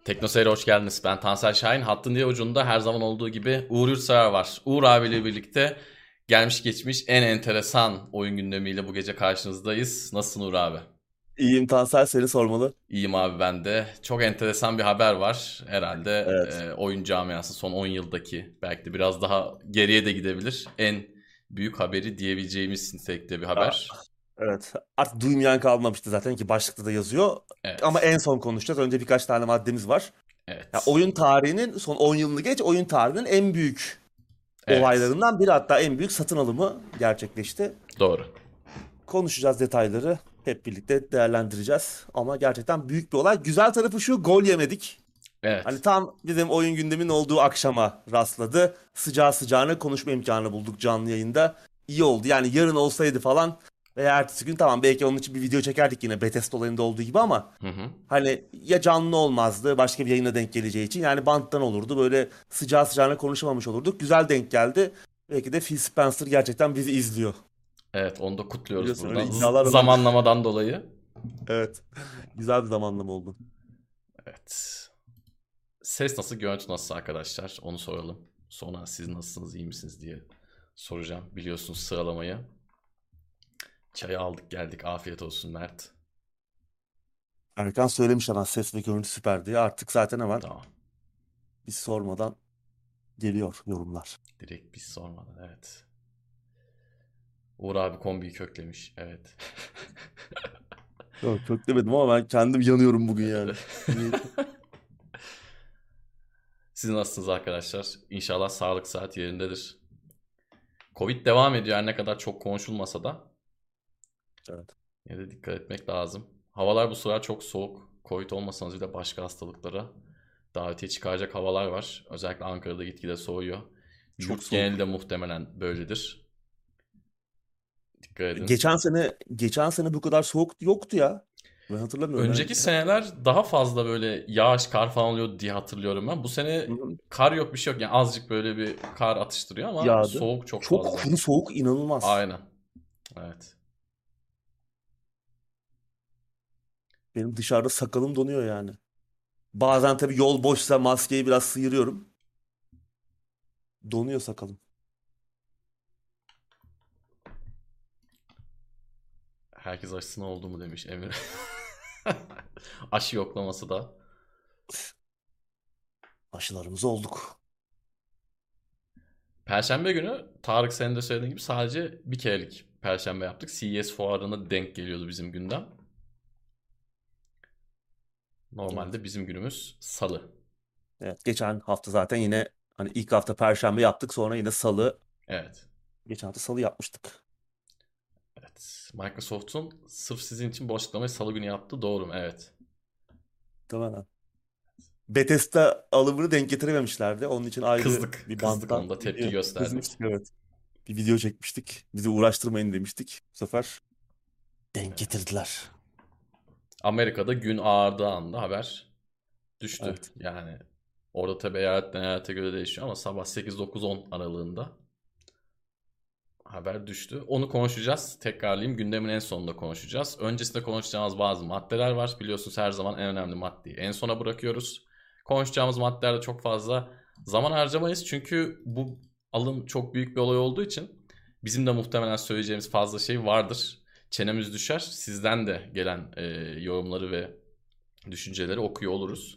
Teknoseyir'e hoş geldiniz. Ben Tansel Şahin. Hattın diğer ucunda her zaman olduğu gibi Uğur Yurtsever var. Uğur abiyle birlikte gelmiş geçmiş en enteresan oyun gündemiyle bu gece karşınızdayız. Nasılsın Uğur abi? İyiyim Tansel seni sormalı. İyiyim abi ben de. Çok enteresan bir haber var. Herhalde Evet. oyun camiası son 10 yıldaki belki de biraz daha geriye de gidebilir. En büyük haberi diyebileceğimiz nitelikte bir Aa, haber. evet. Artık duymayan kalmamıştı zaten ki başlıkta da yazıyor. Ama Evet. en son konuşacağız. Önce birkaç tane maddemiz var. Ya, Evet. oyun tarihinin son 10 yılını geç, oyun tarihinin en büyük Evet. olaylarından biri, hatta en büyük satın alımı gerçekleşti. Doğru. Konuşacağız detayları. Hep birlikte değerlendireceğiz. Ama gerçekten büyük bir olay. Güzel tarafı şu: gol yemedik. Hani Evet. tam bizim oyun gündeminin olduğu akşama rastladı. Sıcağı sıcağına konuşma imkanı bulduk canlı yayında. İyi oldu. Yani yarın olsaydı falan veya ertesi gün, tamam, belki onun için bir video çekerdik yine Bethesda olayında olduğu gibi, ama Hı hı. hani ya canlı olmazdı başka bir yayına denk geleceği için, yani banttan olurdu, böyle sıcağı sıcağına konuşamamış olurduk. Güzel denk geldi. Belki de Phil Spencer gerçekten bizi izliyor. Evet, onu da kutluyoruz Biliyorsun öyle buradan. iddialar var. Zamanlamadan dolayı. Evet. Güzel bir zamanlama oldu. Evet. Ses nasıl, görüntü nasıl arkadaşlar? Onu soralım. Sonra siz nasılsınız, iyi misiniz diye soracağım. Biliyorsunuz sıralamayı. Çayı aldık geldik. Afiyet olsun Mert. Erkan söylemiş hemen ses ve görüntü süper diye. Artık zaten hemen Tamam. biz sormadan geliyor yorumlar. Direkt biz sormadan, evet. Uğur abi kombiyi köklemiş. Evet. Yok, çok demedim ama ben kendim yanıyorum bugün yani. Niyeyse. Siz nasılsınız arkadaşlar? İnşallah sağlık saat yerindedir. Covid devam ediyor her ne kadar çok konuşulmasa da. Evet. Yine de dikkat etmek lazım. Havalar bu sıralar çok soğuk. Covid olmasanız bile başka hastalıklara davetiye çıkaracak havalar var. Özellikle Ankara'da gitgide soğuyor. Çok Yurt geneli de soğuk. muhtemelen böyledir. Dikkat edin. Geçen sene bu kadar soğuk yoktu ya. Ben hatırlamıyorum. Önceki Ben hep seneler daha fazla böyle yağış, kar falan oluyordu diye hatırlıyorum ben. Bu sene Hı hı. kar yok, bir şey yok. Yani azıcık böyle bir kar atıştırıyor ama Yağdı. soğuk çok Çok fazla. kuru soğuk, inanılmaz. Aynen. Evet. Benim dışarıda sakalım donuyor yani. Bazen tabii yol boşsa maskeyi biraz sıyırıyorum. Donuyor sakalım. Herkes aşısına oldu mu demiş Emir. Aşı yoklaması da. Aşılarımız olduk. Perşembe günü Tarık senin de söylediğin gibi sadece bir kerelik Perşembe yaptık. CES fuarına denk geliyordu bizim gündem. Evet. Normalde bizim günümüz Salı. Evet. Geçen hafta zaten yine hani ilk hafta Perşembe yaptık. Sonra yine Salı. Evet. Geçen hafta Salı yapmıştık. Evet. Microsoft'un sırf sizin için bu açıklamayı Salı günü yaptı. Doğru mu? Evet. Tamam. Bethesda alımını denk getirememişlerdi. Onun için ayrı Kızdık. bir Kızdık, banttan onda tepki video gösterdik. kızmıştık, evet. Bir video çekmiştik. Bizi uğraştırmayın demiştik. Bu sefer denk Evet. getirdiler. Amerika'da gün ağardığı anda haber düştü. Evet. Yani orada tabii eyaletten eyalete göre değişiyor ama sabah 8-9-10 aralığında haber düştü. Onu konuşacağız. Tekrarlayayım. Gündemin en sonunda konuşacağız. Öncesinde konuşacağımız bazı maddeler var. Biliyorsunuz her zaman en önemli maddeyi en sona bırakıyoruz. Konuşacağımız maddelerde çok fazla zaman harcamayız. Çünkü bu alım çok büyük bir olay olduğu için bizim de muhtemelen söyleyeceğimiz fazla şey vardır. Çenemiz düşer. Sizden de gelen yorumları ve düşünceleri okuyor oluruz.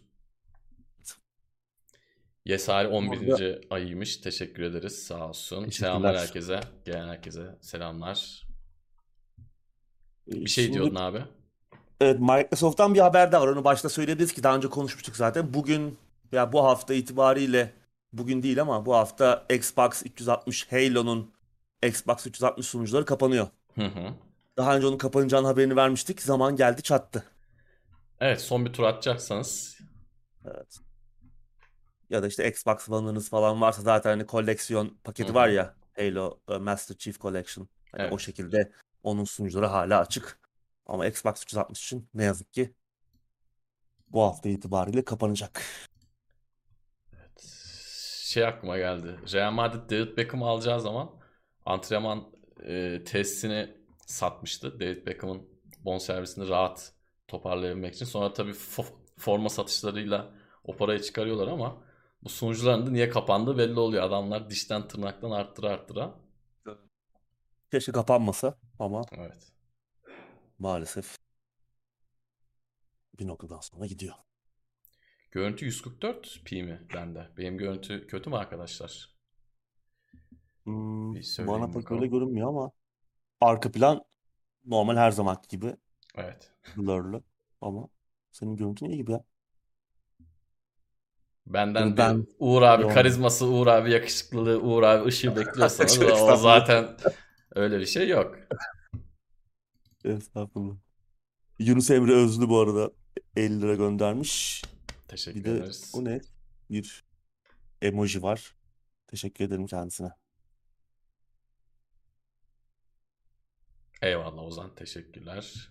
Yesari Bu arada 11. ayıymış. Teşekkür ederiz. Sağ olsun. Selamlar teşekkürler. herkese. Gelen herkese selamlar. Bir şey Şimdi diyordun abi. evet, Microsoft'tan bir haber daha var. Onu başta söyleyebiliriz ki daha önce konuşmuştuk zaten. Bugün veya bu hafta itibariyle, bugün değil ama bu hafta Xbox 360 Halo'nun Xbox 360 sunucuları kapanıyor. Hı hı. Daha önce onun kapanacağının haberini vermiştik. Zaman geldi çattı. Evet, son bir tur atacaksanız. Evet. Ya da işte Xbox One'ınız falan varsa zaten hani koleksiyon Hı paketi var hı. ya, Halo Master Chief Collection. Hani o Evet. şekilde onun sunucuları hala açık. Ama Xbox 360 için ne yazık ki bu hafta itibariyle kapanacak. Şey aklıma geldi. Real Madrid David Beckham'ı alacağı zaman antrenman tesisini satmıştı. David Beckham'ın bonservisini rahat toparlayabilmek için. Sonra tabii forma satışlarıyla O parayı çıkarıyorlar ama bu sunucuların da niye kapandığı belli oluyor. Adamlar dişten tırnaktan arttıra arttıra. Keşke kapanmasa ama Evet. maalesef bir noktadan sonra gidiyor. Görüntü 144p mi bende? Benim görüntü kötü mü arkadaşlar? Bir Bana söyleyin pek öyle bakalım. görünmüyor ama arka plan normal her zamanki gibi Evet. blurlı ama senin görüntün iyi gibi ya. Benden Bunu bir ben Uğur abi görmedim. karizması, Uğur abi yakışıklılığı, Uğur abi ışığı bekliyorsanız o Estağfurullah. zaten öyle bir şey yok. Estağfurullah. Yunus Emre Özlü bu arada 50 lira göndermiş. Bir Teşekkür de ederiz. o ne? Bir emoji var. Teşekkür ederim kendisine. Eyvallah Ozan, teşekkürler.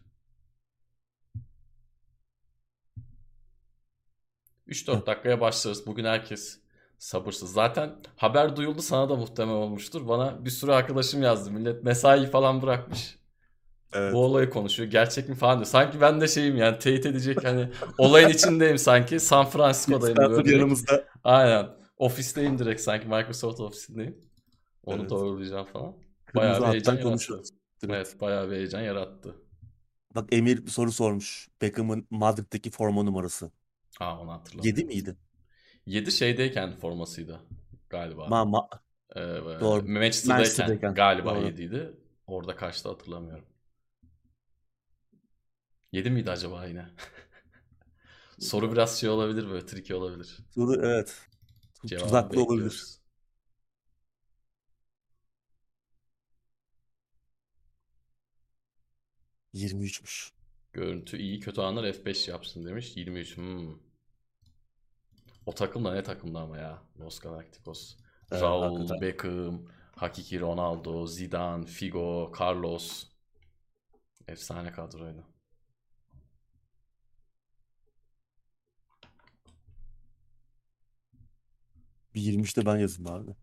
3-4 Evet. dakikaya başlarız. Bugün herkes sabırsız. Zaten haber duyuldu, sana da muhtemel olmuştur. Bana bir sürü arkadaşım yazdı. Millet mesai falan bırakmış. Bu Evet. olayı konuşuyor. Gerçek mi falan diyor. Sanki ben de şeyim yani, teyit edecek hani olayın içindeyim sanki. San Francisco'dayım Spencer böyle direkt. yanımızda. Aynen. Ofisteyim direkt, sanki Microsoft ofisindeyim. Onu Evet. doğrulayacağım falan. Bayağı Kırmızı bir heyecan hattan yarattı. konuşuyoruz direkt. Evet, bayağı bir heyecan yarattı. Bak Emir bir soru sormuş. Beckham'ın Madrid'deki forma numarası. Aa, onu 7 hatırlamıyorum. miydi? 7 şeydeyken formasıydı galiba. Ma, ma Ee, doğru. Manchester'dayken Manchester'dayken. galiba Doğru. 7'ydi. Orada kaçtı hatırlamıyorum. 7 miydi acaba yine? Soru biraz şey olabilir, böyle tricky olabilir. Soru evet. Cevabı Tuzaklı olabilir. bekliyoruz. 23'müş. Görüntü iyi, kötü anlar F5 yapsın demiş. 23. O takım da ne takımdı ama ya. Los Galacticos. Evet Raul, hakikaten. Beckham, Hakiki Ronaldo, Zidane, Figo, Carlos. Efsane kadroydu. Bir 23'te ben yazayım abi.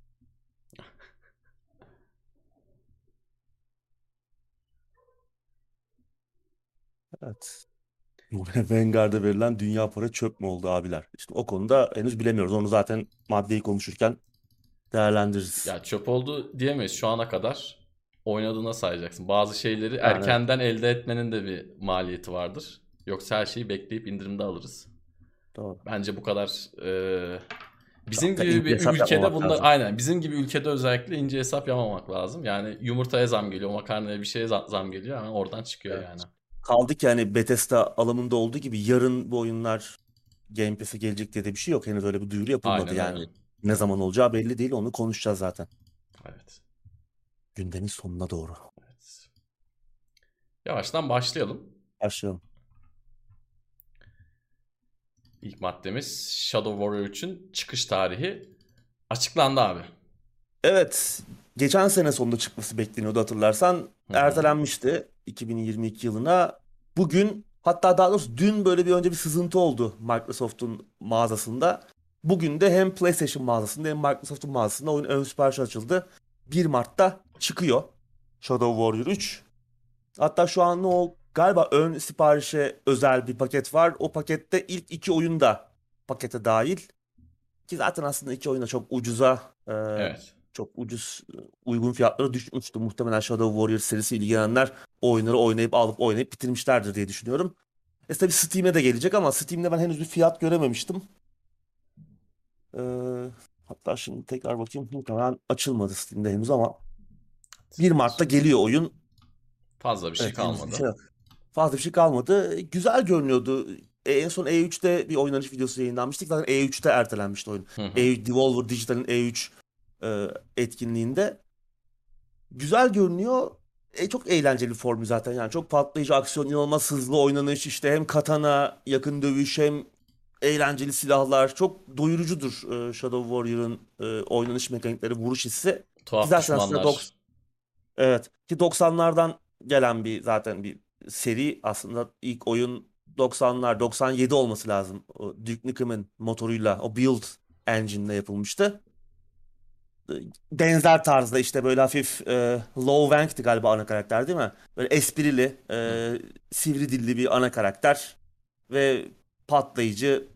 Evet. Vanguard'a verilen dünya para çöp mü oldu abiler? İşte o konuda henüz bilemiyoruz. Onu zaten maddeyi konuşurken değerlendiririz. Ya çöp oldu diyemeyiz şu ana kadar. Oynadığına sayacaksın. Bazı şeyleri Yani evet. erkenden elde etmenin de bir maliyeti vardır. Yoksa her şeyi bekleyip indirimde alırız. Doğru. Bence bu kadar bizim Çok da gibi ince bir hesap ülkede yapmamak bunlar, lazım. aynen bizim gibi ülkede özellikle ince hesap yapmamak lazım. Yani yumurtaya zam geliyor, makarnaya bir şeye zam geliyor, hemen oradan çıkıyor Evet. yani. Kaldı ki hani Bethesda alımında olduğu gibi yarın bu oyunlar Game Pass'e gelecek diye de bir şey yok. Henüz öyle bir duyuru yapılmadı. Aynen öyle. Yani ne zaman Evet. olacağı belli değil. Onu konuşacağız zaten. Evet. Gündemin sonuna doğru. Evet. Yavaştan başlayalım. Başlayalım. İlk maddemiz Shadow Warrior için çıkış tarihi açıklandı abi. Evet. Geçen sene sonunda çıkması bekleniyordu hatırlarsan. Hı hı. Ertelenmişti 2022 yılına. Bugün hatta daha doğrusu dün böyle bir önce bir sızıntı oldu Microsoft'un mağazasında. Bugün de hem PlayStation mağazasında hem Microsoft'un mağazasında oyun ön siparişi açıldı. 1 Mart'ta çıkıyor Shadow Warrior 3. Hatta şu an o galiba ön siparişe özel bir paket var. O pakette ilk iki oyun da pakete dahil. Ki zaten aslında iki oyun da çok ucuza, Evet. çok ucuz, uygun fiyatlara düşmüştü. Muhtemelen Shadow Warrior serisi ilgilenenler o oyunları oynayıp bitirmişlerdir diye düşünüyorum. Tabii Steam'e de gelecek ama Steam'de ben henüz bir fiyat görememiştim. E, Hatta şimdi tekrar bakayım. Muhtemelen açılmadı Steam'de henüz ama 1 Mart'ta geliyor oyun. Fazla bir şey Evet henüz bir şey kalmadı. yok. Fazla bir şey kalmadı. Güzel görünüyordu. En son E3'te bir oynanış videosu yayınlanmıştı. Zaten E3'te ertelenmişti oyun. Hı hı. E3, Devolver Digital'in E3 etkinliğinde. Güzel görünüyor. Çok eğlenceli bir formü zaten. Yani çok patlayıcı aksiyon, inanılmaz hızlı oynanış. İşte hem katana, yakın dövüş hem eğlenceli silahlar. Çok doyurucudur Shadow Warrior'ın oynanış mekanikleri, vuruş hissi. Ki Tuhaf zaten aslında düşmanlar. evet. Ki 90'lardan gelen bir zaten bir seri aslında ilk oyun 90'lar 97 olması lazım. O Duke Nukem'in motoruyla o Build Engine'le yapılmıştı. Benzer tarzda işte böyle hafif Lo Wang'ti galiba ana karakter değil mi? Böyle esprili, Hı. sivri dilli bir ana karakter ve patlayıcı.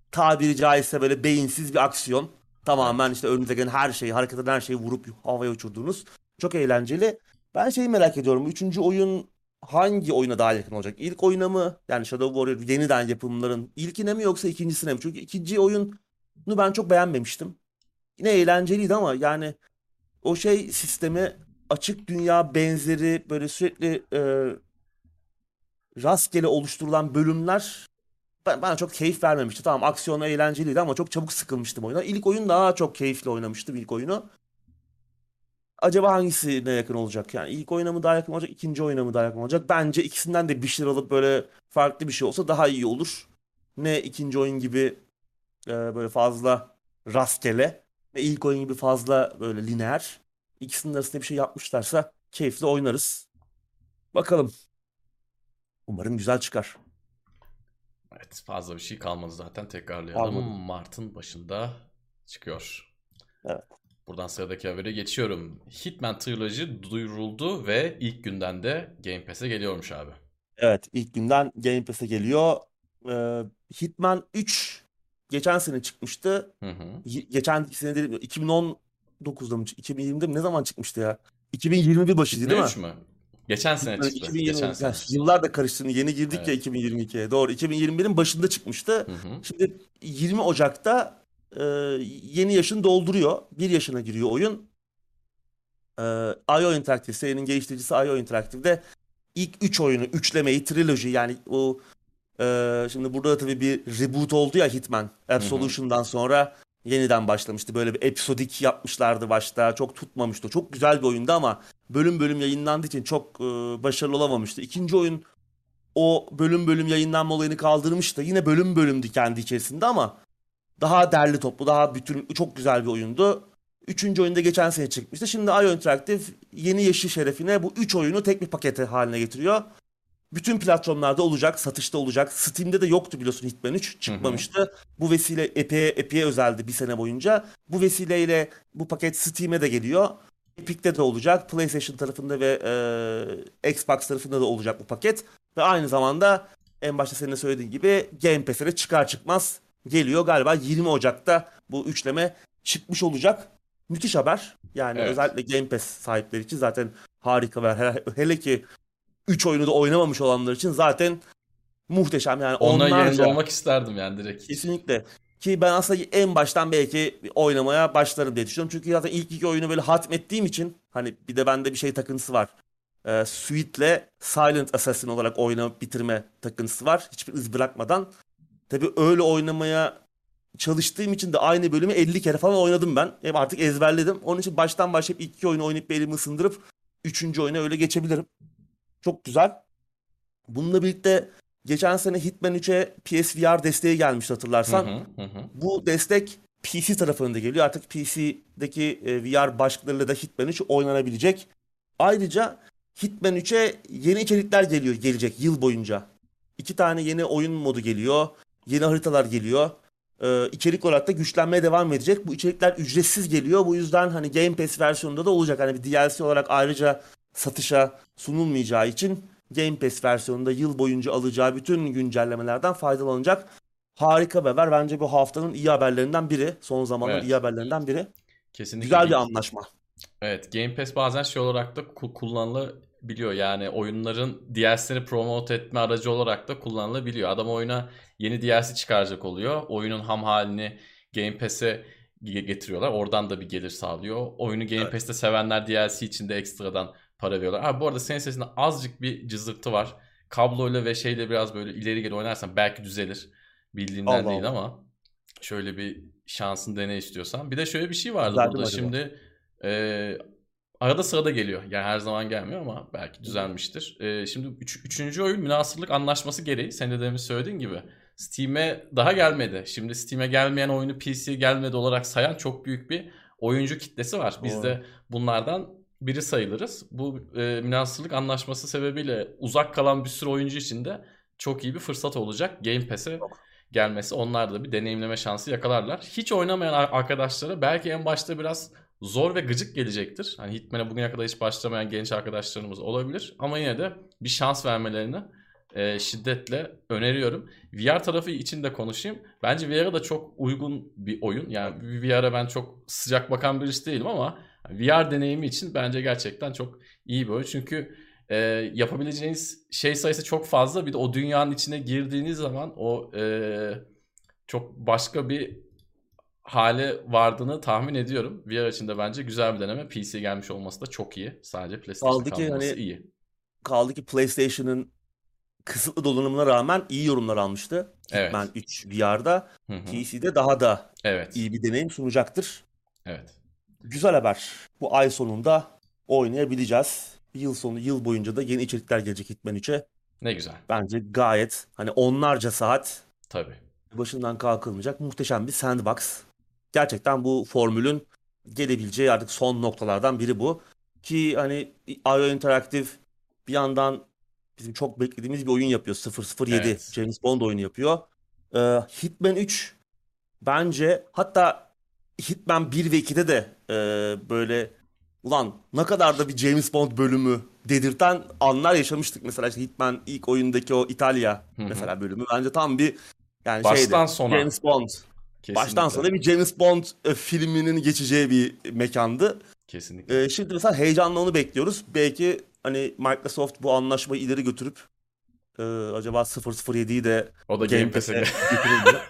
tabiri caizse böyle beyinsiz bir aksiyon. Tamamen Evet. işte önünüze gelen her şeyi, hareket eden her şeyi vurup havaya uçurduğunuz. Çok eğlenceli. Ben şeyi merak ediyorum. Üçüncü oyun hangi oyuna daha yakın olacak? İlk oyuna mı? Yani Shadow Warrior yeniden yapımların ilkine mi yoksa ikincisine mi? Çünkü ikinci oyunu ben çok beğenmemiştim. Yine eğlenceliydi ama yani o şey sistemi, açık dünya benzeri böyle sürekli rastgele oluşturulan bölümler bana çok keyif vermemişti. Tamam, aksiyonu eğlenceliydi ama çok çabuk sıkılmıştım oyuna. İlk oyun daha çok keyifli oynamıştım ilk oyunu. Acaba hangisine yakın olacak? Yani ilk oyuna mı daha yakın olacak, ikinci oyuna mı daha yakın olacak? Bence ikisinden de bir şeyler alıp böyle farklı bir şey olsa daha iyi olur. Ne ikinci oyun gibi böyle fazla rastgele, ne ilk oyun gibi fazla böyle lineer. İkisinin arasında bir şey yapmışlarsa keyifli oynarız. Bakalım. Umarım güzel çıkar. Evet, fazla bir şey kalmadı zaten, tekrarlayalım. Almadı. Mart'ın başında çıkıyor. Evet. Buradan sıradaki habere geçiyorum. Hitman Trilogy duyuruldu ve ilk günden de Game Pass'e geliyormuş abi. Evet, ilk günden Game Pass'e geliyor. Ee, Hitman 3 geçen sene çıkmıştı. Hı hı. Geçen sene dedim, 2019'da mı, 2020'de mi, ne zaman çıkmıştı ya? 2021 başıydı değil Hitman mi? 3 mü? Geçen sene Hitman çıktı. Geçen 2020, yani sene. yıllar da karıştı. Yeni girdik ya Evet. 2022'ye. Doğru. 2021'in başında çıkmıştı. Hı hı. Şimdi 20 Ocak'ta e, yeni yaşını dolduruyor. Bir yaşına giriyor oyun. IO Interactive, serinin geliştiricisi IO Interactive'de ilk 3 oyunu, üçlemeyi, triloji, yani o şimdi burada da tabii bir reboot oldu ya Hitman. Hı hı. Absolution'dan sonra yeniden başlamıştı. Böyle bir episodik yapmışlardı başta. Çok tutmamıştı. Çok güzel bir oyundu ama bölüm bölüm yayınlandığı için çok başarılı olamamıştı. İkinci oyun o bölüm bölüm yayınlanma olayını kaldırmıştı. Yine bölüm bölümdü kendi içerisinde ama daha derli toplu, daha bütün, çok güzel bir oyundu. Üçüncü oyunda geçen sene çıkmıştı. Şimdi IO Interactive yeni yaşı şerefine bu üç oyunu tek bir pakete haline getiriyor. Bütün platformlarda olacak, satışta olacak. Steam'de de yoktu biliyorsun, Hitman 3 Hı hı. çıkmamıştı. Bu vesile Epic'e özeldi bir sene boyunca. Bu vesileyle bu paket Steam'e de geliyor. Epic'te de olacak. PlayStation tarafında ve Xbox tarafında da olacak bu paket. Ve aynı zamanda en başta senin de söylediğin gibi Game Pass'e de çıkar çıkmaz geliyor. Galiba 20 Ocak'ta bu üçleme çıkmış olacak. Müthiş haber. Yani Evet. özellikle Game Pass sahipleri için zaten harika haber. Hele ki 3 oyunu da oynamamış olanlar için zaten muhteşem. Yani Onların yerinde onlarca, olmak isterdim yani, direkt hiç. kesinlikle. Ki ben aslında en baştan belki oynamaya başlarım diye düşünüyorum. Çünkü zaten ilk iki oyunu böyle hatmettiğim için, hani bir de bende bir şey takıntısı var. Suite'le Silent Assassin olarak oyna bitirme takıntısı var. Hiçbir iz bırakmadan. Tabii öyle oynamaya çalıştığım için de aynı bölümü 50 kere falan oynadım ben. Hem artık ezberledim. Onun için baştan başlayıp ilk iki oyunu oynayıp bir elimi ısındırıp üçüncü oyuna öyle geçebilirim. Çok güzel. Bununla birlikte geçen sene Hitman 3'e PSVR desteği gelmişti Hı hatırlarsan. hı. Hı hı. Bu destek PC tarafında geliyor. Artık PC'deki VR başlıklarıyla da Hitman 3 oynanabilecek. Ayrıca Hitman 3'e yeni içerikler gelecek yıl boyunca. İki tane yeni oyun modu geliyor. Yeni haritalar geliyor. İçerik olarak da güçlenmeye devam edecek. Bu içerikler ücretsiz geliyor. Bu yüzden hani Game Pass versiyonunda da olacak. Hani bir DLC olarak ayrıca satışa sunulmayacağı için Game Pass versiyonunda yıl boyunca alacağı bütün güncellemelerden faydalanacak. Harika bir haber. Bence bu haftanın iyi haberlerinden biri. Son zamanların iyi Evet. haberlerinden biri. Kesinlikle. Güzel bir anlaşma. Evet, Game Pass bazen şey olarak da kullanılabiliyor. Yani oyunların DLC'sini promote etme aracı olarak da kullanılabiliyor. Adam oyuna yeni DLC çıkaracak oluyor. Oyunun ham halini Game Pass'e getiriyorlar. Oradan da bir gelir sağlıyor. Oyunu Game Evet. Pass'te sevenler DLC için de ekstradan para veriyorlar. Ha, bu arada senin sesinde azıcık bir cızırtı var. Kabloyla ve şeyle biraz böyle ileri geri oynarsan belki düzelir. Bildiğimden Allah değil Allah. ama şöyle bir şansın dene istiyorsan. Bir de şöyle bir şey vardı Düzeldi mi burada. acaba? Şimdi ee, arada sırada geliyor. Yani her zaman gelmiyor ama belki Hı hı. düzelmiştir. Şimdi üçüncü oyun münasırlık anlaşması gereği, sen de demin söylediğin gibi Steam'e daha gelmedi. Şimdi Steam'e gelmeyen oyunu PC'ye gelmedi olarak sayan çok büyük bir oyuncu kitlesi var. Biz Doğru. de bunlardan biri sayılırız. Bu münasırlık anlaşması sebebiyle uzak kalan bir sürü oyuncu için de çok iyi bir fırsat olacak. Game Pass'e Çok. gelmesi, onlar da bir deneyimleme şansı yakalarlar. Hiç oynamayan arkadaşlara belki en başta biraz zor ve gıcık gelecektir. Hani Hitman'e bugüne kadar hiç başlamayan genç arkadaşlarımız olabilir. Ama yine de bir şans vermelerini şiddetle öneriyorum. VR tarafı için de konuşayım. Bence VR'a da çok uygun bir oyun. Yani VR'a ben çok sıcak bakan birisi değilim ama VR deneyimi için bence gerçekten çok iyi bir oyun. Çünkü yapabileceğiniz şey sayısı çok fazla. Bir de o dünyanın içine girdiğiniz zaman o çok başka bir hale vardığını tahmin ediyorum. VR için de bence güzel bir deneme. PC gelmiş olması da çok iyi. Sadece PlayStation'da Kaldı ki kalmaması hani iyi. PlayStation'ın kısıtlı donanımına rağmen iyi yorumlar almıştı. Hitman Evet. 3 VR'da. Hı hı. PC'de daha da Evet. iyi bir deneyim sunacaktır. Evet. Güzel haber. Bu ay sonunda oynayabileceğiz. Yıl sonu, yıl boyunca da yeni içerikler gelecek Hitman 3'e. Ne güzel. Bence gayet hani onlarca saat Tabii. başından kalkılmayacak muhteşem bir sandbox. Gerçekten bu formülün gelebileceği artık son noktalardan biri bu. Ki hani IO Interactive bir yandan bizim çok beklediğimiz bir oyun yapıyor. 007 Evet. James Bond oyunu yapıyor. Hitman 3 bence hatta Hitman 1 ve 2'de de böyle ulan ne kadar da bir James Bond bölümü dedirten anlar yaşamıştık. Mesela işte Hitman ilk oyundaki o İtalya Hı hı. mesela bölümü bence tam bir yani şeydi. Baştan sona. James Bond. Baştan Kesinlikle. sona bir James Bond filminin geçeceği bir mekandı. Kesinlikle. Şimdi mesela heyecanla onu bekliyoruz. Belki hani Microsoft bu anlaşmayı ileri götürüp acaba 007'yi de O da Game Game Pass'e Pass'e getirir mi?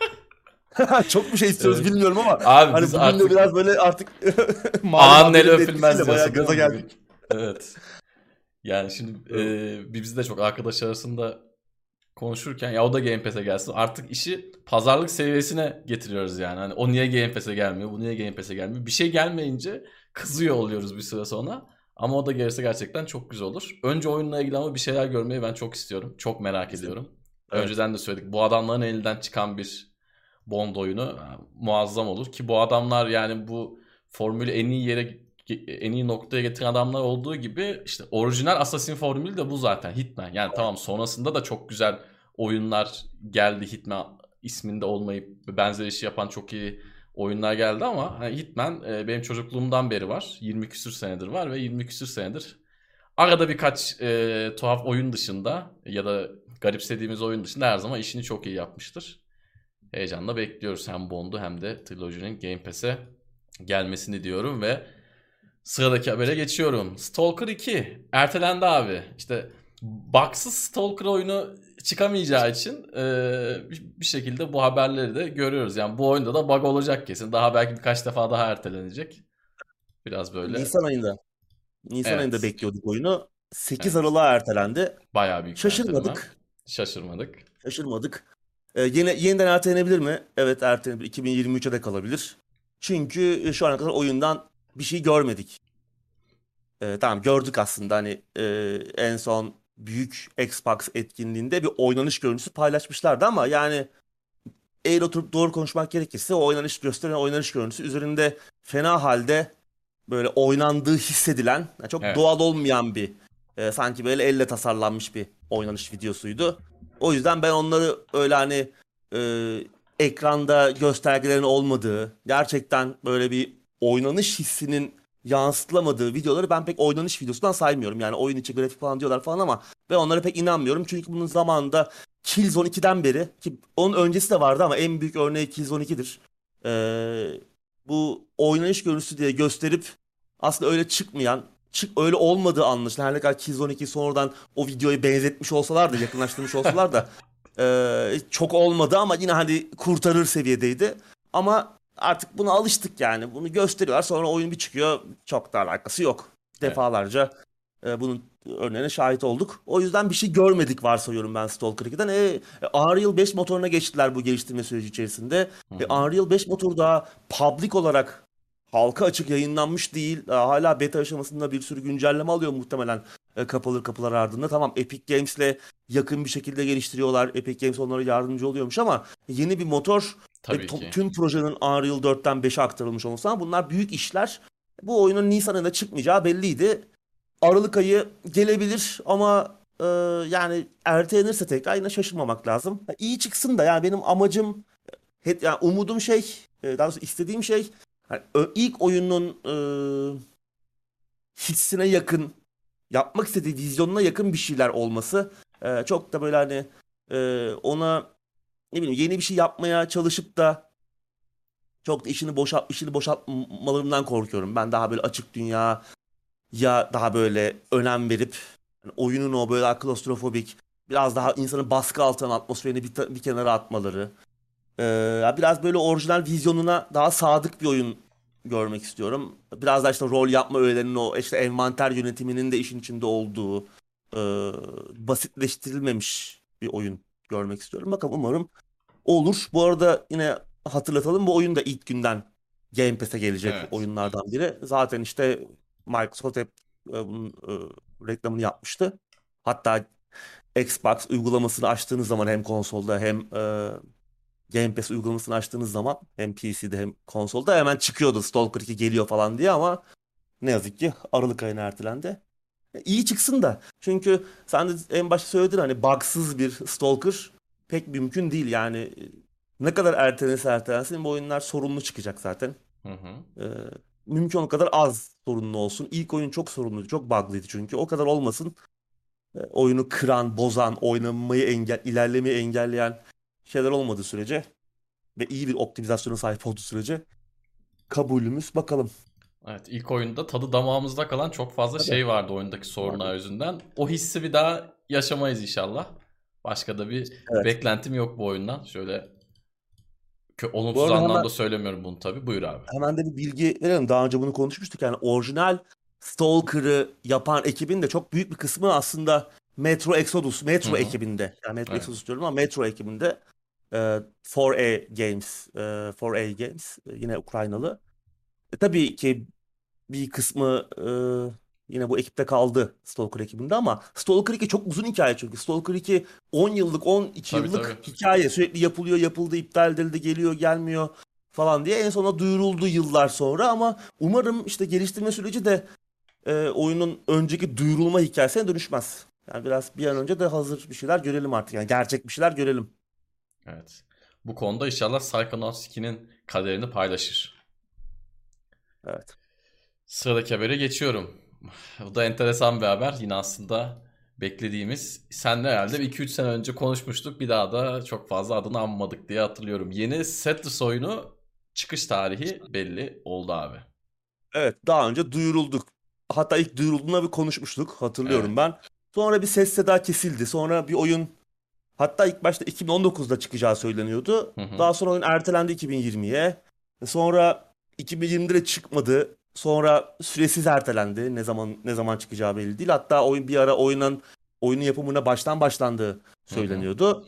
Çok bir şey istiyoruz Evet. bilmiyorum ama Abi hani biz bugün de artık biraz böyle artık malum ağanın eli haberin de öpülmez etkisiyle bayağı diyorsun değil gaza mi geldik. bugün? Evet. Yani şimdi Ee, biz de çok arkadaş arasında konuşurken ya o da Game Pass'e gelsin. Artık işi pazarlık seviyesine getiriyoruz yani. Hani o niye Game Pass'e gelmiyor, bu niye Game Pass'e gelmiyor. Bir şey gelmeyince kızıyor oluyoruz bir süre sonra. Ama o da gelirse gerçekten çok güzel olur. Önce oyunla ilgili ama bir şeyler görmeyi ben çok istiyorum. Çok merak Bizim. ediyorum. Evet. Önceden de söyledik. Bu adamların elinden çıkan bir Bond oyunu muazzam olur ki bu adamlar yani bu formülü en iyi noktaya getiren adamlar olduğu gibi işte orijinal Assassin formülü de bu zaten Hitman. Yani tamam sonrasında da çok güzel oyunlar geldi Hitman isminde olmayıp benzer işi yapan çok iyi oyunlar geldi ama hani Hitman benim çocukluğumdan beri var. 20 küsür senedir var ve 20 küsür senedir arada birkaç tuhaf oyun dışında ya da garipsediğimiz oyun dışında her zaman işini çok iyi yapmıştır. Heyecanla bekliyoruz hem Bond'u hem de Trilogy'nin Game Pass'e gelmesini diyorum ve sıradaki habere geçiyorum. Stalker 2 ertelendi abi. İşte bugsız Stalker oyunu çıkamayacağı için bir şekilde bu haberleri de görüyoruz. Yani bu oyunda da bug olacak kesin. Daha belki birkaç defa daha ertelenecek. Biraz böyle. Nisan ayında. Nisan ayında Evet. bekliyorduk oyunu. 8 Evet. Aralık'a ertelendi. Bayağı büyük bir erteleme. Şaşırmadık. Şaşırmadık. Şaşırmadık. Yeniden ertelenebilir mi? Evet ertelenebilir. 2023'e de kalabilir. Çünkü şu ana kadar oyundan bir şey görmedik. Tamam gördük aslında hani en son büyük Xbox etkinliğinde bir oynanış görüntüsü paylaşmışlardı ama yani eğer oturup doğru konuşmak gerekirse o oynanış gösteren oynanış görüntüsü üzerinde fena halde böyle oynandığı hissedilen yani çok Evet. doğal olmayan bir sanki böyle elle tasarlanmış bir oynanış videosuydu. O yüzden ben onları öyle hani e, ekranda göstergelerin olmadığı gerçekten böyle bir oynanış hissinin yansıtılamadığı videoları ben pek oynanış videosundan saymıyorum. Yani oyun içi grafik falan diyorlar falan ama ben onlara pek inanmıyorum. Çünkü bunun zamanında Killzone 2'den beri ki onun öncesi de vardı ama en büyük örneği Killzone 2'dir. Bu oynanış görüntüsü diye gösterip aslında öyle çıkmayan, öyle olmadığı anlaşılan. Her ne kadar Killzone 2 sonradan o videoyu benzetmiş olsalar da, yakınlaştırmış olsalar da çok olmadı ama yine hani kurtarır seviyedeydi. Ama artık buna alıştık yani. Bunu gösteriyorlar sonra oyun bir çıkıyor çok da alakası yok. Evet. Defalarca bunun örneğine şahit olduk. O yüzden bir şey görmedik varsayıyorum ben Stalker 2'den. Unreal 5 motoruna geçtiler bu geliştirme süreci içerisinde. Hı hı. Unreal 5 motoru daha public olarak halka açık yayınlanmış değil. Hala beta aşamasında bir sürü güncelleme alıyor muhtemelen kapalı kapılar ardında. Tamam Epic Games'le yakın bir şekilde geliştiriyorlar. Epic Games onlara yardımcı oluyormuş ama yeni bir motor Tabii ki. tüm projenin Unreal 4'ten 5'e aktarılmış olması ama bunlar büyük işler. Bu oyunun Nisan ayında çıkmayacağı belliydi. Aralık ayı gelebilir ama yani ertelenirse tekrar yine şaşırmamak lazım. İyi çıksın da yani benim amacım yani umudum daha doğrusu istediğim şey hani ilk oyunun hissine yakın yapmak istediği vizyonuna yakın bir şeyler olması. Çok da böyle hani ona ne bileyim yeni bir şey yapmaya çalışıp da çok da işini boşaltmalarından korkuyorum. Ben daha böyle açık dünya ya daha böyle önem verip yani oyunun o böyle daha klostrofobik biraz daha insanın baskı altına atmosferini bir kenara atmaları. Ya biraz böyle orijinal vizyonuna daha sadık bir oyun görmek istiyorum. Biraz da işte rol yapma öğelerinin o işte envanter yönetiminin de işin içinde olduğu e, basitleştirilmemiş bir oyun görmek istiyorum. Bakalım umarım olur. Bu arada yine hatırlatalım bu oyun da ilk günden Game Pass'e gelecek Evet. oyunlardan biri. Zaten işte Microsoft hep bunun reklamını yapmıştı. Hatta Xbox uygulamasını açtığınız zaman hem konsolda hem Game Pass uygulamasını açtığınız zaman hem PC'de hem konsolda hemen çıkıyordu Stalker 2 geliyor falan diye ama ne yazık ki Aralık ayına ertelendi. İyi çıksın da. Çünkü sen de en başta söyledin hani bugsız bir Stalker pek mümkün değil. Yani ne kadar ertelenirse ertelensin bu oyunlar sorunlu çıkacak zaten. Hı hı. E, Mümkün o kadar az sorunlu olsun. İlk oyun çok sorunluydu, çok bug'lıydı çünkü. O kadar olmasın. Oyunu kıran, bozan, ilerlemeyi engelleyen şeyler olmadığı sürece ve iyi bir optimizasyona sahip olduğu sürece kabulümüz bakalım. Evet, ilk oyunda tadı damağımızda kalan çok fazla Tabii. şey vardı oyundaki sorunlar yüzünden. O hissi bir daha yaşamayız inşallah. Başka da bir Evet. beklentim yok bu oyundan. Şöyle Bu olumsuz arada anlamda söylemiyorum bunu tabii. Buyur abi. hemen de bir bilgi verelim. Daha önce bunu konuşmuştuk. Yani orijinal Stalker'ı yapan ekibin de çok büyük bir kısmı aslında Hı Metro hı. ekibinde. Yani Metro Evet. Exodus diyorum ama Metro ekibinde 4A Games, 4A Games yine Ukraynalı. Tabii ki bir kısmı yine bu ekipte kaldı Stalker ekibinde ama Stalker 2 çok uzun hikaye çünkü. Stalker 2 10 yıllık, 12 Tabii tabii. yıllık hikaye. Sürekli yapılıyor, yapıldı, iptal edildi, geliyor, gelmiyor falan diye. En sona duyuruldu yıllar sonra ama umarım işte geliştirme süreci de oyunun önceki duyurulma hikayesine dönüşmez. Yani biraz bir an önce de hazır bir şeyler görelim artık. Yani gerçek bir şeyler görelim. Evet. Bu konuda inşallah Psychonauts 2'nin kaderini paylaşır. Evet. Sıradaki habere geçiyorum. Bu da enteresan bir haber. Yine aslında beklediğimiz. Senle herhalde 2-3 sene önce konuşmuştuk. Bir daha da çok fazla adını anmadık diye hatırlıyorum. Yeni Settlers oyunu çıkış tarihi belli oldu abi. Evet, daha önce duyurulduk. Hatta ilk duyurulduğunda bir konuşmuştuk, hatırlıyorum Evet. ben. Sonra bir ses seda kesildi. Sonra bir oyun hatta ilk başta 2019'da çıkacağı söyleniyordu. Hı hı. Daha sonra oyun ertelendi 2020'ye. Sonra 2020'de de çıkmadı. Sonra süresiz ertelendi. Ne zaman çıkacağı belli değil. Hatta oyun bir ara oyunun yapımına başlandığı Hı hı. söyleniyordu.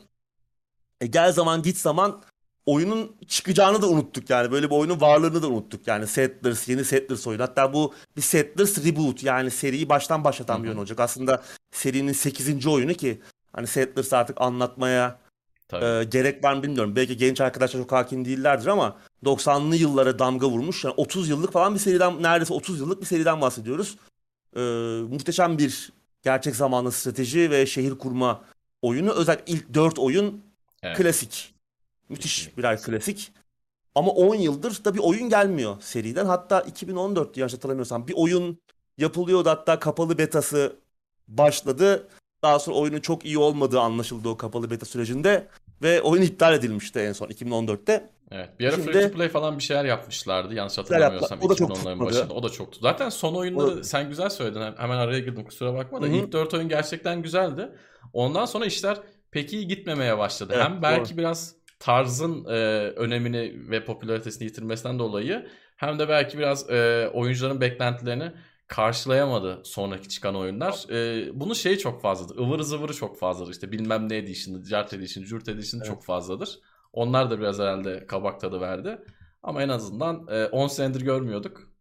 Gel zaman git zaman oyunun çıkacağını da unuttuk yani. Böyle bir oyunun varlığını da unuttuk. Yani yeni Settlers oyunu. Hatta bu bir Settlers reboot yani seriyi baştan Hı başlatan bir oyun hı. olacak. Aslında serinin sekizinci oyunu ki hani Settlers artık anlatmaya Tabii. gerek var mı bilmiyorum. Belki genç arkadaşlar çok hakim değillerdir ama 90'lı yıllara damga vurmuş. Yani 30 yıllık falan bir seriden neredeyse 30 yıllık bir seriden bahsediyoruz. E, Muhteşem bir gerçek zamanlı strateji ve şehir kurma oyunu. Özellikle ilk 4 oyun Evet. klasik. Müthiş birer Kesinlikle. klasik. Ama 10 yıldır da bir oyun gelmiyor seriden. Hatta 2014 yanlış hatırlamıyorsam bir oyun yapılıyordu. Hatta kapalı betası başladı. Daha sonra oyunun çok iyi olmadığı anlaşıldı o kapalı beta sürecinde. Ve oyun iptal edilmişti en son 2014'te. Evet. Bir ara free to Şimdi play falan bir şeyler yapmışlardı. Yanlış güzel yaptılar. hatırlamıyorsam O da çok 2010'ların tutmadı. başında. O da çoktu. Zaten son O da... oyunları sen güzel söyledin. Hemen araya girdim kusura bakma Hı da. hı. İlk 4 oyun gerçekten güzeldi. Ondan sonra işler pek iyi gitmemeye başladı. Evet, Hem doğru. belki biraz tarzın önemini ve popülaritesini yitirmesinden dolayı hem de belki biraz oyuncuların beklentilerini karşılayamadı sonraki çıkan oyunlar. Bunun şeyi çok fazladır. Ivır zıvırı çok fazladır. İşte bilmem ne edition, cart edition, cürt edition çok Evet. fazladır. Onlar da biraz herhalde kabak tadı verdi. Ama en azından 10 senedir görmüyorduk.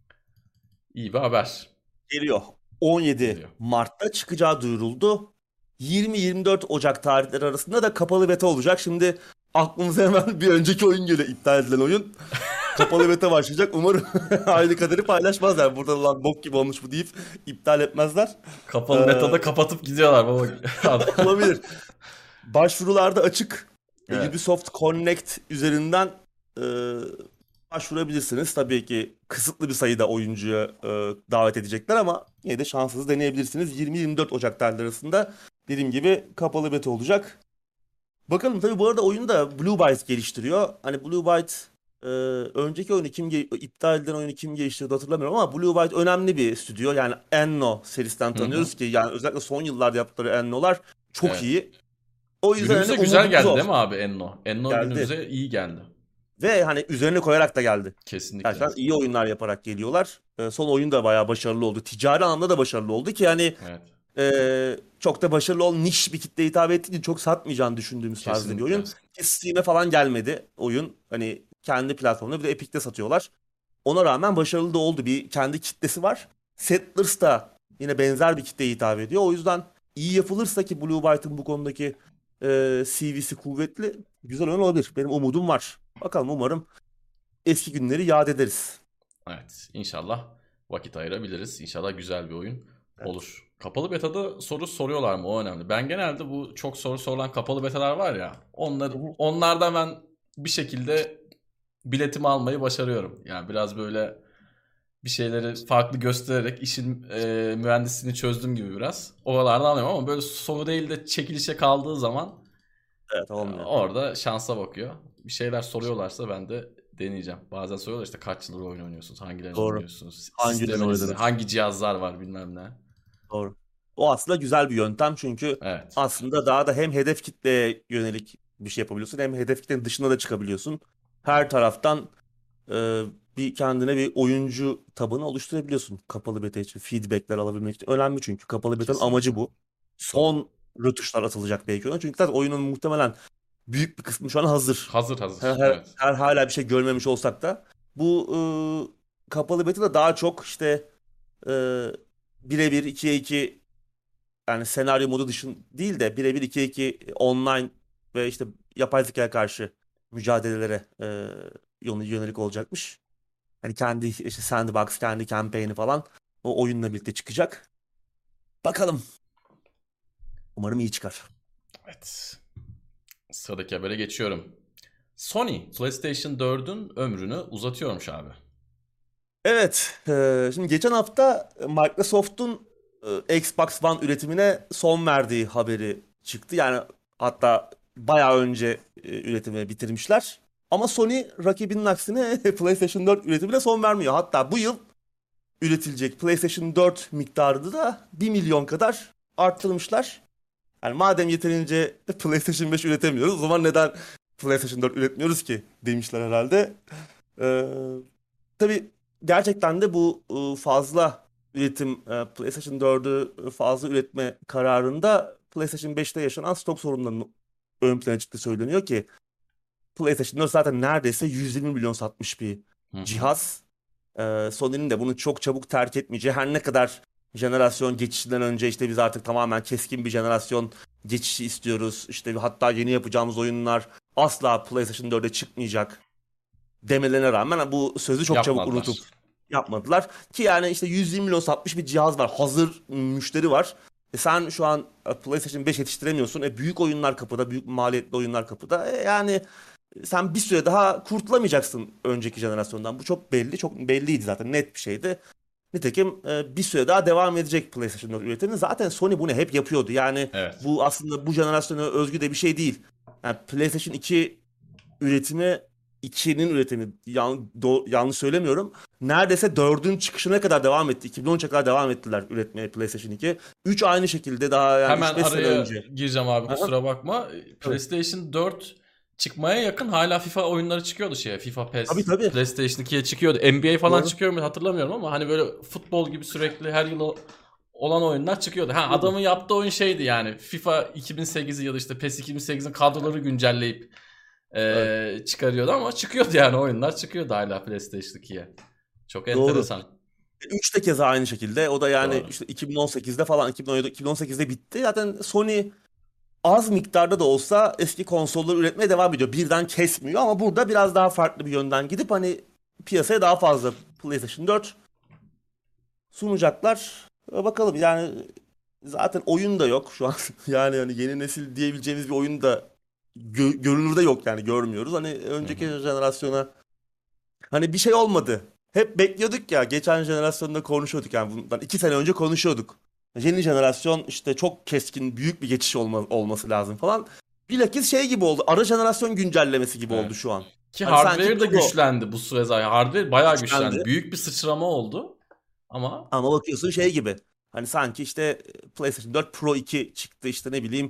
İyi bir haber Geliyor. 17 geliyor. Mart'ta çıkacağı duyuruldu. 20-24 Ocak tarihleri arasında da kapalı beta olacak. Şimdi aklımıza hemen bir önceki oyun geliyor, iptal edilen oyun. Kapalı beta başlayacak. Umarım aynı kaderi paylaşmazlar. Burada lan bok gibi olmuş bu deyip iptal etmezler. Kapalı Ee, betada kapatıp gidiyorlar baba. Olabilir. Başvurularda açık. Evet. Ubisoft Connect üzerinden e, başvurabilirsiniz. Tabii ki kısıtlı bir sayıda oyuncuya davet edecekler ama yine de şansınızı deneyebilirsiniz. 20-24 Ocak tarihleri arasında dediğim gibi kapalı beta olacak. Bakalım, tabii bu arada oyunu da Blue Byte geliştiriyor. Hani Blue Byte önceki oyunu iptal edilen oyunu kim geliştirdi hatırlamıyorum ama Blue Byte önemli bir stüdyo. Yani Enno serisinden Hı hı. tanıyoruz ki yani özellikle son yıllarda yaptıkları Enno'lar çok Evet. iyi. O yüzden hani Günümüze güzel umudumuz geldi o. değil mi abi Enno? Enno Geldi. günümüze iyi geldi. Ve hani üzerine koyarak da geldi. Kesinlikle. Gerçekten iyi oyunlar yaparak geliyorlar. Son oyun da bayağı başarılı oldu. Ticari anlamda da başarılı oldu ki hani Evet. çok da başarılı olan niş bir kitleye hitap ettiği için çok satmayacağını düşündüğümüz tarzda bir Kesinlikle. oyun. Ki Steam'e falan gelmedi oyun. Hani kendi platformunda, bir de Epic'te satıyorlar. Ona rağmen başarılı da oldu. Bir kendi kitlesi var. Settlers da yine benzer bir kitleye hitap ediyor. O yüzden iyi yapılırsa, ki Blue Byte'ın bu konudaki CV'si kuvvetli, güzel oyun olabilir. Benim umudum var. Bakalım, umarım eski günleri yad ederiz. Evet. İnşallah vakit ayırabiliriz. İnşallah güzel bir oyun Evet. olur. Kapalı betada soru soruyorlar mı? O önemli. Ben genelde bu çok soru sorulan kapalı betalar var ya. Hı hı. Onlardan ben bir şekilde biletimi almayı başarıyorum. Yani biraz böyle bir şeyleri farklı göstererek işin mühendisliğini çözdüğüm gibi biraz. Oralardan alıyorum ama böyle soru değil de çekilişe kaldığı zaman Evet, olmuyor. orada şansa bakıyor. Bir şeyler soruyorlarsa ben de deneyeceğim. Bazen soruyorlar işte kaç yıldır oyun oynuyorsunuz, hangilerini Doğru. oynuyorsunuz, Hangilerini sisteminiz ne, oynadınız? hangi cihazlar var bilmem ne. Doğru. O aslında güzel bir yöntem, çünkü Evet, aslında daha da hem hedef kitleye yönelik bir şey yapabiliyorsun, hem hedef kitlenin dışına da çıkabiliyorsun. Her taraftan e, bir kendine bir oyuncu tabanı oluşturabiliyorsun kapalı beta için. Feedbackler alabilmek için. Önemli, çünkü kapalı beta'nın amacı kesinlikle. bu. Doğru. Son rötuşlar atılacak belki ona. Çünkü zaten oyunun muhtemelen büyük bir kısmı şu an hazır. Hazır Her, hazır. her, Evet. her hala bir şey görmemiş olsak da bu kapalı beta da daha çok işte e, birebir 2'ye 2, yani senaryo modu dışın değil de birebir 2'ye 2 online ve işte yapay zekaya karşı mücadelelere yönelik olacakmış. Hani kendi işte sandbox, kendi campaign'i falan o oyunla birlikte çıkacak. Bakalım. Umarım iyi çıkar. Evet. Sıradaki habere geçiyorum. Sony PlayStation 4'ün ömrünü uzatıyormuş abi. Evet, şimdi geçen hafta Microsoft'un Xbox One üretimine son verdiği haberi çıktı. Yani hatta bayağı önce üretimi bitirmişler. Ama Sony rakibinin aksine PlayStation 4 üretimine son vermiyor. Hatta bu yıl üretilecek PlayStation 4 miktarı da 1 milyon kadar arttırmışlar. Yani madem yeterince PlayStation 5 üretemiyoruz, o zaman neden PlayStation 4 üretmiyoruz ki demişler herhalde. Ee, tabii gerçekten de bu fazla üretim, PlayStation 4'ü fazla üretme kararında PlayStation 5'te yaşanan stok sorunlarının ön plana çıktığı söyleniyor ki PlayStation 4 zaten neredeyse 120 milyon satmış bir Hı hı. cihaz. Sony'nin de bunu çok çabuk terk etmeyeceği, her ne kadar jenerasyon geçişinden önce işte biz artık tamamen keskin bir jenerasyon geçişi istiyoruz, İşte hatta yeni yapacağımız oyunlar asla PlayStation 4'e çıkmayacak demelerine rağmen bu sözü çok çabuk unutup Yapmadılar. yapmadılar. Ki yani işte 120 milyon satmış bir cihaz var. Hazır müşteri var. Sen şu an PlayStation 5 yetiştiremiyorsun. Büyük oyunlar kapıda, büyük maliyetli oyunlar kapıda. Yani sen bir süre daha kurtulamayacaksın önceki jenerasyondan. Bu çok belli, çok belliydi zaten, net bir şeydi. Nitekim bir süre daha devam edecek PlayStation 4 üretimi. Zaten Sony bunu hep yapıyordu. Yani Evet. bu aslında bu jenerasyona özgü de bir şey değil. Yani PlayStation 2 üretimi, 2'nin üretimi, yanlış söylemiyorum. Neredeyse 4'ün çıkışına kadar devam etti. 2013'e kadar devam ettiler üretmeye PlayStation 2. 3 aynı şekilde daha yani Hemen 3-5 sene araya önce. gireceğim abi Aha, kusura bakma. tabii. PlayStation 4 çıkmaya yakın hala FIFA oyunları çıkıyordu şeye. FIFA Tabii, PES, tabii. PlayStation 2'ye çıkıyordu. NBA falan Doğru. çıkıyor mu hatırlamıyorum ama hani böyle futbol gibi sürekli her yıl olan oyunlar çıkıyordu. Ha Çıkıyordu. adamın yaptığı oyun şeydi yani. FIFA 2008 ya da işte PES 2008'in kadroları güncelleyip Evet. çıkarıyordu ama çıkıyordu yani oyunlar çıkıyordu hala PlayStation 2'ye. Çok Doğru. enteresan. 3 de keza aynı şekilde. O da yani Doğru. işte 2018'de falan, 2017, 2018'de bitti. Zaten Sony az miktarda da olsa eski konsolları üretmeye devam ediyor. Birden kesmiyor ama burada biraz daha farklı bir yönden gidip hani piyasaya daha fazla PlayStation 4 sunacaklar. Bakalım yani, zaten oyun da yok şu an. Yani hani yeni nesil diyebileceğimiz bir oyun da görünürde yok, yani görmüyoruz. Hani Hı önceki hı. jenerasyona hani bir şey olmadı. Hep bekliyorduk ya, geçen jenerasyonda konuşuyorduk, yani bundan 2 sene önce konuşuyorduk. Yeni jenerasyon işte çok keskin, büyük bir geçiş olması lazım falan. Bilakis şey gibi oldu. Ara jenerasyon güncellemesi gibi oldu Evet. şu an. Ki Hani sanki hardware da Pro güçlendi bu süre zarfında. Hardware bayağı güçlendi. güçlendi. Büyük bir sıçrama oldu. Ama Ama bakıyorsun şey gibi. Hani sanki işte PlayStation 4 Pro 2 çıktı, işte ne bileyim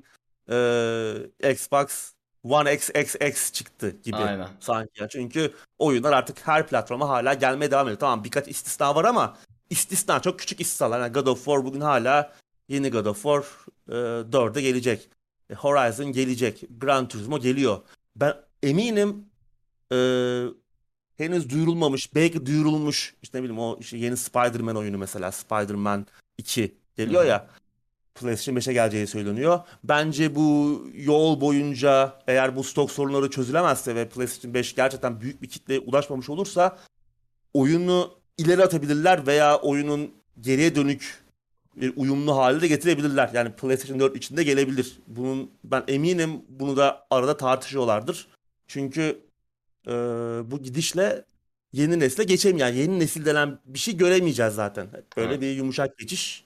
Xbox One X X X çıktı gibi aynen. sanki. Yani çünkü oyunlar artık her platforma hala gelmeye devam ediyor. Tamam, birkaç istisna var ama istisna çok küçük istisnalar. Yani God of War bugün hala, yeni God of War 4'e gelecek. Horizon gelecek. Gran Turismo geliyor. Ben eminim e, henüz duyurulmamış, belki duyurulmuş, işte ne bileyim, o işte yeni Spider-Man oyunu mesela, Spider-Man 2 Hı geliyor hı. ya, PlayStation 5'e geleceği söyleniyor. Bence bu yol boyunca eğer bu stok sorunları çözülemezse ve PlayStation 5 gerçekten büyük bir kitleye ulaşmamış olursa oyunu ileri atabilirler veya oyunun geriye dönük bir uyumlu hale de getirebilirler. Yani PlayStation 4 içinde gelebilir. Bunun ben eminim, bunu da arada tartışıyorlardır. Çünkü ee, bu gidişle yeni nesle geçemiyor. Yani yeni nesil denen bir şey göremeyeceğiz zaten. Böyle bir Evet. yumuşak geçiş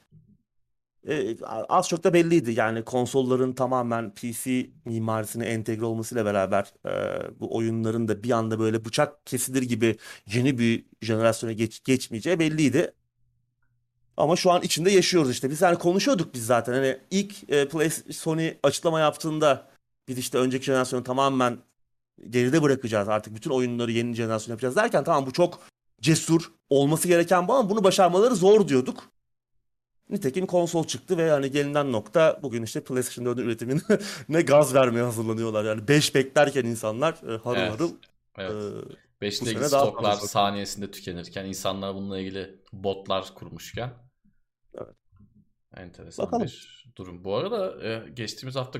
az çok da belliydi. Yani konsolların tamamen PC mimarisine entegre olmasıyla beraber bu oyunların da bir anda böyle bıçak kesilir gibi yeni bir jenerasyona geçmeyeceği belliydi. Ama şu an içinde yaşıyoruz işte. Biz hani konuşuyorduk biz zaten. Hani ilk Sony açıklama yaptığında biz işte önceki jenerasyonu tamamen geride bırakacağız. Artık bütün oyunları yeni jenerasyon yapacağız derken, tamam bu çok cesur, olması gereken bu ama bunu başarmaları zor diyorduk. Nitekim konsol çıktı ve hani gelinen nokta bugün işte PlayStation 4'ün üretimine ne gaz vermeye hazırlanıyorlar. Yani 5 beklerken insanlar harıl Evet. harıl e, Evet. bu 5'te ilgili sene daha stoklar fazla bakıyor. saniyesinde tükenirken insanlar bununla ilgili botlar kurmuşken Evet. enteresan Bakalım. bir durum. Bu arada geçtiğimiz hafta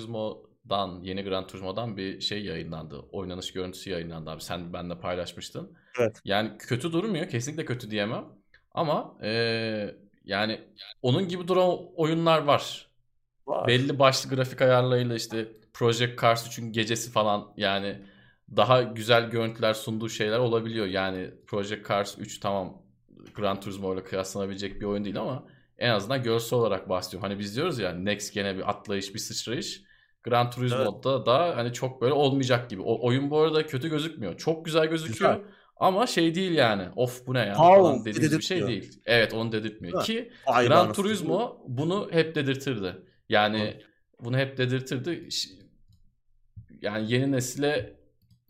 yeni Gran Turismo'dan bir şey yayınlandı. Oynanış görüntüsü yayınlandı abi. Sen benimle paylaşmıştın. Evet. Yani kötü durmuyor. Kesinlikle kötü diyemem. Ama yani onun gibi duran oyunlar var. Var. Belli başlı grafik ayarlarıyla işte Project Cars 3'ün gecesi falan, yani daha güzel görüntüler sunduğu şeyler olabiliyor. Yani Project Cars 3 tamam Gran Turismo ile kıyaslanabilecek bir oyun değil ama en azından görsel olarak bahsediyorum. Hani biz diyoruz ya Next Gen'e bir atlayış, bir sıçrayış. Gran Evet. Turismo'da da hani çok böyle olmayacak gibi. O oyun bu arada kötü gözükmüyor. Çok güzel Güzel. gözüküyor ama şey değil yani. Of bu ne ya falan Wow dediğimiz bir şey dedirtmiyor. değil. Evet, onu dedirtmiyor Değil mi? ki Vay be Gran anasını. Turismo bunu hep dedirtirdi. Hı. Yani bunu hep dedirtirdi. Yani yeni nesile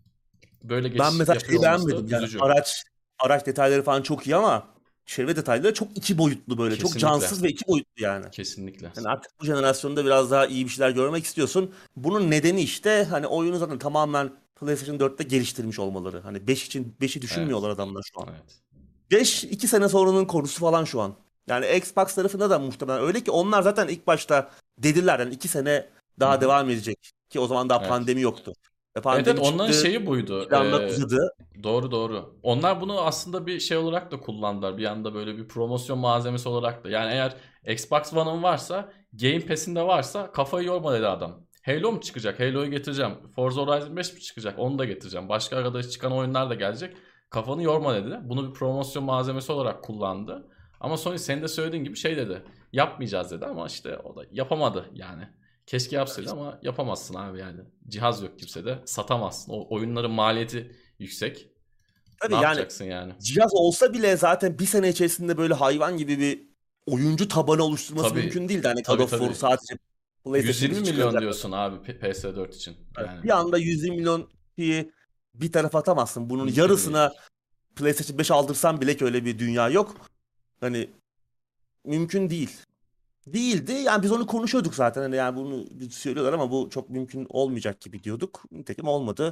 böyle Ben geçiş mesela yapıyor şeyi olması da beğenmedim. Yani üzücü. araç detayları falan çok iyi ama çevre detayları çok iki boyutlu böyle. Çok Kesinlikle. cansız ve iki boyutlu yani. Kesinlikle. Yani artık bu jenerasyonda biraz daha iyi bir şeyler görmek istiyorsun. Bunun nedeni işte hani oyunu zaten tamamen PlayStation 4'te geliştirmiş olmaları. Hani 5 için 5'i düşünmüyorlar Evet. adamlar şu an. Evet. 5 2 sene sonranın konusu falan şu an. Yani Xbox tarafında da muhtemelen öyle ki onlar zaten ilk başta dediler yani 2 sene Hı daha hı. devam edecek. Ki o zaman daha Evet. pandemi yoktu. Evet, evet, Pandemi onların çıktı, şeyi buydu. planlar uzadı. Doğru, doğru. Onlar bunu aslında bir şey olarak da kullandılar. Bir anda böyle bir promosyon malzemesi olarak da. Yani eğer Xbox One'ın varsa, Game Pass'in de varsa kafayı yorma dedi adam. Halo mu çıkacak? Halo'yu getireceğim. Forza Horizon 5 mi çıkacak? Onu da getireceğim. Başka arada çıkan oyunlar da gelecek. Kafanı yorma dedi. Bunu bir promosyon malzemesi olarak kullandı. Ama Sony senin de söylediğin gibi şey dedi. Yapmayacağız dedi ama işte o da yapamadı yani. Keşke yapsaydı ama yapamazsın abi yani. Cihaz yok kimsede. Satamazsın. O oyunların maliyeti yüksek. Ne Tabii yani yapacaksın yani? cihaz olsa bile zaten bir sene içerisinde böyle hayvan gibi bir oyuncu tabanı oluşturması Tabii. mümkün değildi. Hani God Tabii, of War tabii. sadece PlayStation 120 5'i milyon çıkaracaklar. diyorsun abi PS4 için. Evet. Yani Bir anda 120 milyon kişiyi bir tarafa atamazsın. Bunun mümkün yarısına değil. PlayStation 5 aldırsan bile ki öyle bir dünya yok. Hani mümkün değil. Değildi. Yani biz onu konuşuyorduk zaten. Hani yani bunu biz söylüyorlar ama bu çok mümkün olmayacak gibi diyorduk. Nitekim olmadı.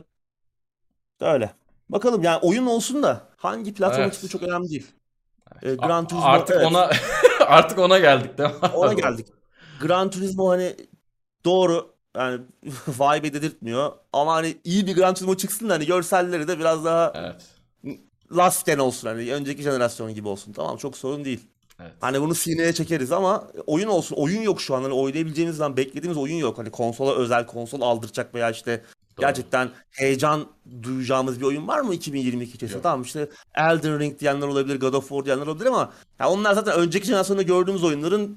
Öyle. Bakalım yani oyun olsun da hangi platforma çıktığı Evet. çok önemli değil. Evet. Gran Turismo Artık evet, ona artık ona geldik değil mi ona abi? geldik. Gran Turismo hani doğru yani vibe dedirtmiyor. Ama hani iyi bir Gran Turismo çıksın da hani görselleri de biraz daha Evet. last gen olsun. Hani önceki jenerasyon gibi olsun. Tamam, çok sorun değil. Evet. Hani bunu sineye çekeriz ama oyun olsun. Oyun yok şu an. Hani oynayabileceğimiz zaman beklediğimiz oyun yok. Hani konsola özel konsol aldıracak veya işte Doğru. gerçekten heyecan duyacağımız bir oyun var mı 2022 içerisinde? Yok. Tamam işte Elden Ring diyenler olabilir, God of War diyenler olabilir ama ya onlar zaten önceki jenerasyonda gördüğümüz oyunların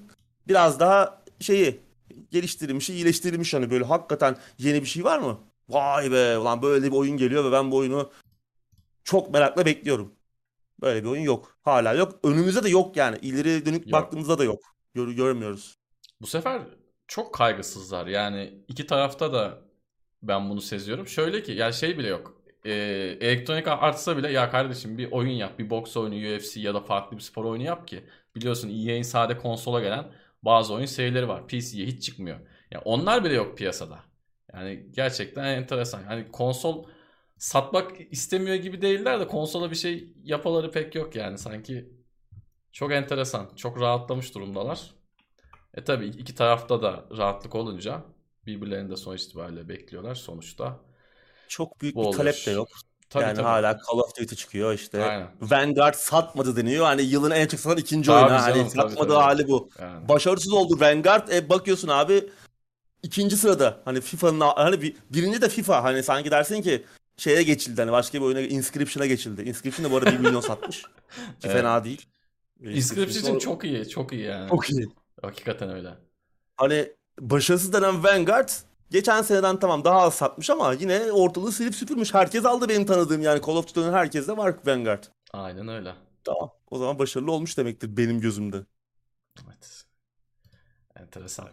biraz daha şeyi geliştirilmiş, iyileştirilmiş, hani böyle hakikaten yeni bir şey var mı? Vay be ulan, böyle bir oyun geliyor ve ben bu oyunu çok merakla bekliyorum. Böyle bir oyun yok. Hala yok. Önümüzde de yok yani. İleri dönük Yok. baktığımızda da yok. Görmüyoruz. Bu sefer çok kaygısızlar. Yani iki tarafta da ben bunu seziyorum. Şöyle ki ya şey bile yok. Elektronik artsa bile ya kardeşim bir oyun yap. Bir boks oyunu, UFC ya da farklı bir spor oyunu yap ki. Biliyorsun EA'in sade konsola gelen bazı oyun serileri var. PC'ye hiç çıkmıyor. Ya onlar bile yok piyasada. Yani gerçekten enteresan. Hani konsol satmak istemiyor gibi değiller de konsola bir şey yapaları pek yok yani. Sanki çok enteresan. Çok rahatlamış durumdalar. Tabii iki tarafta da rahatlık olunca birbirlerini de sonuç itibariyle bekliyorlar. Sonuçta Çok büyük bu bir talep de oluyor. yok. Tabii Yani tabii. hala Call of Duty çıkıyor işte. Aynen. Vanguard satmadı deniyor. Hani yılın en çok satan ikinci oyunu. Tabii Hani canım, tabii satmadığı tabii. hali bu. Yani. Başarısız oldu Vanguard. Bakıyorsun abi, ikinci sırada. Hani FIFA'nın hani birinci de FIFA. Hani sanki dersin ki şeye geçildi. Hani başka bir oyuna, Inscription'a geçildi. Inscription de bu arada 1 milyon satmış. Ki Evet. fena değil. Inscription Inscription için için çok iyi. Çok iyi yani. çok iyi. Hakikaten öyle. Hani başarısız denen Vanguard geçen seneden tamam daha az satmış ama yine ortalığı silip süpürmüş. Herkes aldı benim tanıdığım, yani Call of Duty'nin herkeste var Vanguard. Aynen öyle. Tamam. O zaman başarılı olmuş demektir benim gözümde. Evet. Enteresan.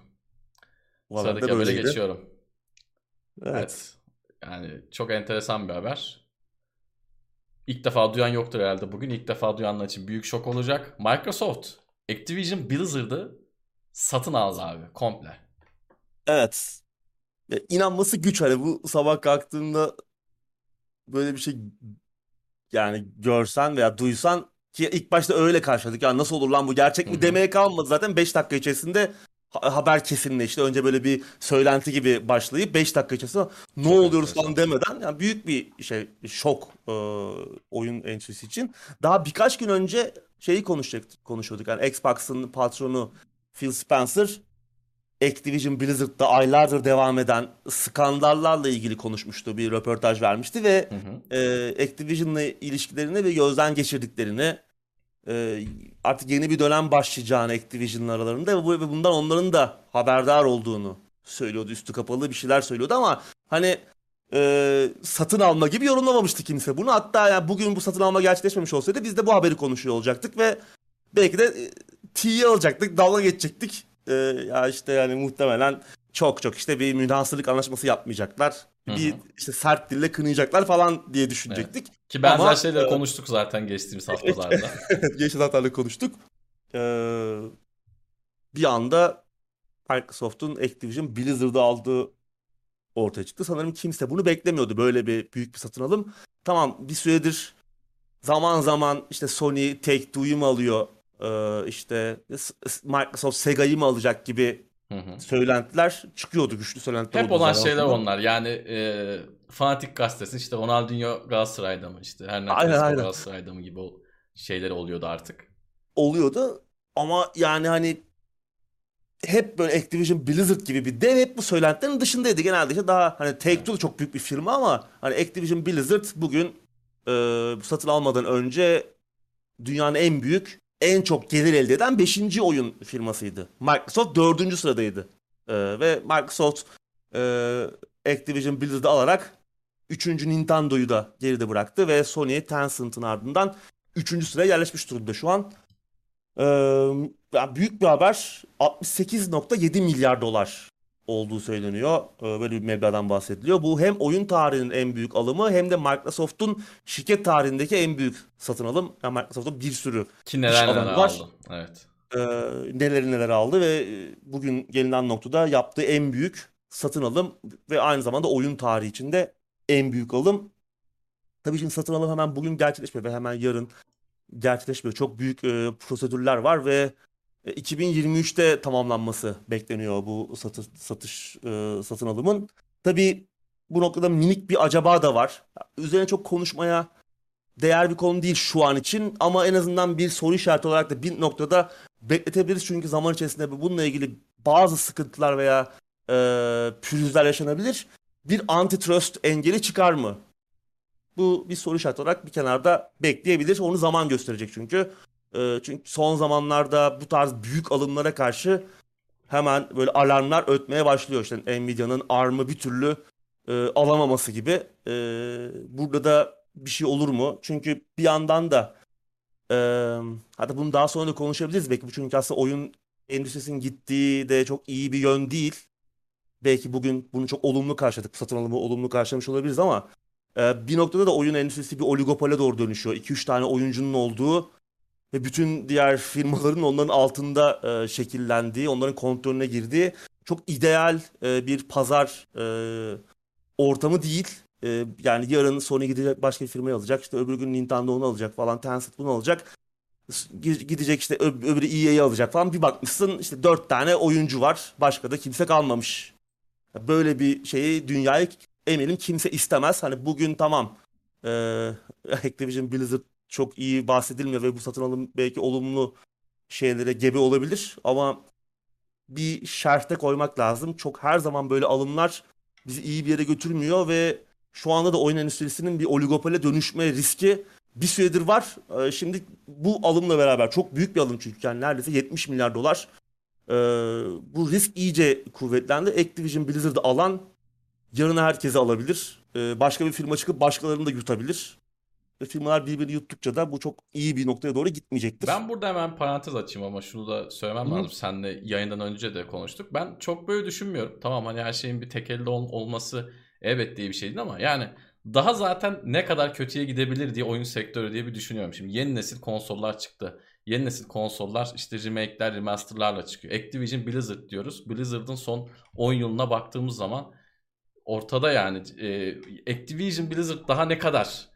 Bu haber Sıradaki de habere böyleydi. geçiyorum. Evet. Evet. Yani çok enteresan bir haber. İlk defa duyan yoktur herhalde bugün. İlk defa duyanlar için büyük şok olacak. Microsoft Activision Blizzard'ı satın aldı abi komple. Evet. Ya, inanması güç, hani bu sabah kalktığımda böyle bir şey yani görsen veya duysan, ki ilk başta öyle karşıladık. Ya nasıl olur lan, bu gerçek Hı mi hı. demeye kalmadı zaten, 5 dakika içerisinde haber kesinleşti. Önce böyle bir söylenti gibi başlayıp 5 dakika içerisinde ne Çok oluyoruz enteresan. falan demeden, yani büyük bir şey, şok oyun endüstrisi için. Daha birkaç gün önce şeyi konuşuyorduk. Yani Xbox'ın patronu Phil Spencer Activision Blizzard'da aylardır devam eden skandallarla ilgili konuşmuştu, bir röportaj vermişti ve Hı hı. Activision'la ilişkilerini ve gözden geçirdiklerini, artık yeni bir dönem başlayacağını Activision'ın aralarında ve bundan onların da haberdar olduğunu söylüyordu. Üstü kapalı bir şeyler söylüyordu ama hani satın alma gibi yorumlamamıştı kimse bunu. Hatta yani bugün bu satın alma gerçekleşmemiş olsaydı biz de bu haberi konuşuyor olacaktık ve belki de T'yi alacaktık, dalga geçecektik. Ya işte yani muhtemelen çok çok işte bir münhasırlık anlaşması yapmayacaklar. Hı Bir hı. işte sert dille kınayacaklar falan diye Evet. düşünecektik. Ki benzer Ama şeyleri konuştuk zaten geçtiğimiz haftalarda. geçen haftalarda konuştuk. Ee, Bir anda Microsoft'un Activision Blizzard'ı aldığı ortaya çıktı. Sanırım kimse bunu beklemiyordu, böyle bir büyük bir satın alım. Tamam, bir süredir zaman zaman işte Sony Take-Two'yu mu alıyor, işte Microsoft Sega'yı mı alacak gibi Hı hı. söylentiler çıkıyordu. Güçlü söylentiler Hep oldu olan zaman şeyler zaman. onlar. Yani Fanatik gazetesi işte Ronaldinho Galatasaray'da mı işte Hernan Aynen Crespo aynen. Galatasaray'da mı gibi şeyler oluyordu artık. Oluyordu ama yani hani hep böyle Activision Blizzard gibi bir dev hep bu söylentilerin dışındaydı. Genelde işte daha hani Evet. Take-Two da çok büyük bir firma ama hani Activision Blizzard bugün bu satın almadan önce dünyanın en büyük, en çok gelir elde eden beşinci oyun firmasıydı. Microsoft dördüncü sıradaydı. Ve Microsoft e, Activision Blizzard'ı alarak üçüncü Nintendo'yu da geride bıraktı ve Sony, Tencent'ın ardından üçüncü sıraya yerleşmiş durumda şu an. Ee, Yani büyük bir haber. 68,7 milyar dolar olduğu söyleniyor. Böyle bir meblağdan bahsediliyor. Bu hem oyun tarihinin en büyük alımı hem de Microsoft'un şirket tarihindeki en büyük satın alım. Yani Microsoft'un bir sürü Ki iş neler neler alanı var. aldı. Evet. Ee, Neleri neler aldı ve bugün gelinen noktada yaptığı en büyük satın alım ve aynı zamanda oyun tarihi içinde en büyük alım. Tabii şimdi satın alım hemen bugün gerçekleşmiyor ve hemen yarın gerçekleşmiyor. Çok büyük prosedürler var ve 2023'te tamamlanması bekleniyor bu satın alımın. Tabii bu noktada minik bir acaba da var. Üzerine çok konuşmaya değer bir konu değil şu an için ama en azından bir soru işareti olarak da bir noktada bekletebiliriz. Çünkü zaman içerisinde bununla ilgili bazı sıkıntılar veya pürüzler yaşanabilir. Bir antitrust engeli çıkar mı? Bu bir soru işareti olarak bir kenarda bekleyebilir. Onu zaman gösterecek çünkü. Çünkü son zamanlarda bu tarz büyük alımlara karşı hemen böyle alarmlar ötmeye başlıyor. İşte Nvidia'nın ARM'ı bir türlü alamaması gibi. Burada da bir şey olur mu? Çünkü bir yandan da e, hatta bunu daha sonra da konuşabiliriz belki. Bu çünkü aslında oyun endüstrisinin gittiği de çok iyi bir yön değil. Belki bugün bunu çok olumlu karşıladık. Bu satın alımı olumlu karşılamış olabiliriz ama bir noktada da oyun endüstrisi bir oligopole doğru dönüşüyor. 2 üç tane oyuncunun olduğu ve bütün diğer firmaların onların altında şekillendiği, onların kontrolüne girdiği çok ideal bir pazar ortamı değil. Yani yarın Sony gidecek başka bir firmayı alacak. İşte öbür gün Nintendo onu alacak falan. Tencent bunu alacak. Gidecek işte öbürü EA'yi alacak falan. Bir bakmışsın işte 4 tane oyuncu var. Başka da kimse kalmamış. Böyle bir şeyi dünyayı eminim kimse istemez. Hani bugün tamam Activision Blizzard çok iyi bahsedilmiyor ve bu satın alım belki olumlu şeylere gebe olabilir ama bir şerhte koymak lazım. Çok her zaman böyle alımlar bizi iyi bir yere götürmüyor ve şu anda da oyun endüstrisinin bir oligopole dönüşme riski bir süredir var. Şimdi bu alımla beraber çok büyük bir alım çünkü yani neredeyse 70 milyar dolar. Ee, Bu risk iyice kuvvetlendi. Activision Blizzard'ı alan yarın herkese alabilir. Başka bir firma çıkıp başkalarını da yutabilir. Ve firmalar birbirini yuttukça da bu çok iyi bir noktaya doğru gitmeyecektir. Ben burada hemen parantez açayım ama şunu da Hı söylemem hı. lazım. Seninle yayından önce de konuştuk. Ben çok böyle düşünmüyorum. Tamam hani her şeyin bir tek elde olması evet diye bir şey değil ama yani daha zaten ne kadar kötüye gidebilir diye oyun sektörü diye bir düşünüyorum. Şimdi yeni nesil konsollar çıktı. Yeni nesil konsollar işte remake'ler, remaster'larla çıkıyor. Activision Blizzard diyoruz. Blizzard'ın son 10 yılına baktığımız zaman ortada yani Activision Blizzard daha ne kadar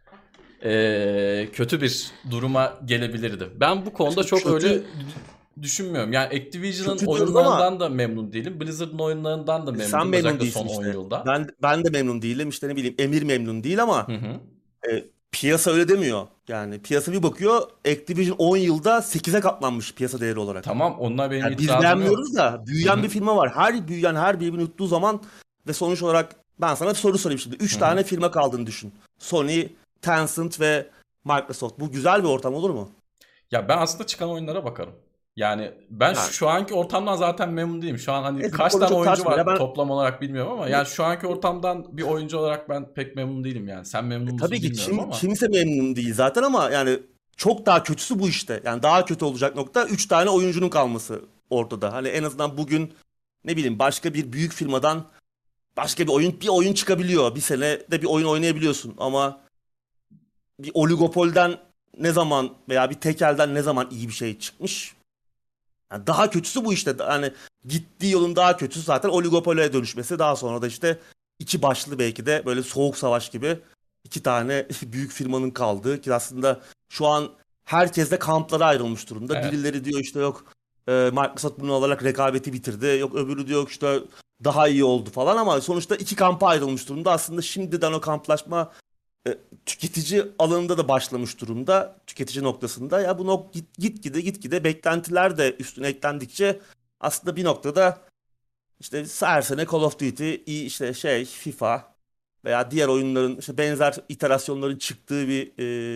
kötü bir duruma gelebilirdi. Ben bu konuda Şimdi çok öyle düşünmüyorum. Yani Activision'ın kötü diyoruz ama oyunlarından da memnun değilim. Blizzard'ın oyunlarından da memnun sen değilim. memnun Özellikle değilsin son 10 işte. yılda. Ben de memnun değilim. İşte ne bileyim Emir memnun değil Hı ama hı. piyasa öyle demiyor. Yani piyasa bir bakıyor Activision 10 yılda 8'e katlanmış piyasa değeri olarak. Tamam, onunla benim Yani biz itirazım yok. beğenmiyoruz da Hı büyüyen hı. bir firma var. Her büyüyen her birbirini yuttuğu zaman ve sonuç olarak ben sana bir soru sorayım şimdi. Hı Üç hı. tane firma kaldığını düşün. Sony, Tencent ve Microsoft. Bu güzel bir ortam olur mu? Ya ben aslında çıkan oyunlara bakarım. Yani ben Yani şu anki ortamdan zaten memnun değilim. Şu an hani neyse bu kaç konuda tane çok oyuncu tartışmayalım. var Ya toplam olarak bilmiyorum ama ben yani şu anki ortamdan bir oyuncu olarak ben pek memnun değilim yani. Sen memnun tabii musun ki bilmiyorum ama. kimse memnun değil zaten ama yani çok daha kötüsü bu işte. Yani daha kötü olacak nokta 3 tane oyuncunun kalması ortada. Hani en azından bugün ne bileyim başka bir büyük firmadan başka bir oyun çıkabiliyor. Bir sene de bir oyun oynayabiliyorsun ama bir oligopolden ne zaman veya bir tekelden ne zaman iyi bir şey çıkmış? Yani daha kötüsü bu işte. Yani gittiği yolun daha kötüsü zaten oligopole dönüşmesi. Daha sonra da işte iki başlı belki de böyle soğuk savaş gibi iki tane büyük firmanın kaldığı ki aslında şu an herkes de kamplara ayrılmış durumda. Evet. Birileri diyor işte yok Microsoft bunu alarak rekabeti bitirdi. Yok öbürü diyor işte daha iyi oldu falan ama sonuçta iki kampa ayrılmış durumda. Aslında şimdiden o kamplaşma tüketici alanında da başlamış durumda. Tüketici noktasında. Ya bu gitgide beklentiler de üstüne eklendikçe aslında bir noktada işte her sene Call of Duty, işte FIFA veya diğer oyunların işte benzer iterasyonların çıktığı bir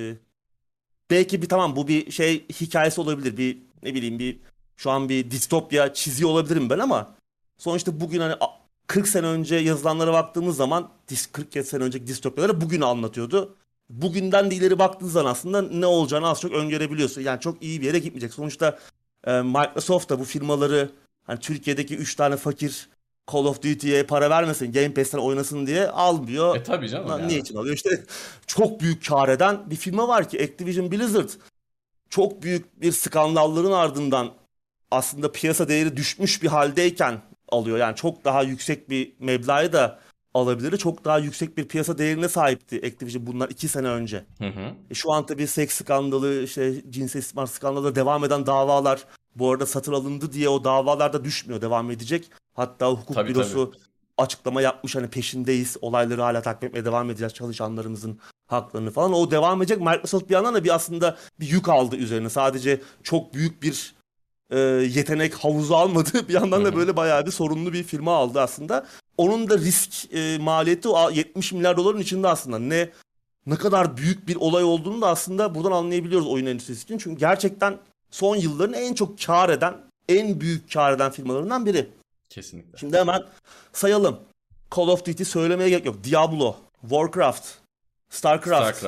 belki bir tamam bu bir şey hikayesi olabilir. Bir ne bileyim bir şu an bir distopya çiziyor olabilirim ben ama sonuçta bugün hani 40 sene önce yazılanlara baktığımız zaman 40 sene önceki distopyaları bugün anlatıyordu. Bugünden de ileri baktığın zaman aslında ne olacağını az çok öngörebiliyorsun. Yani çok iyi bir yere gitmeyecek. Sonuçta Microsoft da bu firmaları hani Türkiye'deki 3 tane fakir Call of Duty'ye para vermesin, Game Pass'ten oynasın diye almıyor. Tabii canım Ne yani. için alıyor? İşte çok büyük kar eden bir firma var ki Activision Blizzard çok büyük bir skandalların ardından aslında piyasa değeri düşmüş bir haldeyken alıyor. Yani çok daha yüksek bir meblağı da alabilir. Çok daha yüksek bir piyasa değerine sahipti Activision bunlar 2 sene önce. Hı hı. Şu an tabii seks skandalı, işte cinsel istismar skandalı devam eden davalar bu arada satın alındı diye o davalar da düşmüyor, devam edecek. Hatta hukuk Tabii tabii. bürosu açıklama yapmış hani peşindeyiz, olayları hala takip etmeye devam edeceğiz çalışanlarımızın haklarını falan. O devam edecek. Microsoft bir yandan da bir aslında bir yük aldı üzerine. Sadece çok büyük bir yetenek havuzu almadı. Bir Hı yandan da hı. böyle bayağı bir sorunlu bir firma aldı aslında. Onun da risk maliyeti o 70 milyar doların içinde aslında. Ne kadar büyük bir olay olduğunu da aslında buradan anlayabiliyoruz oyun endüstrisi için. Çünkü gerçekten son yılların en çok kâr eden en büyük kar eden firmalarından biri. Kesinlikle. Şimdi hemen sayalım. Call of Duty söylemeye gerek yok. Diablo, Warcraft, StarCraft,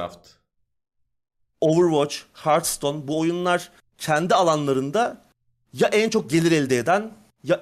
Overwatch, Hearthstone, bu oyunlar kendi alanlarında ya en çok gelir elde eden ya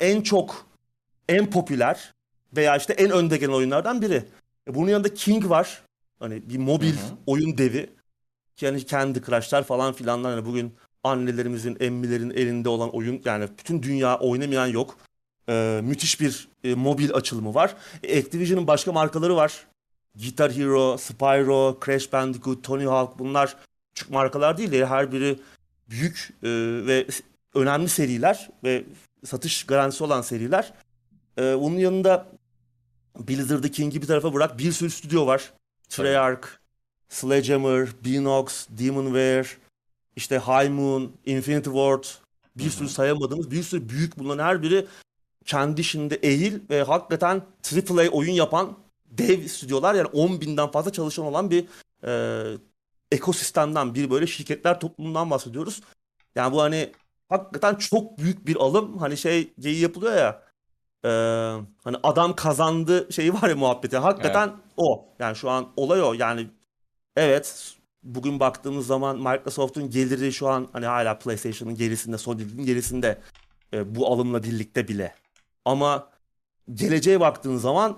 en popüler veya işte en önde gelen oyunlardan biri. Bunun yanında King var. Hani bir mobil oyun devi. Yani Candy Crush'lar falan filanlar. Yani bugün annelerimizin, emmilerin elinde olan oyun. Yani bütün dünya oynamayan yok. Müthiş bir mobil açılımı var. Activision'ın başka markaları var. Guitar Hero, Spyro, Crash Bandicoot, Tony Hawk, bunlar küçük markalar değil de her biri büyük ve önemli seriler ve satış garantisi olan seriler. Onun yanında Blizzard'ı, King'i bir tarafa bırak, bir sürü stüdyo var. Treyarch, Sledgehammer, Beanox, Demonware, işte High Moon, Infinity Ward, bir sürü sayamadığımız bir sürü büyük, bunların her biri kendi işinde ehil ve hakikaten AAA oyun yapan dev stüdyolar. Yani 10.000'den fazla çalışan olan bir ekosistemden, bir böyle şirketler toplumundan bahsediyoruz. Yani bu hani hakikaten çok büyük bir alım. Hani şey geyiği yapılıyor ya, hani adam kazandı şeyi var ya, muhabbeti. Hakikaten Evet. o. Yani şu an olay o. Yani evet, bugün baktığımız zaman Microsoft'un geliri şu an hani hala PlayStation'ın gerisinde, Sony'nin gerisinde, bu alımla birlikte bile. Ama geleceğe baktığın zaman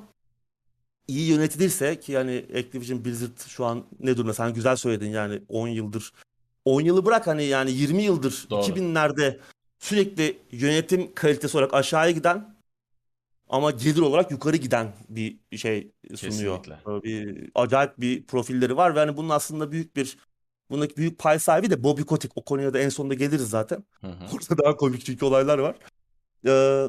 iyi yönetilirse, ki yani Activision Blizzard şu an ne durumda, sen güzel söyledin yani 10 yıldır, 10 yılı bırak, hani yani 20 yıldır Doğru. 2000'lerde sürekli yönetim kalitesi olarak aşağıya giden ama gelir olarak yukarı giden bir şey sunuyor. Kesinlikle. Bir acayip bir profilleri var ve hani bunun aslında bundaki büyük pay sahibi de Bobby Kotick. O konuya da en sonunda geliriz zaten. Orada daha komik çünkü olaylar var. Ee,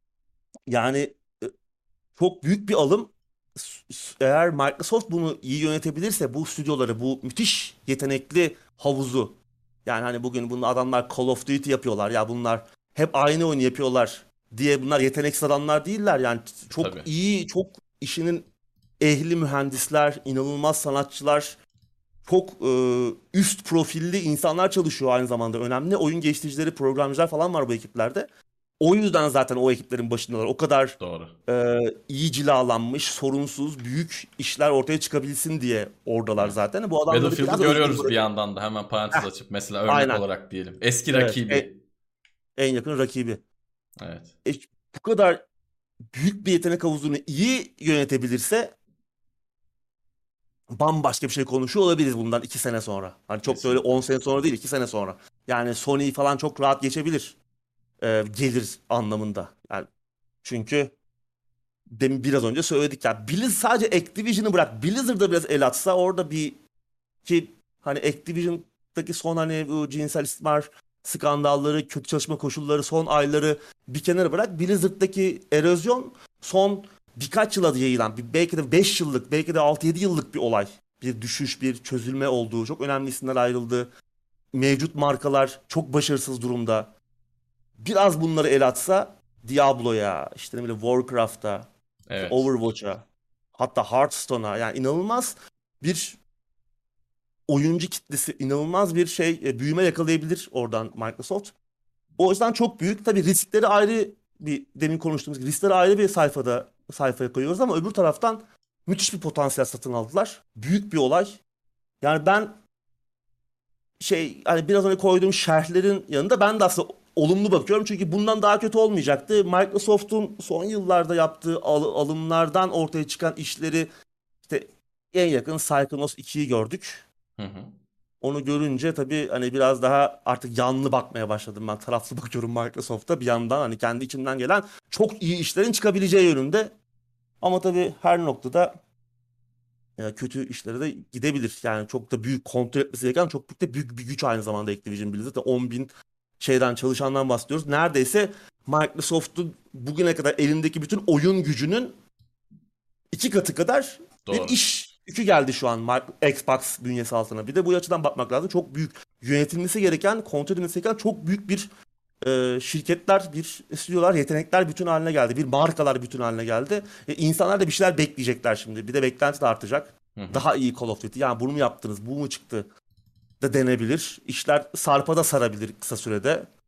yani e, çok büyük bir alım. Eğer Microsoft bunu iyi yönetebilirse, bu stüdyoları, bu müthiş yetenekli havuzu, yani hani bugün bunun adamlar Call of Duty yapıyorlar ya, bunlar hep aynı oyunu yapıyorlar diye bunlar yeteneksiz adamlar değiller. Yani çok Tabii. iyi, çok işinin ehli mühendisler, inanılmaz sanatçılar, çok üst profilli insanlar çalışıyor aynı zamanda. Önemli oyun geliştiricileri, programcılar falan var bu ekiplerde. O yüzden zaten o ekiplerin başındalar. O kadar Doğru. iyi cilalanmış, sorunsuz, büyük işler ortaya çıkabilsin diye oradalar Evet. zaten. Bu adamları Battlefield'ı biraz özgür görüyoruz bir bırakın. yandan da, hemen parantez Heh, açıp mesela örnek aynen. olarak diyelim. Eski Evet. rakibi. En yakın rakibi. Evet. E, bu kadar büyük bir yetenek havuzunu iyi yönetebilirse bambaşka bir şey konuşuyor olabiliriz bundan 2 sene sonra. Hani çok da öyle Kesinlikle. 10 sene sonra değil, 2 sene sonra. Yani Sony falan çok rahat geçebilir gelir anlamında. Yani çünkü demin biraz önce söyledik ya. Sadece Activision'ı bırak. Blizzard'da biraz el atsa orada bir, ki hani Activision'daki son hani bu cinsel istismar skandalları, kötü çalışma koşulları, son ayları bir kenara bırak. Blizzard'daki erozyon son birkaç yıla yayılan, belki de 5 yıllık, belki de 6-7 yıllık bir olay. Bir düşüş, bir çözülme olduğu, çok önemli isimler ayrıldı. Mevcut markalar çok başarısız durumda. Biraz bunları el atsa, Diablo'ya, işte ne bileyim Warcraft'a, işte Evet. Overwatch'a, hatta Hearthstone'a, yani inanılmaz bir oyuncu kitlesi, inanılmaz bir şey, büyüme yakalayabilir oradan Microsoft. O yüzden çok büyük. Tabii riskleri ayrı, bir demin konuştuğumuz gibi riskleri ayrı bir sayfaya koyuyoruz ama öbür taraftan müthiş bir potansiyel satın aldılar. Büyük bir olay. Yani ben hani biraz önce koyduğum şerhlerin yanında ben de aslında olumlu bakıyorum. Çünkü bundan daha kötü olmayacaktı. Microsoft'un son yıllarda yaptığı alımlardan ortaya çıkan işleri, işte en yakın Psychonauts 2'yi gördük. Hı hı. Onu görünce tabii hani biraz daha artık yanlı bakmaya başladım ben. Taraflı bakıyorum Microsoft'a bir yandan, hani kendi içimden gelen çok iyi işlerin çıkabileceği yönünde. Ama tabii her noktada kötü işlere de gidebilir. Yani çok da büyük, kontrol etmesi gereken çok büyük de büyük bir güç aynı zamanda Activision Blizzard. 10 bin şeyden, çalışandan bahsediyoruz. Neredeyse Microsoft'un bugüne kadar elindeki bütün oyun gücünün 2 katı kadar bir Doğru. iş yükü geldi şu an Xbox bünyesi altına. Bir de bu açıdan bakmak lazım. Çok büyük, yönetilmesi gereken, kontrol edilmesi gereken çok büyük bir şirketler, bir stüdyolar, yetenekler bütün haline geldi. Bir markalar bütün haline geldi. İnsanlar da bir şeyler bekleyecekler şimdi. Bir de beklenti de artacak. Hı hı. Daha iyi Call of Duty. Yani bunu mu yaptınız, bu mu çıktı da denebilir. İşler sarpa da sarabilir kısa sürede.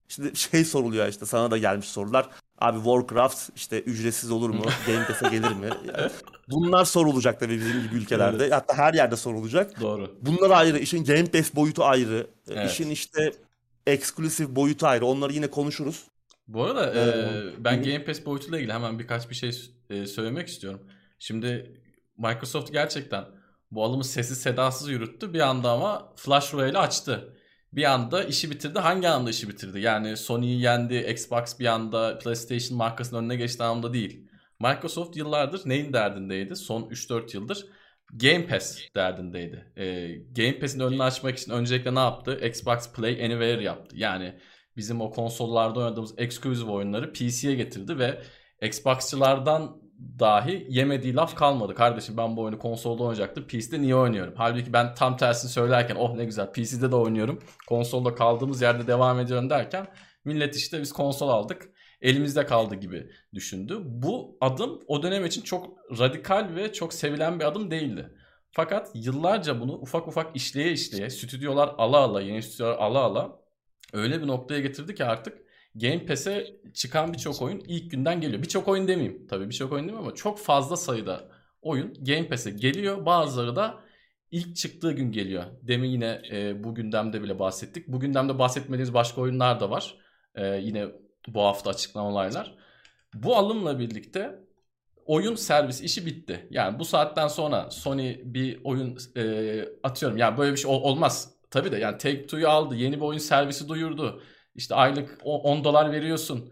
Şimdi şey soruluyor, işte sana da gelmiş sorular. Abi Warcraft işte ücretsiz olur mu? Game Pass'e gelir mi? Yani bunlar sorulacak tabii bizim gibi ülkelerde. Evet. Hatta her yerde sorulacak. Doğru. Bunlar ayrı. İşin Game Pass boyutu ayrı. İşin Evet. işte eksklusif boyutu ayrı. Onları yine konuşuruz. Bu arada Ee, ben hı Game Pass boyutuyla ilgili hemen birkaç bir şey söylemek istiyorum. Şimdi Microsoft gerçekten bu alımı sessiz sedasız yürüttü. Bir anda ama Flash Royale'i açtı. Bir anda işi bitirdi. Hangi anda işi bitirdi? Yani Sony'yi yendi, Xbox bir anda PlayStation markasının önüne geçti anlamda değil. Microsoft yıllardır neyin derdindeydi? Son 3-4 yıldır Game Pass derdindeydi. Game Pass'in önünü açmak için öncelikle ne yaptı? Xbox Play Anywhere yaptı. Yani bizim o konsollarda oynadığımız exclusive oyunları PC'ye getirdi ve Xbox'çılardan dahi yemediği laf kalmadı. Kardeşim ben bu oyunu konsolda oynayacaktım. PC'de niye oynuyorum? Halbuki ben tam tersini söylerken oh ne güzel PC'de de oynuyorum. Konsolda kaldığımız yerde devam ediyorum derken millet işte biz konsol aldık. Elimizde kaldı gibi düşündü. Bu adım o dönem için çok radikal ve çok sevilen bir adım değildi. Fakat yıllarca bunu ufak ufak işleye işleye, stüdyolar ala ala, yeni stüdyolar ala ala öyle bir noktaya getirdi ki artık Game Pass'e çıkan birçok oyun ilk günden geliyor. Birçok oyun demeyeyim. Tabii birçok oyun demeyeyim ama çok fazla sayıda oyun Game Pass'e geliyor. Bazıları da ilk çıktığı gün geliyor. Demin yine bu gündemde bile bahsettik. Bu gündemde bahsetmediğimiz başka oyunlar da var. Yine bu hafta açıklanan olaylar. Bu alımla birlikte oyun servis işi bitti. Yani bu saatten sonra Sony bir oyun atıyorum. Yani böyle bir şey olmaz. Tabii de yani Take-Two'yu aldı. Yeni bir oyun servisi duyurdu. İşte aylık 10 dolar veriyorsun.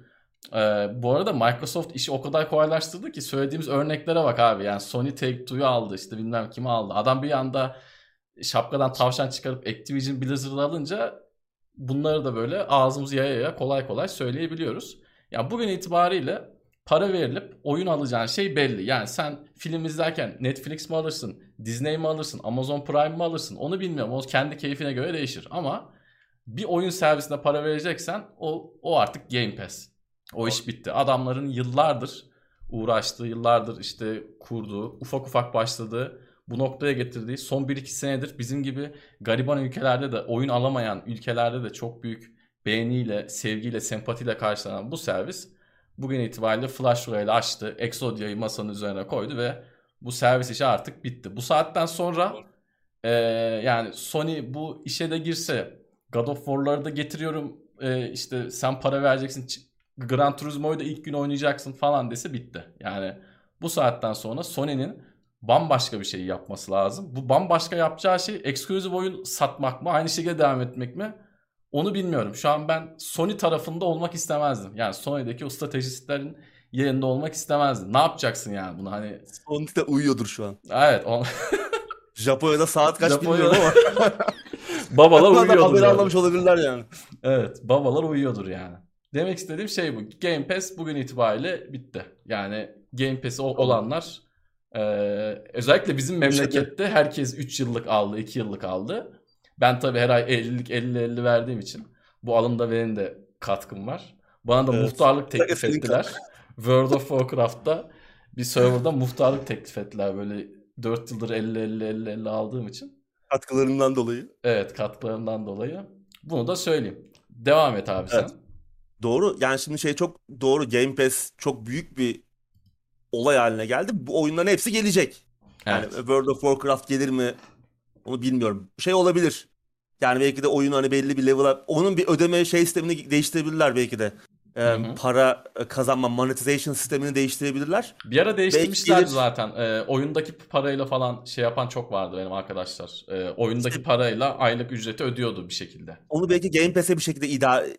Bu arada Microsoft işi o kadar kolaylaştırdı ki söylediğimiz örneklere bak abi. Yani Sony Take-Two'yu aldı. İşte bilmem kimi aldı. Adam bir anda şapkadan tavşan çıkarıp Activision Blizzard'ı alınca bunları da böyle ağzımızı yaya yaya kolay kolay söyleyebiliyoruz. Ya bugün itibariyle para verilip oyun alacağın şey belli. Yani sen film izlerken Netflix mi alırsın, Disney mi alırsın, Amazon Prime mi alırsın onu bilmiyorum. O kendi keyfine göre değişir. Ama bir oyun servisine para vereceksen o artık Game Pass. O iş bitti. Adamların yıllardır uğraştığı, yıllardır işte kurduğu, ufak ufak başladığı, bu noktaya getirdiği son bir iki senedir bizim gibi gariban ülkelerde de oyun alamayan ülkelerde de çok büyük beğeniyle, sevgiyle, sempatiyle karşılanan bu servis bugün itibariyle Flash Royale'i açtı. Exodia'yı masanın üzerine koydu ve bu servis işi artık bitti. Bu saatten sonra yani Sony bu işe de girse God of War'ları da getiriyorum işte sen para vereceksin Gran Turismo'yu da ilk gün oynayacaksın falan dese bitti. Yani bu saatten sonra Sony'nin bambaşka bir şey yapması lazım. Bu bambaşka yapacağı şey exclusive oyun satmak mı? Aynı şekilde devam etmek mi? Onu bilmiyorum. Şu an ben Sony tarafında olmak istemezdim. Yani Sony'deki o stratejistlerin yerinde olmak istemezdim. Ne yapacaksın yani bunu hani? Sony de uyuyordur şu an. Evet. Japonya'da saat kaç Japonya'da bilmiyorum ama babalar yakından uyuyordur haberi yani. anlamış olabilirler yani. Evet, babalar uyuyordur yani. Demek istediğim şey bu. Game Pass bugün itibariyle bitti. Yani Game Pass'i Tamam. olanlar özellikle bizim Bu şeyde memlekette herkes 3 yıllık aldı, 2 yıllık aldı. Ben tabii her ay 50'lik 50-50 verdiğim için bu alımda benim de katkım var. Bana da evet. muhtarlık Özellikle teklif ettiler. World of Warcraft'ta bir serverda muhtarlık teklif ettiler böyle 4 yıldır 50-50-50-50 aldığım için. katkılarından dolayı. Evet, katkılarından dolayı. Bunu da söyleyeyim. Devam et abi Evet. sen. Doğru. Yani şimdi şey çok doğru. Game Pass çok büyük bir olay haline geldi. Bu oyunların hepsi gelecek. Yani Evet. World of Warcraft gelir mi? Onu bilmiyorum. Şey olabilir. Yani belki de oyun hani belli bir level'a onun bir ödeme şey sistemini değiştirebilirler belki de. Hı hı. Para kazanma monetization sistemini değiştirebilirler. Bir ara Belki değiştirmişlerdi gelir. zaten. Oyundaki parayla falan şey yapan çok vardı benim arkadaşlar. Oyundaki İşte parayla aylık ücreti ödüyordu bir şekilde. onu belki Game Pass'e bir şekilde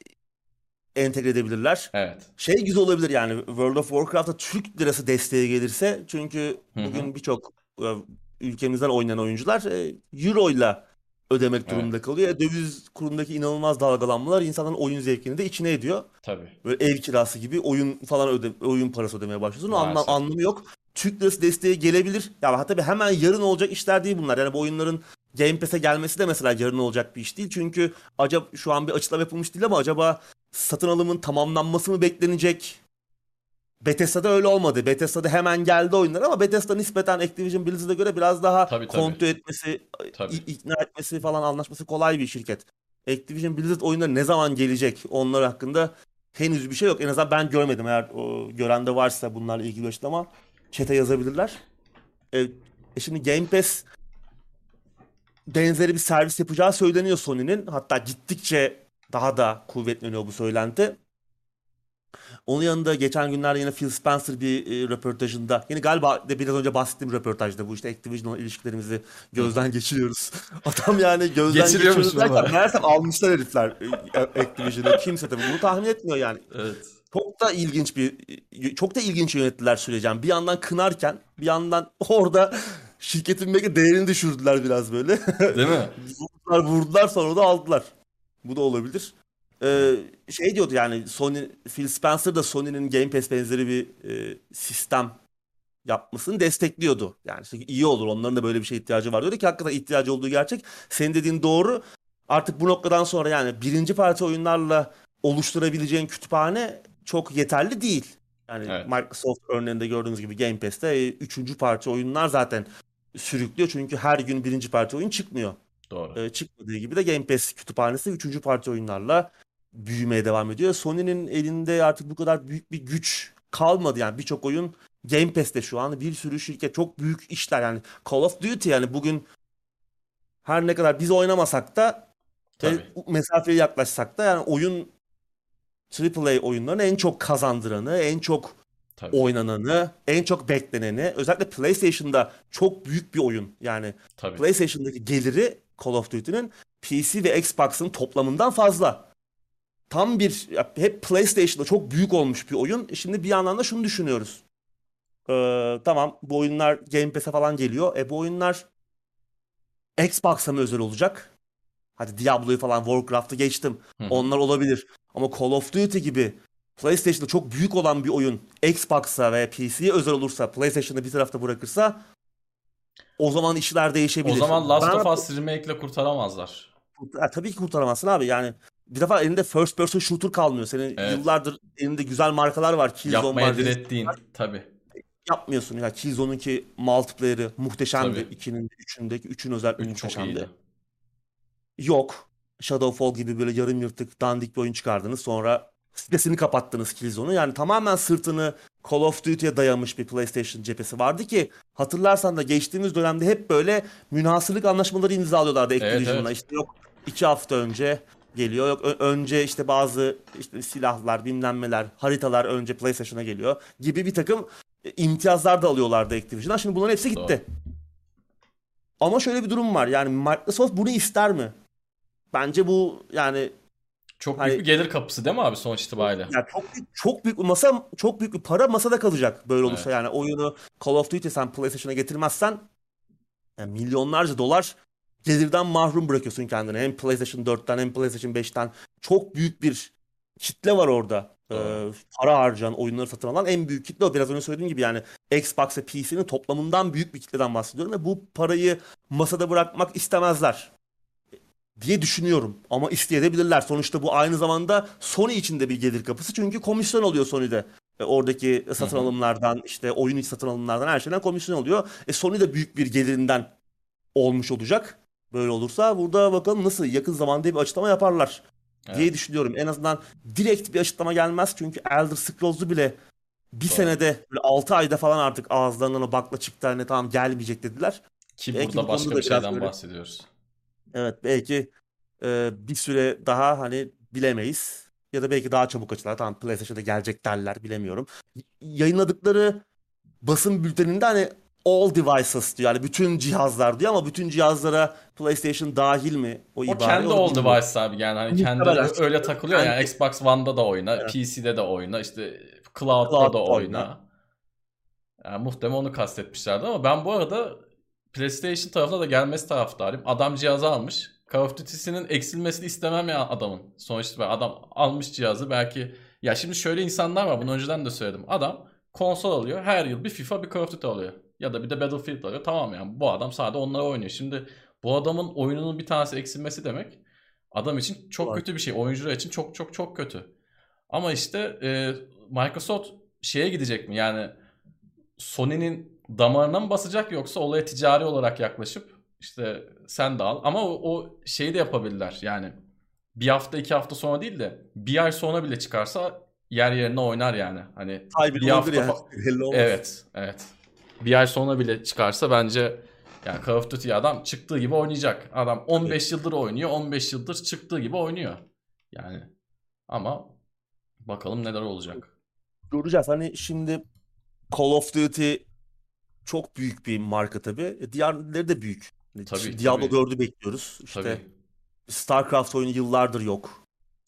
entegre edebilirler. Evet. Şey güzel olabilir yani World of Warcraft'ta Türk lirası desteği gelirse çünkü Hı hı. bugün birçok ülkemizden oynayan oyuncular euro ile ödemek Evet. durumunda kalıyor. Döviz kurundaki inanılmaz dalgalanmalar insanların oyun zevkini de içine ediyor. Tabii. Böyle ev kirası gibi oyun falan oyun parası ödemeye başlıyorsun. Maalesef. Anlamı yok. Türk lirası desteği gelebilir. Ya tabii hemen yarın olacak işler değil bunlar. Yani bu oyunların Game Pass'e gelmesi de mesela yarın olacak bir iş değil. Çünkü acaba şu an bir açıklama yapılmış değil ama acaba satın alımın tamamlanması mı beklenecek? Bethesda'da öyle olmadı. Bethesda'da hemen geldi oyunlar ama Bethesda nispeten Activision Blizzard'a göre biraz daha Tabii tabii. kontrol etmesi, Tabii. ikna etmesi falan anlaşması kolay bir şirket. Activision Blizzard oyunları ne zaman gelecek? Onlar hakkında henüz bir şey yok. En azından ben görmedim. Eğer gören de varsa bunlarla ilgili açıklama chat'e yazabilirler. E, Şimdi Game Pass benzeri bir servis yapacağı söyleniyor Sony'nin. Hatta gittikçe daha da kuvvetleniyor bu söylenti. Onun yanında geçen günlerde yine Phil Spencer bir röportajında, yine galiba de biraz önce bahsettiğim röportajda, bu işte Activision'la ilişkilerimizi Hı hı. gözden geçiriyoruz. Adam yani gözden Geçiriyormuş geçiriyoruz derken valla. meğersem almışlar herifler Activision'ı. Kimse tabii bunu tahmin etmiyor yani. Evet. Çok da ilginç yönettiler süreci. Yani bir yandan kınarken bir yandan orada şirketin belki değerini düşürdüler biraz böyle. Değil mi? Vurdular sonra da aldılar. Bu da olabilir. Evet. Şey diyordu yani, Phil Spencer da Sony'nin Game Pass benzeri bir sistem yapmasını destekliyordu. Yani işte iyi olur, onların da böyle bir şeye ihtiyacı var diyordu ki hakikaten ihtiyacı olduğu gerçek. Senin dediğin doğru. Artık bu noktadan sonra yani birinci parti oyunlarla oluşturabileceğin kütüphane çok yeterli değil. Yani Evet. Microsoft örneğinde gördüğünüz gibi Game Pass'te üçüncü parti oyunlar zaten sürüklüyor. Çünkü her gün birinci parti oyun çıkmıyor. Doğru. Çıkmadığı gibi de Game Pass kütüphanesi üçüncü parti oyunlarla büyümeye devam ediyor. Sony'nin elinde artık bu kadar büyük bir güç kalmadı. Yani birçok oyun Game Pass'te şu an, bir sürü şirket çok büyük işler yani Call of Duty, yani bugün her ne kadar biz oynamasak da ve Tabii. mesafeye yaklaşsak da yani oyun, AAA oyunların en çok kazandıranı, en çok Tabii. oynananı, en çok bekleneni, özellikle PlayStation'da çok büyük bir oyun. Yani Tabii. PlayStation'daki geliri Call of Duty'nin PC ve Xbox'ın toplamından fazla. Hep PlayStation'da çok büyük olmuş bir oyun. Şimdi bir yandan da şunu düşünüyoruz. Tamam, bu oyunlar Game Pass'e falan geliyor. Bu oyunlar Xbox'a mı özel olacak? Hadi Diablo'yu falan, Warcraft'ı geçtim. Hı hı. Onlar olabilir. Ama Call of Duty gibi PlayStation'da çok büyük olan bir oyun Xbox'a ve PC'ye özel olursa, PlayStation'da bir tarafta bırakırsa, o zaman işler O değişebilir. zaman Last of Us remake'le kurtaramazlar. Tabii ki kurtaramazsın abi. Yani bir defa elinde first person shooter kalmıyor. Senin Evet. yıllardır elinde güzel markalar var. Killzone Yapmaya var, Resistance var. direttiğin. Tabii. Yapmıyorsun. Ya Killzone'unki multiplayer'ı muhteşemdi. Tabii. 2'nin de 3'ündeki 3'ün özellikle 3 çok iyiydi. muhteşemdi. Yok. Shadowfall gibi böyle yarım yırtık dandik bir oyun çıkardınız. Sonra sitesini kapattınız Killzone'u. Yani tamamen sırtını Call of Duty'ye dayamış bir PlayStation cephesi vardı ki, hatırlarsan da geçtiğimiz dönemde hep böyle münhasırlık anlaşmaları imzalıyorlardı Evet, Activision'la. evet. İşte yok 2 hafta önce geliyor. Yok önce işte bazı işte silahlar, bilmem haritalar önce PlayStation'a geliyor gibi bir takım imtiyazlar da alıyorlardı Activision'dan. Şimdi bunların hepsi Doğru. gitti. Ama şöyle bir durum var. Yani Microsoft bunu ister mi? Bence bu yani Çok büyük hani bir gelir kapısı değil mi abi sonuç itibariyle? yani çok büyük bir masa, çok büyük bir para masada kalacak böyle olursa. Evet. Yani oyunu Call of Duty sen PlayStation'a getirmezsen yani milyonlarca dolar gelirden mahrum bırakıyorsun kendini. Hem PlayStation 4'ten hem PlayStation 5'ten çok büyük bir kitle var orada. Doğru. Para harcayan, oyunları satın alan en büyük kitle o. Biraz önce söylediğim gibi yani Xbox ve PC'nin toplamından büyük bir kitleden bahsediyorum ve bu parayı masada bırakmak istemezler diye düşünüyorum. Ama isteyebilirler. Sonuçta bu aynı zamanda Sony için de bir gelir kapısı. Çünkü komisyon oluyor Sony'de. Oradaki Hı satın hı. alımlardan, işte oyun içi satın alımlardan, her şeyden komisyon oluyor. Sony de büyük bir gelirinden olmuş olacak. Böyle olursa burada bakalım nasıl yakın zamanda bir açıklama yaparlar diye Evet. düşünüyorum. En azından direkt bir açıklama gelmez. Çünkü Elder Scrolls'u bile bir Doğru. senede, böyle 6 ayda falan artık ağızlarından o bakla çıktı. Hani tamam gelmeyecek dediler. Ki Belki burada bu konuda başka da bir biraz şeyden böyle, bahsediyoruz. evet, belki bir süre daha hani bilemeyiz. Ya da belki daha çabuk açılar. Tamam, PlayStation'da gelecek derler, bilemiyorum. Yayınladıkları basın bülteninde hani all devices diyor. Yani bütün cihazlar diyor ama bütün cihazlara PlayStation dahil mi o O ibare, kendi onu old bilmiyorum. device abi, yani hani kendileri Muhtemelen öyle takılıyor ya, yani kendi Xbox One'da da oyna, evet, PC'de de oyna, işte Cloud'da da cloud'da oyna. oyna. Yani muhtemelen onu kastetmişlerdi ama ben bu arada PlayStation tarafına da gelmesi taraftarıyım. Adam cihazı almış. Call of Duty'sinin eksilmesini istemem ya adamın. Sonuçta adam almış cihazı belki. Ya şimdi şöyle insanlar var, bunu önceden de söyledim. Adam konsol alıyor, her yıl bir FIFA bir Call of Duty alıyor. Ya da bir de Battlefield alıyor. Tamam, yani bu adam sadece onları oynuyor. Şimdi bu adamın oyununun bir tanesi eksilmesi demek adam için çok Var. kötü bir şey. Oyuncular için çok çok çok kötü. Ama işte Microsoft şeye gidecek mi? Yani Sony'nin damarına mı basacak, yoksa olaya ticari olarak yaklaşıp işte sen de al. Ama o şeyi de yapabilirler. Yani bir hafta 2 hafta sonra değil de bir ay sonra bile çıkarsa yer yerine oynar yani. Hani Ay bile bir olabilir hafta yani. Belli olmaz. evet. Bir ay sonra bile çıkarsa bence yani Call of Duty adam çıktığı gibi oynayacak. Adam Tabii. 15 yıldır oynuyor. 15 yıldır çıktığı gibi oynuyor. Yani ama bakalım neler olacak. Göreceğiz. Hani şimdi Call of Duty çok büyük bir marka tabii. Diğerleri de büyük. Tabii Diablo tabii 4'ü bekliyoruz. İşte tabii. StarCraft oyunu yıllardır yok.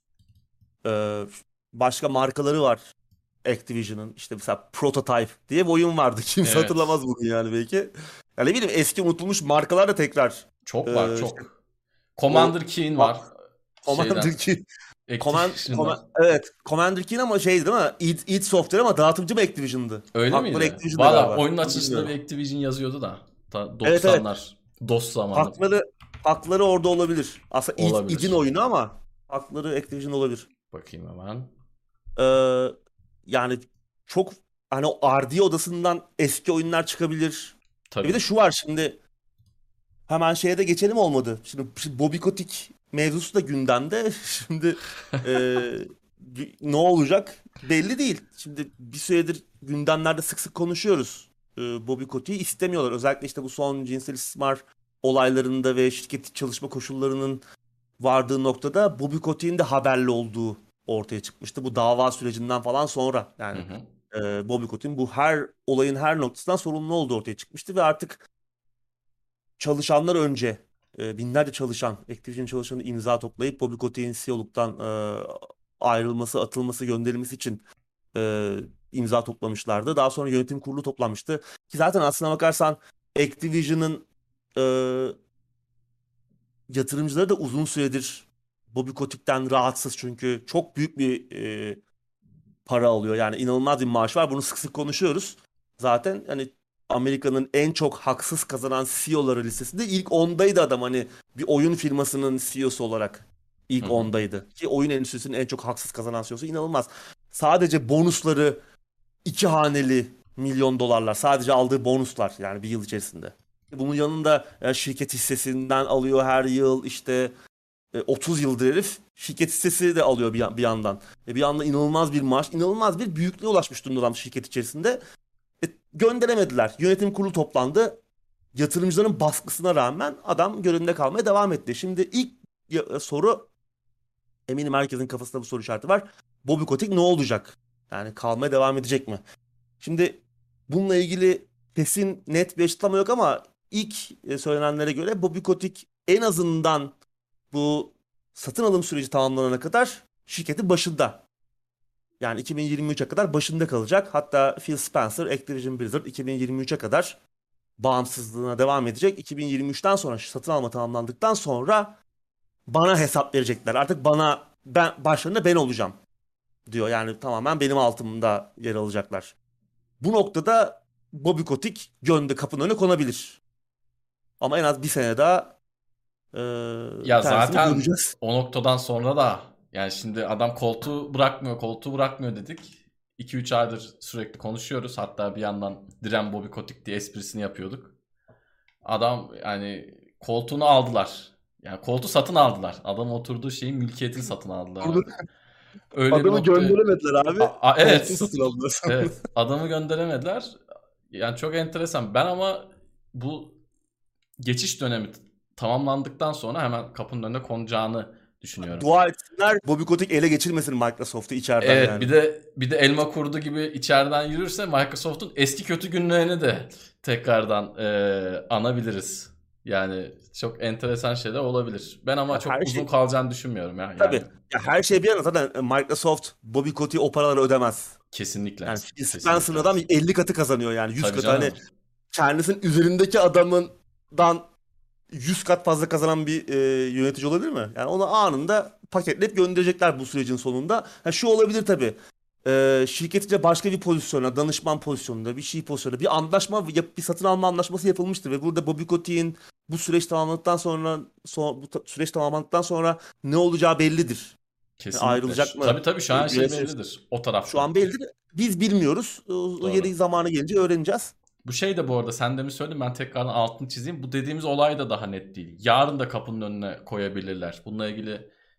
Ee, Başka markaları var. Activision'ın işte mesela Prototype diye bir oyun vardı. Kimse Evet. hatırlamaz bugün yani belki. Yani ne bileyim eski unutulmuş markalar da tekrar Çok var işte çok. o Commander Keen var. Şeyden Commander Keen. Activision'dan. Evet, Commander Keen ama şeydi değil mi? id Software ama dağıtıcı mı Activision'dı? Öyle Hakları miydi? Activision'da Valla galiba. oyunun Tam açılışında bilmiyorum. bir Activision yazıyordu da. Ta Evet evet. 90'lar. DOS zamanı Hakları orada olabilir. Aslında id'in olabilir. oyunu ama hakları Activision olabilir. Bakayım hemen. Ee, Yani çok hani o R&D odasından eski oyunlar çıkabilir. Bir de Tabii. şu var şimdi hemen şeye de geçelim olmadı. Şimdi Bobby Kotick mevzusu da gündemde. Şimdi e, ne olacak belli değil. Şimdi bir süredir gündemlerde sık sık konuşuyoruz. Bobby Kotick'i istemiyorlar. Özellikle işte bu son cinsel istismar olaylarında ve şirket çalışma koşullarının vardığı noktada Bobby Kotick'in de haberli olduğu ortaya çıkmıştı. Bu dava sürecinden falan sonra Hı yani hı. Bobby Kotick'in bu her olayın her noktasından sorumlu olduğu ortaya çıkmıştı ve artık çalışanlar önce binlerce çalışan, Activision çalışanı imza toplayıp Bobby Kotick'in CEO'luktan ayrılması, atılması, gönderilmesi için e, imza toplamışlardı. Daha sonra yönetim kurulu toplanmıştı. Ki zaten aslına bakarsan Activision'ın e, yatırımcıları da uzun süredir Bobby Kotick'ten rahatsız çünkü çok büyük bir para alıyor. Yani inanılmaz bir maaş var. Bunu sık sık konuşuyoruz. Zaten hani Amerika'nın en çok haksız kazanan CEO'ları listesinde ilk ondaydı adam hani bir oyun firmasının CEO'su olarak Hı ilk hı. ondaydı. Ki oyun endüstrisinin en çok haksız kazanan CEO'su inanılmaz. Sadece bonusları 2 haneli milyon dolarlar. Sadece aldığı bonuslar yani bir yıl içerisinde. Bunun yanında şirket hissesinden alıyor her yıl işte 30 yıldır herif şirket hissesi de alıyor bir yandan. Bir yandan inanılmaz bir maaş, inanılmaz bir büyüklüğe ulaşmış durumda adam şirket içerisinde. Gönderemediler. Yönetim kurulu toplandı. Yatırımcıların baskısına rağmen adam görevinde kalmaya devam etti. Şimdi ilk soru eminim herkesin kafasında bu soru işareti var. Bobby Kotick ne olacak? Yani kalmaya devam edecek mi? Şimdi bununla ilgili kesin net bir açıklama yok ama ilk söylenenlere göre Bobby Kotick en azından bu satın alım süreci tamamlanana kadar şirketin başında. Yani 2023'e kadar başında kalacak. Hatta Phil Spencer, Activision Blizzard 2023'e kadar bağımsızlığına devam edecek. 2023'ten sonra satın alma tamamlandıktan sonra bana hesap verecekler. Artık başlarında ben olacağım diyor. Yani tamamen benim altımda yer alacaklar. Bu noktada Bobby Kotick kapının önüne konabilir. Ama en az bir sene daha Ya kendisini zaten göreceğiz. o noktadan sonra da yani şimdi adam koltuğu bırakmıyor dedik. 2-3 aydır sürekli konuşuyoruz. Hatta bir yandan Diren Bobby Kotick diye esprisini yapıyorduk. Adam yani koltuğunu aldılar. Yani koltuğu satın aldılar. Adam oturduğu şeyin mülkiyetini satın aldılar abi. Öyle bir Adamı nokta. gönderemediler abi. Koltuğu Evet. satın aldılar. Evet. Adamı gönderemediler. Yani çok enteresan. Ben ama bu geçiş dönemi tamamlandıktan sonra hemen kapının önüne konacağını düşünüyorum. Dua etsinler Bobby Kotick ele geçirmesin Microsoft'u içeriden Evet, yani. bir de elma kurdu gibi içeriden yürürse Microsoft'un eski kötü günlerini de tekrardan anabiliriz. Yani çok enteresan şeyler olabilir. Ben ama Ya çok her uzun şey kalacağını düşünmüyorum ya. tabii. Yani Ya her şey bir yana zaten Microsoft Bobby Kotick'e o paraları ödemez. kesinlikle. Yani Phil Spencer'ın Kesinlikle. adam 50 katı kazanıyor yani 100 Tabii katı. Hani canım. kendisinin üzerindeki adamından 100 kat fazla kazanan bir yönetici olabilir mi? Yani onu anında paketleyip gönderecekler bu sürecin sonunda. Ha, şu olabilir tabii. Şirketince başka bir pozisyona, danışman pozisyonunda, bir şey pozisyonunda bir anlaşma, bir satın alma anlaşması yapılmıştır ve burada Bobby Kotick'in bu süreç tamamlandıktan sonra, süreç tamamlandıktan sonra ne olacağı bellidir. Yani Kesinlikle. ayrılacak mı? Tabii şu an şey Yönetici bellidir. O şu tarafta. an bellidir. Biz bilmiyoruz. O yeri Doğru. zamanı gelince öğreneceğiz. Bu şey de bu arada sen de mi söyledin ben tekrardan altını çizeyim. Bu dediğimiz olay da daha net değil. Yarın da kapının önüne koyabilirler. Bununla ilgili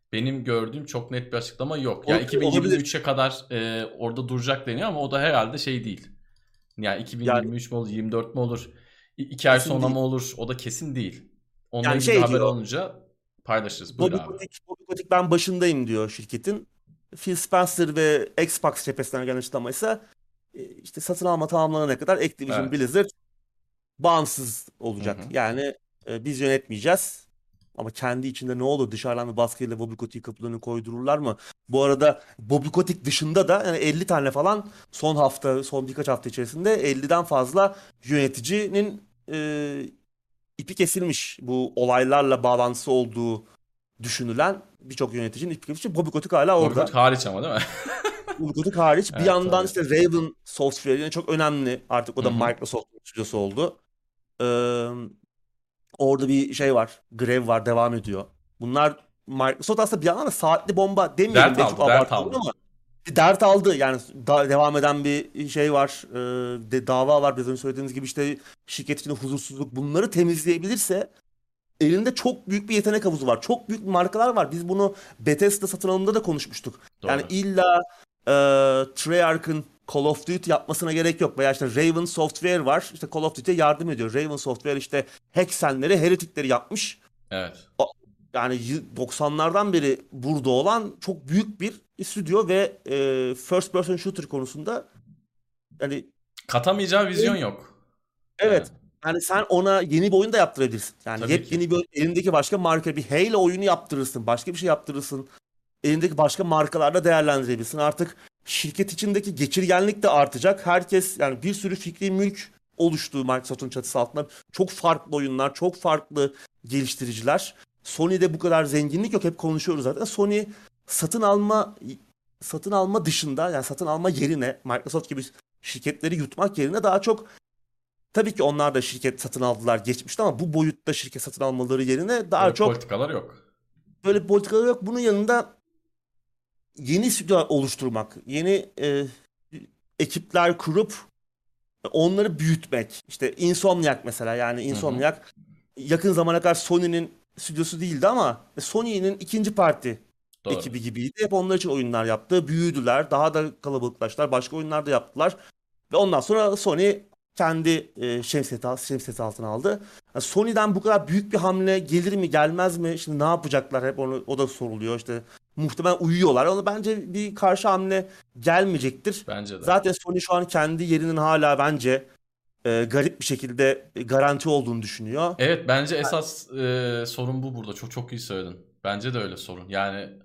benim gördüğüm çok net bir açıklama yok. Yani Olabilir. 2023'e kadar orada duracak deniyor ama o da herhalde şey değil. Yani Yani 2023 mü olur, 24 mi olur, 2 ay kesin sonra değil. mı olur? O da kesin değil. Onunla Yani ilgili bir şey haber diyor. olunca paylaşırız. Buyur abi. Bobby Kotick ben başındayım diyor şirketin. Phil Spencer ve Xbox cephesinden gelen açıklamaysa işte satın alma tamamlanana kadar Activision Evet. Blizzard bağımsız Hı olacak. hı. Yani biz yönetmeyeceğiz. Ama kendi içinde ne olur? Dışarıdan bir baskıyla Bobby Kotick'i kapının önüne koydururlar mı? Bu arada Bobby Kotick dışında da yani 50 tane falan son birkaç hafta içerisinde 50'den fazla yöneticinin ipi kesilmiş. Bu olaylarla bağlantısı olduğu düşünülen birçok yöneticinin ipi kesilmiş. Bobby Kotick hala Bobby Kotick orada. hariç ama değil mi? Bobby Kotick hariç. Bir Evet yandan tabii. işte Raven Software yine çok önemli. Artık o Hı da hı. Microsoft stüdyosu oldu. Ee, Orada bir şey var. Grev var. Devam ediyor. Bunlar Microsoft aslında bir yandan da saatli bomba demeyelim. Dert Belki çok aldı, dert abartılı aldı. ama bir dert aldı. Yani devam eden bir şey var. Dava var. Biraz önce söylediğiniz gibi işte şirket içinde huzursuzluk. Bunları temizleyebilirse elinde çok büyük bir yetenek havuzu var. Çok büyük markalar var. Biz bunu Bethesda satın alımında da konuşmuştuk. Yani Doğru. illa e, Treyarch'ın Call of Duty yapmasına gerek yok. Veya işte Raven Software var. İşte Call of Duty'ye yardım ediyor. Raven Software işte Hexenleri, Heretic'leri yapmış. Evet. A- Yani 90'lardan beri burada olan çok büyük bir stüdyo ve first person shooter konusunda yani Katamayacağı vizyon yok. Yani evet. Yani sen ona yeni bir oyun da yaptırabilirsin. Yani tabii ki. yepyeni bir elindeki başka marka bir Halo oyunu yaptırırsın. Başka bir şey yaptırırsın. Elindeki başka markalarda değerlendirebilirsin. Artık şirket içindeki geçirgenlik de artacak. Herkes yani bir sürü fikri mülk oluştu Microsoft'un çatısı altında. Çok farklı oyunlar, çok farklı geliştiriciler. Sony'de bu kadar zenginlik yok. Hep konuşuyoruz zaten. Sony satın alma satın alma dışında yani satın alma yerine Microsoft gibi şirketleri yutmak yerine daha çok tabii ki onlar da şirket satın aldılar geçmişte ama bu boyutta şirket satın almaları yerine daha Böyle çok politikalar yok. böyle bir politikaları yok. Bunun yanında yeni stüdyo oluşturmak, yeni ekipler kurup onları büyütmek. İşte Insomniac mesela yani Hı hı. Insomniac yakın zamana kadar Sony'nin stüdyosu değildi ama Sony'nin ikinci parti Doğru. ekibi gibiydi. Hep onlar için oyunlar yaptı. Büyüdüler. Daha da kalabalıklaştılar. Başka oyunlar da yaptılar. Ve ondan sonra Sony kendi şemsiyeti altına aldı. Yani Sony'den bu kadar büyük bir hamle gelir mi gelmez mi? Şimdi ne yapacaklar hep o da soruluyor. İşte muhtemelen uyuyorlar. Ama bence bir karşı hamle gelmeyecektir. Bence de. Zaten Sony şu an kendi yerinin hala bence garip bir şekilde garanti olduğunu düşünüyor. Evet bence esas sorun bu burada. Çok çok iyi söyledin. Bence de öyle sorun. Yani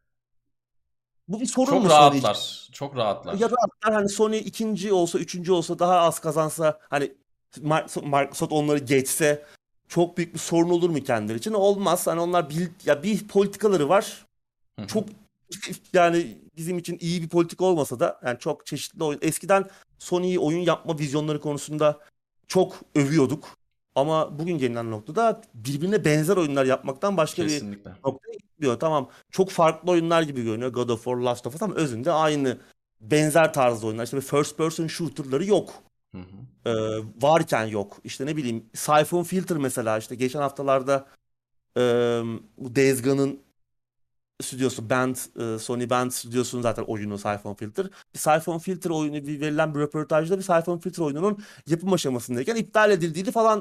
Bu bir sorun çok mu Sony için? rahatlar. Çok Ya da rahatlar. hani Sony ikinci olsa, üçüncü olsa daha az kazansa hani Microsoft onları geçse çok büyük bir sorun olur mu kendileri için? Olmaz. Hani onlar ya bir politikaları var. Hı hı. Çok yani bizim için iyi bir politika olmasa da yani çok çeşitli oyun. Eskiden Sony'yi oyun yapma vizyonları konusunda çok övüyorduk. Ama bugün gelinen noktada birbirine benzer oyunlar yapmaktan başka bir Kesinlikle. noktaya gitmiyor. Tamam çok farklı oyunlar gibi görünüyor God of War, Last of Us ama özünde aynı benzer tarzda oyunlar. İşte first person shooter'ları yok. Hı hı. Ee, Varken yok. İşte ne bileyim Siphon Filter mesela işte geçen haftalarda e, bu Days Gone'ın stüdyosu Sony Band stüdyosunun zaten oyunu Siphon Filter. Bir Siphon Filter oyunu verilen bir röportajda bir Siphon Filter oyununun yapım aşamasındayken iptal edildiğini falan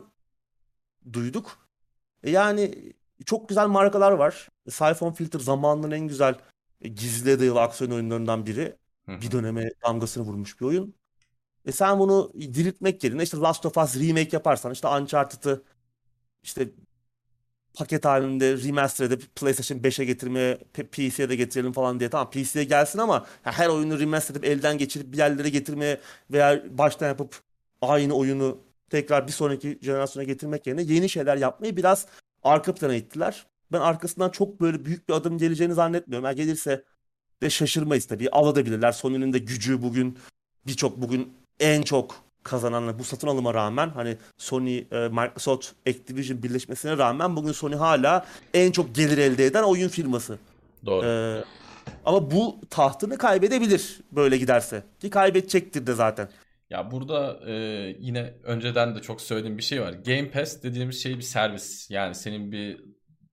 duyduk. Yani çok güzel markalar var. Siphon Filter zamanının en güzel gizli dayalı aksiyon oyunlarından biri. Hı Bir hı. döneme damgasını vurmuş bir oyun. Sen bunu diriltmek yerine işte Last of Us remake yaparsan işte Uncharted'ı işte paket halinde remaster edip PlayStation 5'e getirmeye, PC'ye de getirelim falan diye. Tamam PC'ye gelsin ama her oyunu remaster edip elden geçirip bir yerlere getirmeye veya baştan yapıp aynı oyunu tekrar bir sonraki jenerasyona getirmek yerine yeni şeyler yapmayı biraz arka plana ittiler. Ben arkasından çok böyle büyük bir adım geleceğini zannetmiyorum. Yani gelirse de şaşırmayız tabii. Alabilirler. Sony'nin de gücü bugün en çok kazanan bu satın alıma rağmen hani Sony, Microsoft, Activision birleşmesine rağmen bugün Sony hala en çok gelir elde eden oyun firması. Doğru. E, Ama bu tahtını kaybedebilir böyle giderse. Ki kaybedecektir de zaten. Ya burada yine önceden de çok söylediğim bir şey var. Game Pass dediğimiz şey bir servis. Yani senin bir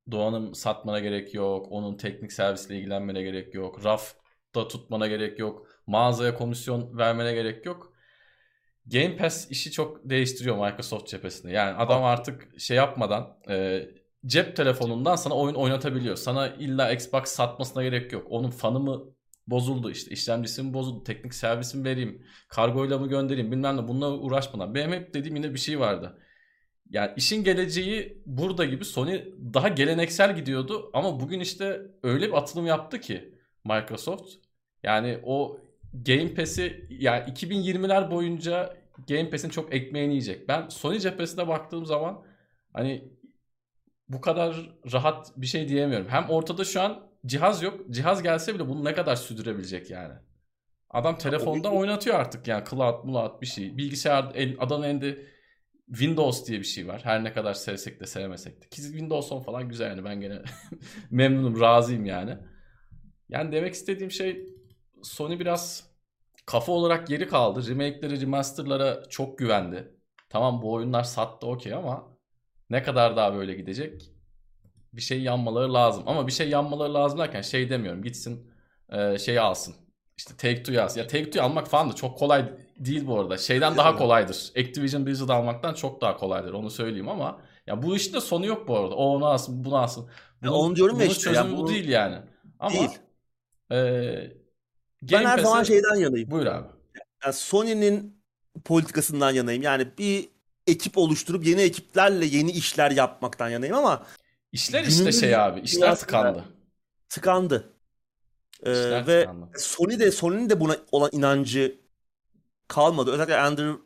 Donanım satmana gerek yok. Onun teknik servisle ilgilenmene gerek yok. Rafta tutmana gerek yok. Mağazaya komisyon vermene gerek yok. Game Pass işi çok değiştiriyor Microsoft cephesinde. Yani adam artık şey yapmadan cep telefonundan sana oyun oynatabiliyor. Sana illa Xbox satmasına gerek yok. Onun fanı mı bozuldu, işte işlemcisi mi bozuldu, teknik servisi mi vereyim, kargoyla mı göndereyim, bilmem ne, bununla uğraşmadan. Benim hep dediğim yine bir şey vardı. Yani işin geleceği burada gibi. Sony daha geleneksel gidiyordu ama bugün işte öyle bir atılım yaptı ki Microsoft. Yani o Game Pass'i, yani 2020'ler boyunca Game Pass'in çok ekmeğini yiyecek. Ben Sony cephesine baktığım zaman hani bu kadar rahat bir şey diyemiyorum. Hem ortada şu an cihaz yok. Cihaz gelse bile bunu ne kadar sürdürebilecek yani. Adam telefonda oynatıyor artık, yani cloud bir şey. Bilgisayar adamın elinde Windows diye bir şey var. Her ne kadar sevsek de sevmesek de. Ki Windows 10 falan güzel yani, ben gene memnunum, razıyım yani. Yani demek istediğim şey, Sony biraz kafa olarak geri kaldı. Remake'leri, remaster'lara çok güvendi. Tamam, bu oyunlar sattı okey ama ne kadar daha böyle gidecek? Bir şey yanmaları lazım. Ama bir şey yanmaları lazım derken şey demiyorum. Gitsin şey alsın. İşte Take-Two'yu alsın. Ya Take-Two'yu almak falan da çok kolay değil bu arada. Şeyden daha kolaydır. Activision Blizzard almaktan çok daha kolaydır. Onu söyleyeyim ama ya bu işin de sonu yok bu arada. O onu alsın, bunu alsın. Onu diyorum ya Bunun işte ya çözümü bu değil yani. Ama değil. e, Ben Game her zaman Pass'i şeyden yanayım. buyur abi. Yani Sony'nin politikasından yanayım. Yani bir ekip oluşturup yeni ekiplerle yeni işler yapmaktan yanayım ama İşler işte günümüz şey abi. İşler dünyasında tıkandı. tıkandı. İşler Ve tıkandı. Sony'nin de buna olan inancı kalmadı. Özellikle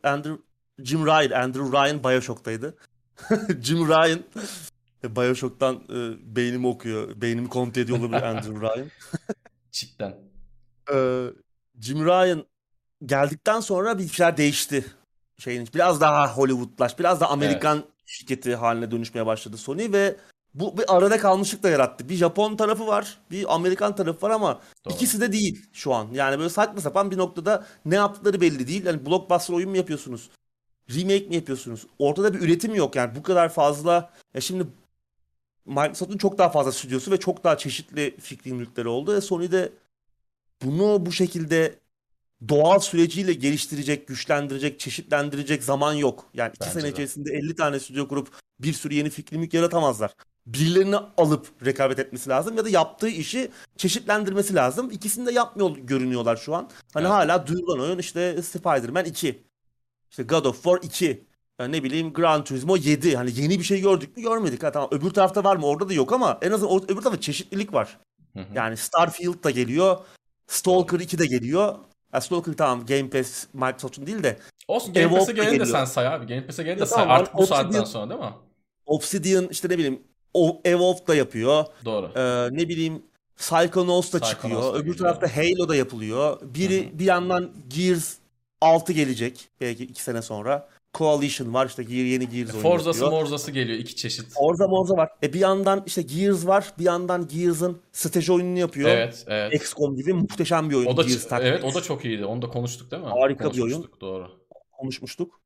Andrew Ryan BioShock'taydı. Jim Ryan BioShock'tan beynimi okuyor. Beynimi kontrol ediyor olabilir Andrew Ryan. Cidden. E, Jim Ryan geldikten sonra bir şeyler değişti. Biraz daha Hollywoodlaş, biraz da Evet. Amerikan şirketi haline dönüşmeye başladı Sony ve bu bir arada kalmışlık da yarattı. Bir Japon tarafı var, bir Amerikan tarafı var ama Doğru. ikisi de değil şu an. Yani böyle saçma sapan bir noktada ne yaptıkları belli değil. Yani blockbuster oyun mu yapıyorsunuz? Remake mi yapıyorsunuz? Ortada bir üretim yok yani bu kadar fazla. Ya şimdi Microsoft'un çok daha fazla stüdyosu ve çok daha çeşitli fikri mülkleri oldu. Ve Sony'de bunu bu şekilde doğal süreciyle geliştirecek, güçlendirecek, çeşitlendirecek zaman yok. Yani 2 sene Bence de. içerisinde 50 tane stüdyo kurup bir sürü yeni fikri mülk yaratamazlar. Birilerini alıp rekabet etmesi lazım ya da yaptığı işi çeşitlendirmesi lazım. İkisini de yapmıyor görünüyorlar şu an. Hani Evet. hala duyulan oyun işte Spider-Man 2, işte God of War 2, yani ne bileyim Gran Turismo 7. Hani yeni bir şey gördük mü görmedik. Ha, tamam öbür tarafta var mı orada da yok ama en azından öbür tarafta çeşitlilik var. Hı hı. Yani Starfield da geliyor. Doğru. Stalker 2 de geliyor. Ya Stalker tamam Game Pass Microsoft'un değil de Olsun, Game Evolve Pass'e da geleni de geliyor. sen say abi. Game Pass'e geleni de Ya say. tamam hani Artık bu saatten sonra değil mi? Obsidian işte ne bileyim o Evolve da yapıyor. Doğru. Ne bileyim Psychonauts da Psychonauts çıkıyor. da Öbür geliyor. tarafta Halo da yapılıyor. Hı hı. Bir yandan Gears 6 gelecek belki 2 sene sonra. Coalition var işte yeni Gears oyunu Forza'sı yapıyor. Morza'sı geliyor. İki çeşit. Morza var. Bir yandan işte Gears var. Bir yandan Gears'ın strateji oyununu yapıyor. Evet. Evet. XCOM gibi muhteşem bir oyun Gears Evet, o Tactics. da çok iyiydi. Onu da konuştuk değil mi? Harika bir oyun. Konuşmuştuk. Doğru. Konuşmuştuk.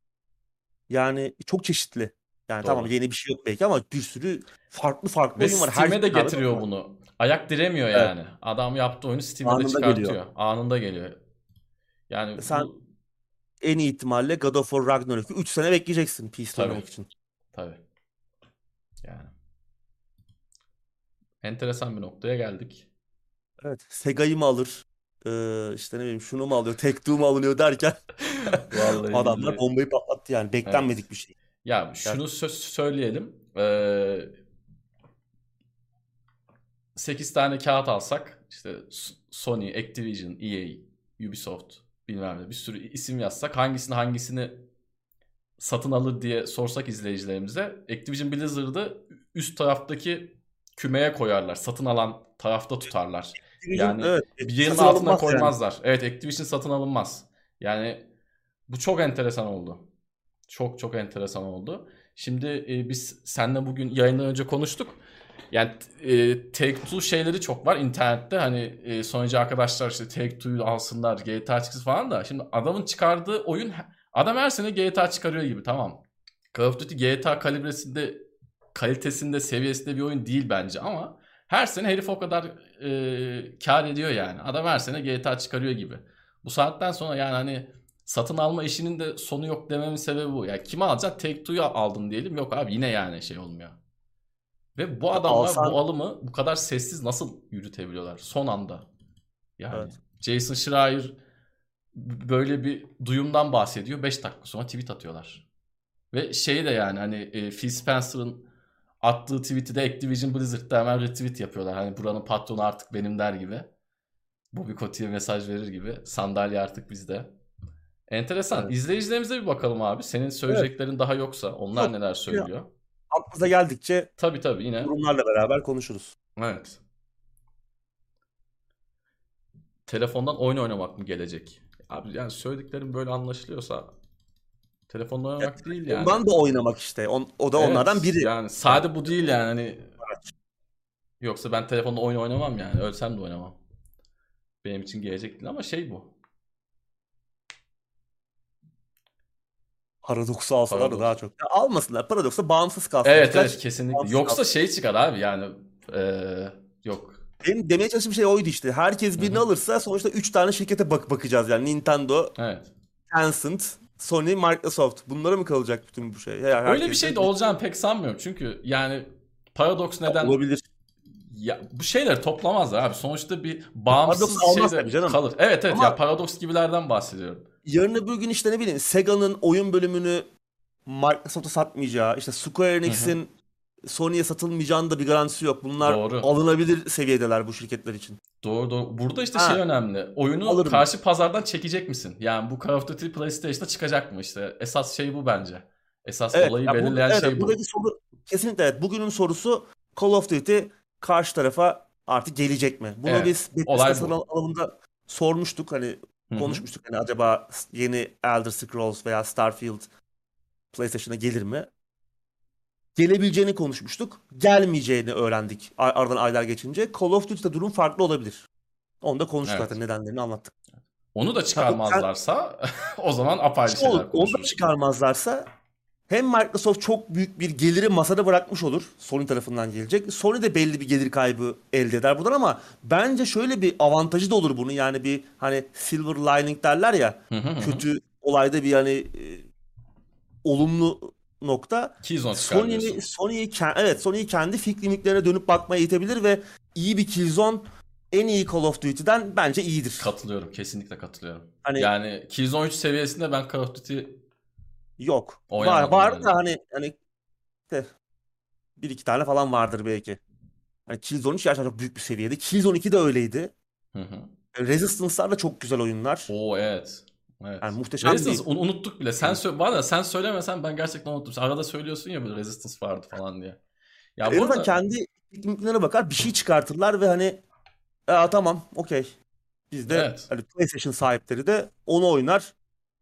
Yani çok çeşitli. Yani tamam Doğru. yeni bir şey yok belki ama bir sürü farklı Ve oyun var. Her Steam'e de abi getiriyor var. bunu. Ayak diremiyor Evet. yani. Adam yaptığı oyunu Steam'e de Anında geliyor. çıkartıyor. Anında geliyor. Yani Sen bu en iyi ihtimalle God of War Ragnarok'u 3 sene bekleyeceksin PC'de tabii. oynamak için. Tabii. Yani enteresan bir noktaya geldik. Evet. Sega'yı mı alır? İşte ne bileyim şunu mu alıyor? Take-Two mu alınıyor derken Vallahi adamlar billahi. bombayı patlattı yani. Evet. Beklenmedik bir şey. Ya Yani şunu söyleyelim. 8 tane kağıt alsak işte Sony, Activision, EA, Ubisoft bilmem ne bir sürü isim yazsak hangisini satın alır diye sorsak izleyicilerimize, Activision Blizzard'ı üst taraftaki kümeye koyarlar. Satın alan tarafta tutarlar. Activision Yani evet bir yerin satın altına alınmaz yani. koymazlar. Evet, Activision satın alınmaz. Yani bu çok enteresan oldu. Çok çok enteresan oldu. Şimdi biz seninle bugün yayından önce konuştuk. Yani Take-Two şeyleri çok var internette. Hani sonucu arkadaşlar işte Take-Two'yu alsınlar, GTA çıksın falan da. Şimdi adamın çıkardığı oyun, adam her sene GTA çıkarıyor gibi, tamam. Call of Duty GTA kalibresinde kalitesinde, seviyesinde bir oyun değil bence ama her sene herif o kadar kar ediyor yani. Adam her sene GTA çıkarıyor gibi. Bu saatten sonra yani hani satın alma işinin de sonu yok dememin sebebi bu. Yani kimi alacaksın? Take-Two'yu aldın diyelim. Yok abi yine yani şey olmuyor. Ve bu adamlar Alsan bu alımı bu kadar sessiz nasıl yürütebiliyorlar? Son anda. Yani evet. Jason Schreier böyle bir duyumdan bahsediyor. 5 dakika sonra tweet atıyorlar. Ve şey de yani hani Phil Spencer'ın attığı tweet'i de Activision Blizzard'da hemen retweet yapıyorlar. Hani buranın patronu artık benim der gibi. Bobby Kotick'e mesaj verir gibi. Sandalye artık bizde. Enteresan. Evet. İzleyicilerimize bir bakalım abi. Senin Evet. söyleyeceklerin daha yoksa onlar Yok. neler Yine söylüyor? aklımıza geldikçe Tabii tabii yine. yorumlarla beraber konuşuruz. Evet. Telefondan oyun oynamak mı gelecek? Abi yani söylediklerim böyle anlaşılıyorsa telefonda Ya, oynamak değil yani. ondan da oynamak işte. O da onlardan Evet biri. yani Yani, sade bu değil yani hani yoksa ben telefonda oyun oynamam yani ölsem de oynamam. Benim için gelecek değil ama şey bu. Paradox'u alsalar da daha Paradoks. çok. Ya almasınlar. Paradox'a bağımsız kalsın. Evet Birkaç evet kesinlikle. bağımsız Yoksa kalsın. şey çıkar abi yani yok. Benim demeye çalıştığım şey oydu işte. Herkes Hı birini hı. alırsa sonuçta 3 tane şirkete bakacağız yani. Nintendo, Evet. Tencent, Sony, Microsoft. Bunlara mı kalacak bütün bu şey? Ya Öyle bir herkes şey de de olacağını pek sanmıyorum. Çünkü yani Paradox neden olabilir. ya bu şeyleri toplamazlar abi. Sonuçta bir Paradox bağımsız almaz tabii şeyde canım. kalır. Evet evet ya Ama Paradox gibilerden bahsediyorum. yarın öbür gün işte ne bileyim Sega'nın oyun bölümünü Microsoft'a satmayacağı, işte Square Hı hı. Enix'in Sony'ye satılmayacağının da bir garantisi yok. Bunlar Doğru. alınabilir seviyedeler bu şirketler için. Doğru doğru. Burada işte şey Ha, önemli. Oyunu alırım. karşı pazardan çekecek misin? Yani bu Call of Duty PlayStation'da çıkacak mı işte? Esas şey bu bence. Esas Evet, olayı ya burada belirleyen evet şey buradaki bu. soru kesinlikle evet. Bugünün sorusu Call of Duty karşı tarafa artık gelecek mi? Bunu Evet. biz Bethesda Olay satın bu. alımında sormuştuk hani Hı hı. konuşmuştuk hani acaba yeni Elder Scrolls veya Starfield PlayStation'a gelir mi? Gelebileceğini konuşmuştuk. Gelmeyeceğini öğrendik aradan aylar geçince. Call of Duty'de durum farklı olabilir. Onu da konuştuk zaten Evet. nedenlerini anlattık. Onu da Ha, çıkarmazlarsa o zaman apayrı şu olur, şeyler onu da konuşuruz. çıkarmazlarsa hem Microsoft çok büyük bir geliri masada bırakmış olur. Sony tarafından gelecek. Sony de belli bir gelir kaybı elde eder buradan ama bence şöyle bir avantajı da olur bunun. Yani bir hani silver lining derler ya. Hı hı hı. Hı. Kötü olayda bir hani olumlu nokta. Killzone çıkar diyorsun. Evet Sony'yi kendi fikri limitlerine dönüp bakmaya itebilir ve iyi bir Killzone en iyi Call of Duty'den bence iyidir. Katılıyorum. Kesinlikle katılıyorum. Hani Yani Killzone 3 seviyesinde ben Call of Duty yok. oynamadım Var yani. da hani de bir iki tane falan vardır belki. Hani Killzone 3 gerçekten çok büyük bir seviyede. Killzone 2 de öyleydi. Hı hı. Resistance'lar da çok güzel oyunlar. Oo evet. Yani Evet. muhteşem Resistance bir unuttuk bile. Var ya sen söylemesen ben gerçekten unuttum. Sen arada söylüyorsun ya böyle Resistance vardı falan diye. Ya en bu azından arada kendi tekniklerine bakar bir şey çıkartırlar ve hani tamam okey. Biz de evet. hani PlayStation sahipleri de onu oynar.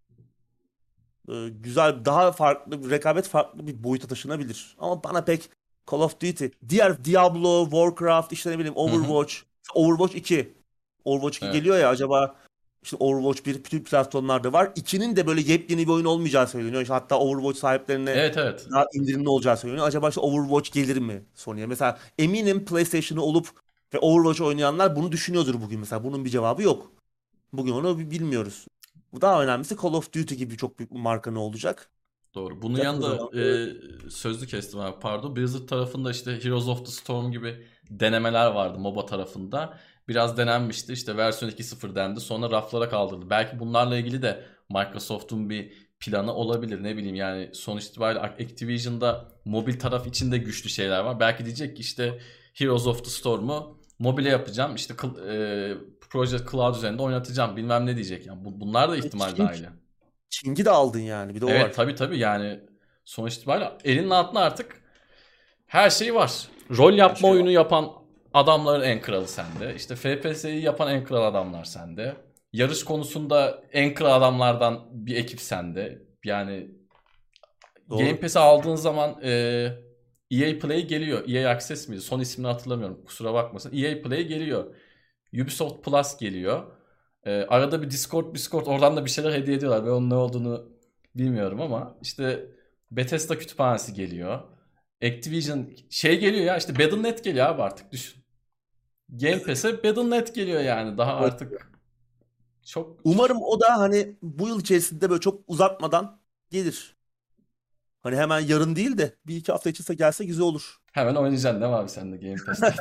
Güzel daha farklı bir rekabet farklı bir boyuta taşınabilir. Ama bana pek Call of Duty, diğer Diablo, Warcraft, işte ne bileyim Hı hı. Overwatch 2. Overwatch 2 Evet. geliyor ya acaba işte Overwatch 1 bütün platformlarda var. 2'nin de böyle yepyeni bir oyun olmayacağı söyleniyor. İşte hatta Overwatch sahiplerine Evet evet. daha indirimli olacağı söyleniyor. Acaba işte Overwatch gelir mi Sony'ye? Mesela eminim PlayStation'ı olup ve Overwatch oynayanlar bunu düşünüyordur bugün mesela. Bunun bir cevabı yok. Bugün onu bilmiyoruz. Bu daha önemlisi Call of Duty gibi çok büyük bir marka ne olacak? Doğru. Bunun Yakın yanında zamanda sözlü kestim abi pardon. Blizzard tarafında işte Heroes of the Storm gibi denemeler vardı MOBA tarafında. Biraz denenmişti. İşte versiyon 2.0 dendi. Sonra raflara kaldırıldı. Belki bunlarla ilgili de Microsoft'un bir planı olabilir. Ne bileyim yani sonuç itibariyle Activision'da mobil taraf içinde güçlü şeyler var. Belki diyecek ki işte Heroes of the Storm'u mobile yapacağım. İşte Project Cloud üzerinde oynatacağım. Bilmem ne diyecek. Yani bunlar da ihtimal dahili. Çing'i de aldın yani. Bir de o Evet var. tabii tabii yani sonuç itibariyle elinin altında artık her şey var. Rol Her yapma şey var. oyunu yapan adamların en kralı sende. İşte FPS'yi yapan en kral adamlar sende. Yarış konusunda en kral adamlardan bir ekip sende. Yani Game Doğru. Pass'i aldığın zaman EA Play geliyor. EA Access miydi? Son ismini hatırlamıyorum. Kusura bakmasın. EA Play geliyor. Ubisoft Plus geliyor. Arada bir Discord oradan da bir şeyler hediye ediyorlar. Ben onun ne olduğunu bilmiyorum ama işte Bethesda kütüphanesi geliyor. Activision şey geliyor ya, işte Battle.net geliyor abi, artık düşün. Game Pass'e Battle.net geliyor yani. Daha Evet. artık çok Umarım o da hani bu yıl içerisinde böyle çok uzatmadan gelir. Hani hemen yarın değil de bir iki hafta içinde gelse güzel olur. hemen oynayacaksın değil mi abi sen de Game Pass'te?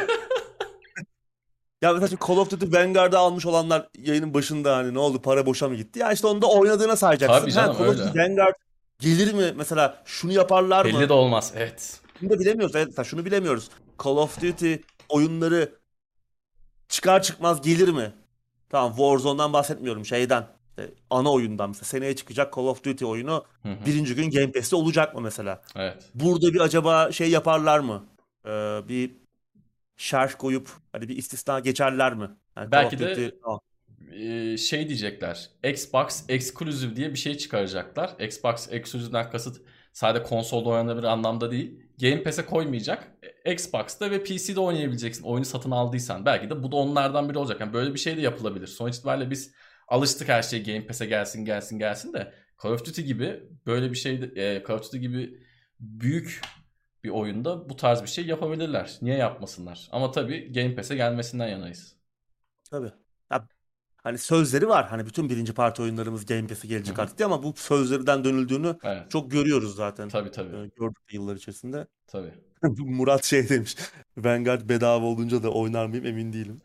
Ya mesela şimdi Call of Duty Vanguard'ı almış olanlar yayının başında hani ne oldu, para boşa mı gitti? Ya işte onu da oynadığına sayacaksın. Tabii Ha, canım, Call of Duty öyle. Vanguard gelir mi mesela, şunu yaparlar Belli mı? de olmaz. Evet. Bunu da bilemiyoruz. Evet, mesela şunu bilemiyoruz. Call of Duty oyunları çıkar çıkmaz gelir mi? Tamam, Warzone'dan bahsetmiyorum, şeyden. İşte ana oyundan mesela seneye çıkacak Call of Duty oyunu Hı hı. birinci gün Game Pass'te olacak mı mesela? Evet. Burada bir acaba şey yaparlar mı? Bir şerh koyup hani bir istisna geçerler mi? Yani Call of Belki Duty de şey diyecekler. Xbox Exclusive diye bir şey çıkaracaklar. Xbox Exclusive'den kasıt sadece konsolda oynanabilir anlamda değil. Game Pass'e koymayacak. Xbox'ta ve PC'de oynayabileceksin oyunu satın aldıysan. Belki de bu da onlardan biri olacak. Yani böyle bir şey de yapılabilir. Sonuç itibariyle biz alıştık her şey Game Pass'e gelsin gelsin gelsin de Call of Duty gibi böyle bir şey Call of Duty gibi büyük bir oyunda bu tarz bir şey yapabilirler. Niye yapmasınlar? Ama tabii Game Pass'e gelmesinden yanayız. tabii. Ya, hani sözleri var. Hani bütün birinci parti oyunlarımız Game Pass'e Hı gelecek hı. artık diye, ama bu sözlerden dönüldüğünü Evet. çok görüyoruz zaten. Tabii tabii. Gördük yıllar içerisinde. Tabii. Murat şey demiş. Vanguard bedava olunca da oynar mıyım emin değilim.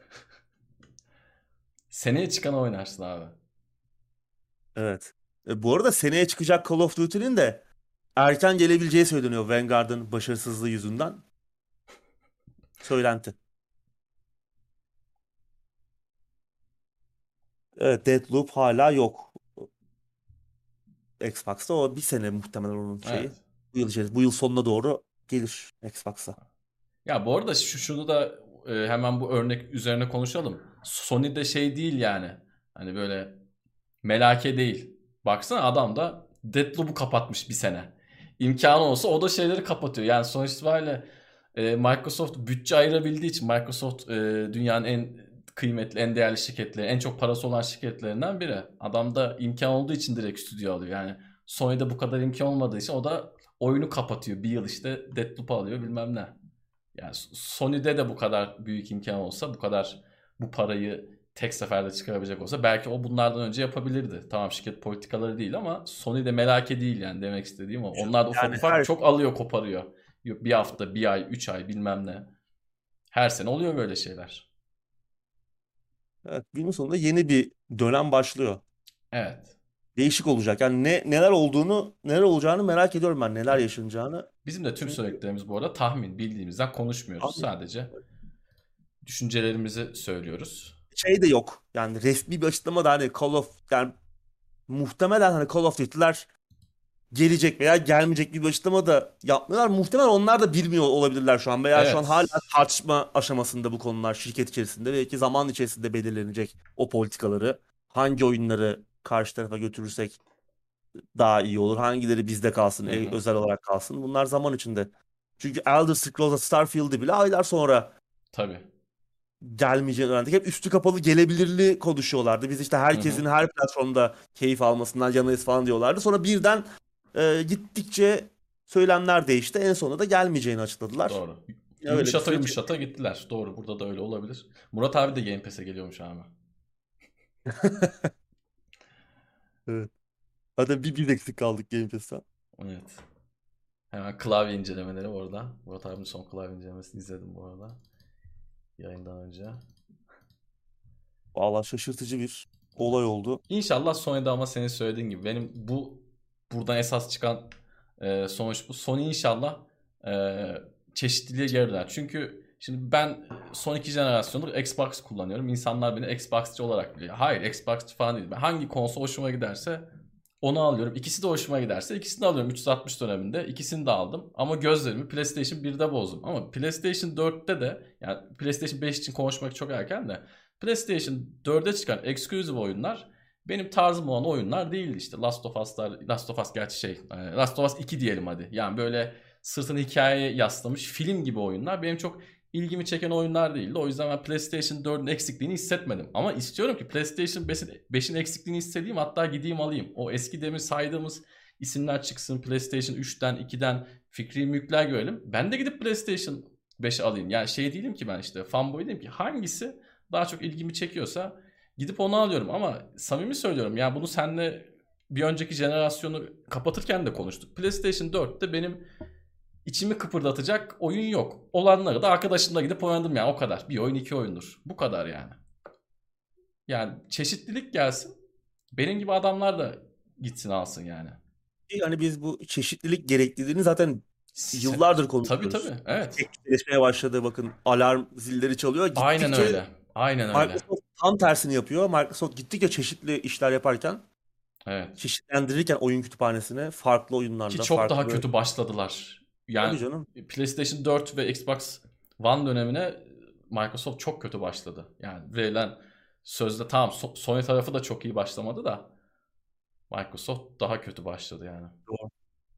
Seneye çıkan oynarsın abi. Evet. Bu arada seneye çıkacak Call of Duty'nin de erken gelebileceği söyleniyor Vanguard'ın başarısızlığı yüzünden. Söylenti. Evet, Deathloop hala yok. Xbox'ta o bir sene muhtemelen onun şeyi. Evet. Bu yıl içerisinde, bu yıl sonuna doğru gelir Xbox'a. Ya bu arada şunu da hemen bu örnek üzerine konuşalım. Sony de şey değil yani. Hani böyle melake değil. Baksana adam da Deathloop'u kapatmış bir sene. İmkanı olsa o da şeyleri kapatıyor. Yani sonuç itibariyle Microsoft bütçe ayırabildiği için Microsoft dünyanın en kıymetli, en değerli şirketleri, en çok parası olan şirketlerinden biri. Adamda imkan olduğu için direkt stüdyo alıyor. Yani Sony'de bu kadar imkan olmadığı için o da oyunu kapatıyor. Bir yıl işte Deathloop'u alıyor bilmem ne. Yani Sony'de de bu kadar büyük imkan olsa, bu kadar bu parayı tek seferde çıkarabilecek olsa belki o bunlardan önce yapabilirdi. Tamam, şirket politikaları değil ama Sony de melake değil yani, demek istediğim o. Onlar da ufak Yani ufak çok alıyor koparıyor. Yok, bir hafta, bir ay, 3 ay bilmem ne. Her sene oluyor böyle şeyler. evet, günün sonunda yeni bir dönem başlıyor. Evet. Değişik olacak. Yani neler olduğunu, neler olacağını merak ediyorum ben. Neler Evet. yaşanacağını. Bizim de tüm Çünkü söylediklerimiz bu arada tahmin, bildiğimizden konuşmuyoruz. abi Sadece düşüncelerimizi söylüyoruz. şey de yok. Yani resmi bir açıklama da hani Call of, yani muhtemelen hani Call of Duty'ler gelecek veya gelmeyecek bir açıklama da yapmıyorlar. Muhtemelen onlar da bilmiyor olabilirler şu an. Veya şu an hala Evet. tartışma aşamasında bu konular şirket içerisinde. Belki zaman içerisinde belirlenecek o politikaları. Hangi oyunları karşı tarafa götürürsek daha iyi olur. Hangileri bizde kalsın, Hı hı. özel olarak kalsın. Bunlar zaman içinde. Çünkü Elder Scrolls'a, Starfield'i bile aylar sonra Tabii. gelmeyeceğini öğrendik. Hep üstü kapalı gelebilirliği konuşuyorlardı. Biz işte Hı hı. herkesin her platformda keyif almasından yanayız falan diyorlardı. Sonra birden gittikçe söylemler değişti. En sonunda da gelmeyeceğini açıkladılar. Doğru. Öyle bir Yumuşata süreç. yumuşata gittiler. Doğru. Burada da öyle olabilir. Murat abi de Game Pass'e geliyormuş abi. Evet. Zaten bir eksik kaldık Game Pass'ten. Evet. Hemen klavye incelemeleri orada. Murat abinin son klavye incelemesini izledim bu arada. Yayından önce. Vallahi şaşırtıcı bir olay oldu. İnşallah Sony'de, ama senin söylediğin gibi benim buradan esas çıkan sonuç bu. Sony inşallah e, çeşitliliğe geri döner. Çünkü şimdi ben son iki jenerasyondur Xbox kullanıyorum. İnsanlar beni Xbox'çı olarak biliyor. Hayır, Xbox'çı falan değil. Ben hangi konsol hoşuma giderse onu alıyorum. İkisi de hoşuma giderse ikisini de alıyorum. 360 döneminde ikisini de aldım. Ama gözlerimi PlayStation 1'de bozdum. Ama PlayStation 4'te de, yani PlayStation 5 için konuşmak çok erken de, PlayStation 4'e çıkan exclusive oyunlar benim tarzım olan oyunlar değildi işte. Last of Us gerçi Last of Us 2 diyelim hadi. Yani böyle sırtını hikayeye yaslamış film gibi oyunlar benim çok ilgimi çeken oyunlar değildi. O yüzden ben PlayStation 4'ün eksikliğini hissetmedim. Ama istiyorum ki PlayStation 5'in eksikliğini hissedeyim, hatta gideyim alayım. O eski demin saydığımız isimler çıksın. PlayStation 3'ten 2'den fikri mülkler görelim. Ben de gidip PlayStation 5 alayım. Yani şey değilim ki, ben işte fanboy değilim ki. Hangisi daha çok ilgimi çekiyorsa gidip onu alıyorum. Ama samimi söylüyorum ya, bunu seninle bir önceki jenerasyonu kapatırken de konuştuk. PlayStation 4'te benim içimi kıpırdatacak oyun yok. Olanları da arkadaşımla gidip oynadım yani, o kadar. Bir oyun, iki oyundur. Bu kadar yani. Yani çeşitlilik gelsin. Benim gibi adamlar da gitsin alsın yani. Yani biz bu çeşitlilik gerekliliğini zaten yıllardır Tabii konuşuyoruz. tabii, evet. Tekleşmeye başladı, bakın alarm zilleri çalıyor. Aynen Gittikçe öyle. Aynen öyle. Microsoft tam tersini yapıyor. Microsoft gittikçe çeşitli işler yaparken, Evet. çeşitlendirirken oyun kütüphanesini farklı Ki oyunlarla, çok daha farklı... kötü başladılar. Tabii Yani canım. PlayStation 4 ve Xbox One dönemine Microsoft çok kötü başladı. Yani verilen sözde tamam, Sony tarafı da çok iyi başlamadı da Microsoft daha kötü başladı yani. Doğru.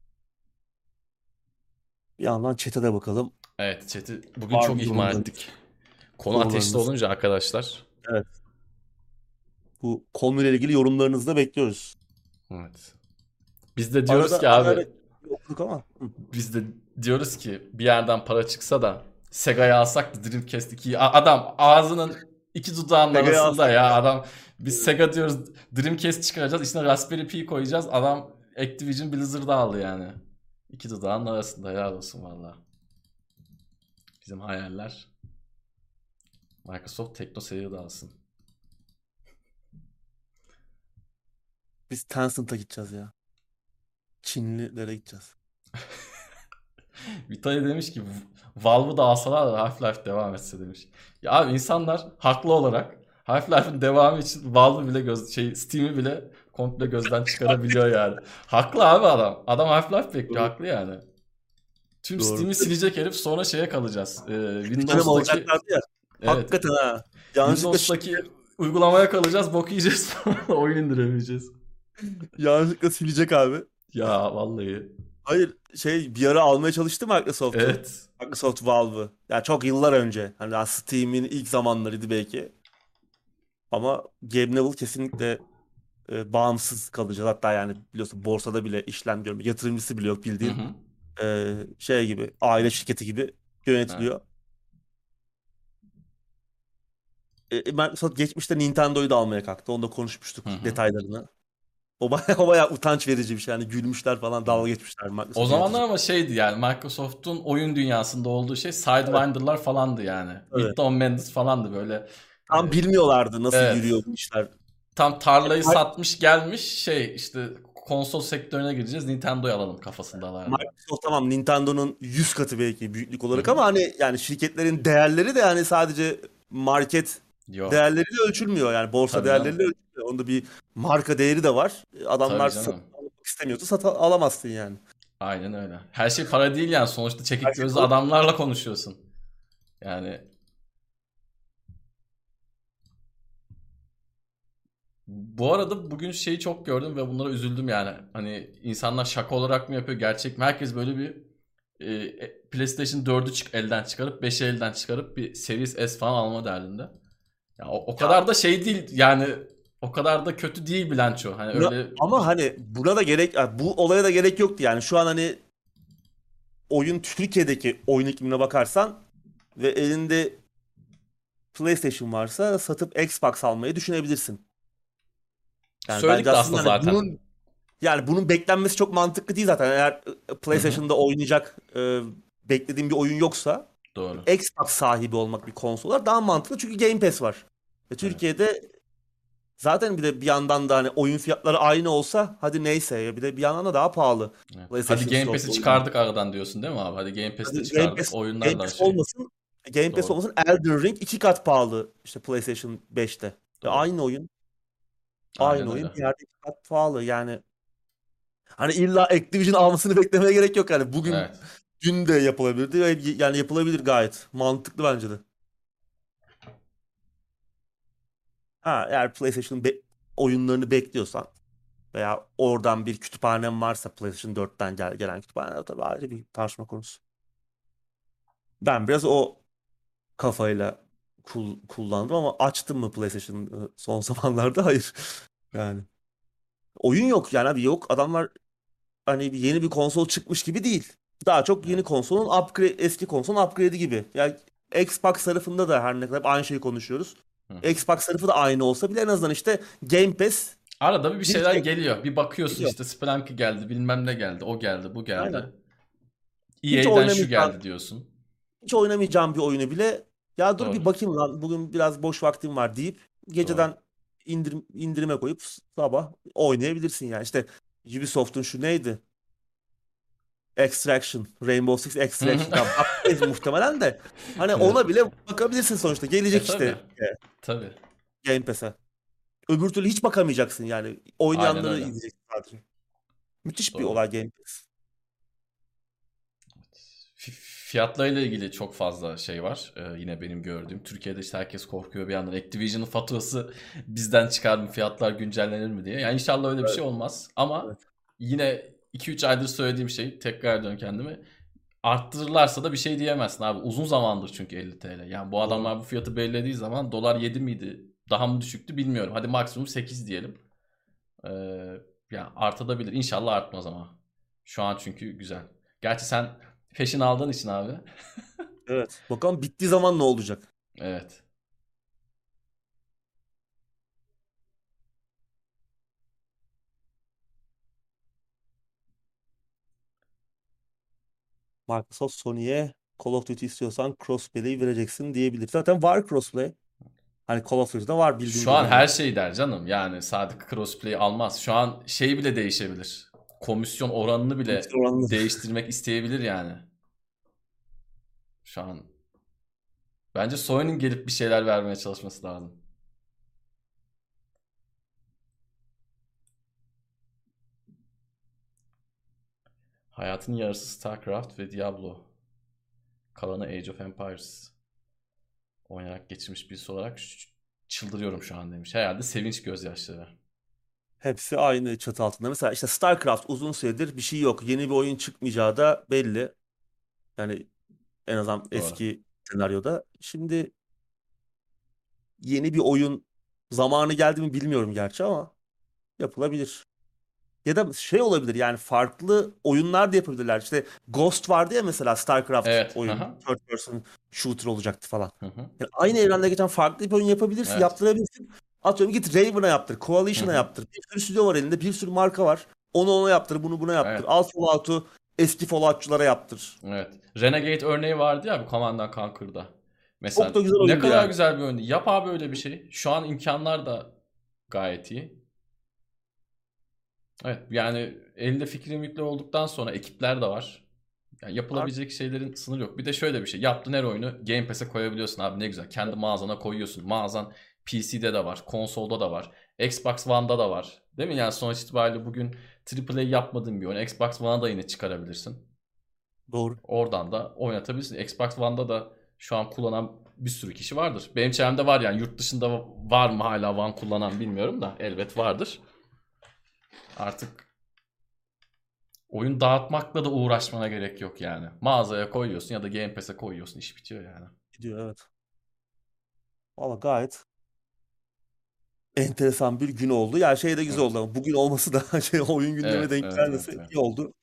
Bir yandan chat'e de bakalım. Evet, chat'i bugün Var çok mı ihmal yorumlarınız, ettik. Konu ateşli sorularınız? olunca arkadaşlar. Evet. Bu konuyla ilgili yorumlarınızı da bekliyoruz. Evet. Biz de diyoruz Arada ki ara abi, ara okuduk ama. biz de diyoruz ki bir yerden para çıksa da Sega'yı alsak da Dreamcast 2'yi, adam ağzının iki dudağının Sega'ya arasında alsak ya ya. adam, biz Sega diyoruz, Dreamcast çıkaracağız, içine Raspberry Pi koyacağız, adam Activision Blizzard'ı aldı yani. İki dudağının arasında, helal olsun valla. Bizim hayaller. Microsoft Teknoseyir'i de alsın. Biz Tencent'a gideceğiz ya. Çinlilere gideceğiz. Vitaly demiş ki Valve'ı da alsalar da Half-Life devam etse demiş. Ya abi, insanlar haklı olarak Half-Life'ın devamı için Valve'ı bile Steam'i bile komple gözden çıkarabiliyor yani. Haklı abi adam. Adam Half-Life bekliyor, Doğru. haklı yani. Tüm Doğru. Steam'i silecek herif, sonra şeye kalacağız. Canım Windows'taki, alacaklardı ya. evet, Hakikaten ha. Yanlışlıkla Windows'taki uygulamaya kalacağız, bok yiyeceğiz. Oyun indiremeyeceğiz. yanlışlıkla silecek abi. Ya vallahi. Hayır, bir ara almaya çalıştı Microsoft'u. Evet. Microsoft Valve'ı. Yani çok yıllar önce. Hani daha Steam'in ilk zamanlarıydı belki. Ama Gabe Newell kesinlikle bağımsız kalacağız. Hatta yani biliyorsun borsada bile işlem görmüyor. Yatırımcısı bile yok, Hı bildiğin hı. gibi, aile şirketi gibi Evet. yönetiliyor. Microsoft geçmişte Nintendo'yu da almaya kalktı. Onu da konuşmuştuk Hı hı. detaylarını. O bayağı utanç verici bir şey. Yani gülmüşler falan, Evet. dalga geçmişler O Microsoft zamanlar yönetici. ama şeydi yani, Microsoft'un oyun dünyasında olduğu şey Sidewinder'lar falandı yani. Evet. With Tom Mendes falandı böyle. e, Tam bilmiyorlardı nasıl evet. yürüyor bu işler. Tam tarlayı satmış gelmiş, işte konsol sektörüne gireceğiz, Nintendo'yu alalım kafasındalardı. Microsoft tamam, Nintendo'nun 100 katı belki büyüklük Hı olarak, hı. ama hani yani şirketlerin değerleri de yani sadece market Yok. değerleriyle ölçülmüyor. Yani borsa Tabii değerleriyle canım. ölçülmüyor. Onda bir marka değeri de var. Adamlar Tabii satın canım. almak istemiyorsa alamazsın yani. Aynen öyle. Her şey para değil yani. Sonuçta Her çekik şey gözlü kalıp adamlarla konuşuyorsun. Yani bu arada bugün şeyi çok gördüm ve bunlara üzüldüm yani. Hani insanlar şaka olarak mı yapıyor, gerçek mi? Herkes böyle bir PlayStation 4'ü elden çıkarıp 5'i elden çıkarıp bir Series S falan alma derdinde. Ya o ya kadar da şey değil yani, o kadar da kötü değil bilanço. Hani öyle ama hani buna da gerek, yani bu olaya da gerek yoktu yani. Şu an hani oyun, Türkiye'deki oyun iklimine bakarsan ve elinde PlayStation varsa satıp Xbox almayı düşünebilirsin. Yani bence söyledik de aslında aslında hani zaten. bunun beklenmesi çok mantıklı değil zaten. Eğer Hı hı. PlayStation'da oynayacak beklediğin bir oyun yoksa Doğru. Xbox sahibi olmak bir konsolar daha mantıklı, çünkü Game Pass var. Evet. Türkiye'de zaten bir de bir yandan da hani oyun fiyatları aynı olsa hadi neyse, ya bir de bir yandan da daha pahalı Evet. Hadi PlayStation Game Store'da Pass'i oyunlar. çıkardık aradan diyorsun değil mi abi? Hadi Game Pass'i de Hadi Game çıkardık. Pass Oyunlar Game da Pass şey. olmasın. Game Pass Doğru. olmasın. Elden Ring 2 kat pahalı işte PlayStation 5'te. Ve Doğru. aynı oyun. Aynen Aynı öyle. oyun bir yerde 2 kat pahalı. Yani hani illa Activision almasını beklemeye gerek yok yani. Evet. Dün de yapılabilirdi ve yani yapılabilir gayet. Mantıklı bence de. Ha, eğer oyunlarını bekliyorsan veya oradan bir kütüphanen varsa, PlayStation 4'ten gelen kütüphane, tabii ayrı bir tartışma konusu. Ben biraz o kafayla kullandım ama açtım mı PlayStation son zamanlarda? Hayır. Yani oyun yok yani abi, yok. Adamlar hani yeni bir konsol çıkmış gibi değil. Daha çok yeni Evet. konsolun upgrade, eski konsolun upgrade'i gibi. Yani Xbox tarafında da her ne kadar hep aynı şeyi konuşuyoruz. Hı hı. Xbox tarafı da aynı olsa bile en azından işte Game Pass Arada bir bir şeyler şey geliyor. Bir bakıyorsun geliyor. işte Spelunky geldi, bilmem ne geldi, o geldi, bu Aynen. geldi. Hiç EA'den şu oynamayacağım, geldi diyorsun. hiç oynamayacağım bir oyunu bile ya dur bir Doğru. bakayım lan bugün biraz boş vaktim var deyip Doğru. geceden indirime koyup sabah oynayabilirsin yani. İşte Ubisoft'un şu neydi? Extraction, Rainbow Six Hı hı. Extraction. Tamam, bakmayız muhtemelen de. Hani Evet. ona bile bakabilirsin sonuçta. Gelecek işte Tabii. Tabii. Game Pass'e. Öbür türlü hiç bakamayacaksın yani. Aynen Oynayanları öyle. izleyeceksin sadece. Müthiş bir Doğru. olay Game Pass. Fiyatlarıyla ilgili çok fazla şey var. Yine benim gördüğüm. Türkiye'de işte herkes korkuyor bir yandan. Activision'ın faturası bizden çıkar mı, fiyatlar güncellenir mi diye. Yani inşallah öyle bir Evet, şey olmaz. Ama evet. yine 2-3 aydır söylediğim şey, tekrar ediyorum kendimi. Arttırırlarsa da bir şey diyemezsin abi. Uzun zamandır çünkü 50 TL. Yani bu Doğru. adamlar bu fiyatı belirlediği zaman dolar 7 miydi? Daha mı düşüktü bilmiyorum. Hadi maksimum 8 diyelim. Ee, Yani artabilir. İnşallah artmaz ama. Şu an çünkü güzel. Gerçi sen peşin aldığın için abi. Evet. Bakalım bittiği zaman ne olacak? Evet. Microsoft Sony'ye Call of Duty istiyorsan crossplay'i vereceksin diyebilir. Zaten var crossplay. Hani Call of Duty'de var bildiğim Şu an her kadarıyla. şey der canım. Yani sadık crossplay almaz. Şu an şey bile değişebilir. Komisyon oranını bile Oranlı. değiştirmek isteyebilir yani. Şu an bence Sony'nin gelip bir şeyler vermeye çalışması lazım. Hayatın yarısı StarCraft ve Diablo. Kalanı Age of Empires oynayarak geçirmiş birisi olarak çıldırıyorum şu an demiş. Herhalde sevinç gözyaşları. Hepsi aynı çatı altında. Mesela işte StarCraft uzun süredir bir şey yok. Yeni bir oyun çıkmayacağı da belli. Yani en azından Doğru. eski senaryoda. Şimdi yeni bir oyun zamanı geldi mi bilmiyorum gerçi ama yapılabilir. Ya da şey olabilir yani farklı oyunlar da yapabilirler. İşte Ghost vardı ya mesela StarCraft Evet. Hı oyun. hı. Third person shooter olacaktı falan. Hı hı. Yani aynı evrende geçen farklı bir oyun yapabilirsin, Evet. yaptırabilirsin. Atıyorum git Raven'a yaptır, Hı Coalition'a hı. yaptır. Bir sürü stüdyo var elinde, bir sürü marka var. Onu ona yaptır, bunu buna yaptır. Evet. Al Fallout'u eski Fallout'çulara yaptır. Evet. Renegade örneği vardı ya bu Command and Conquer'da. Çok Mesela da güzel ne oyundu kadar yani. güzel bir oyundu. Yap abi öyle bir şey. Şu an imkanlar da gayet iyi. Evet yani elinde fikri mükle olduktan sonra ekipler de var. Yani Art- yapılabilecek şeylerin sınırı yok. Bir de şöyle bir şey. Yaptığın her oyunu Game Pass'e koyabiliyorsun abi ne güzel. Kendi mağazana koyuyorsun. Mağazan PC'de de var. Konsolda da var. Xbox One'da da var. Değil mi? Yani sonuç itibariyle bugün AAA yapmadığın bir oyun Xbox One'a da yine çıkarabilirsin. Doğru. Oradan da oynatabilirsin. Xbox One'da da şu an kullanan bir sürü kişi vardır. Benim çevremde var yani. Yurt dışında var mı hala One kullanan bilmiyorum da. Elbet vardır. Artık oyun dağıtmakla da uğraşmana gerek yok yani. Mağazaya koyuyorsun ya da Game Pass'e koyuyorsun. İş bitiyor yani. Gidiyor evet. Valla gayet enteresan bir gün oldu. Yani şey de güzel oldu Evet. ama bugün olması da şey oyun gündemine Evet, denk evet, evet, gelmesi evet. iyi oldu.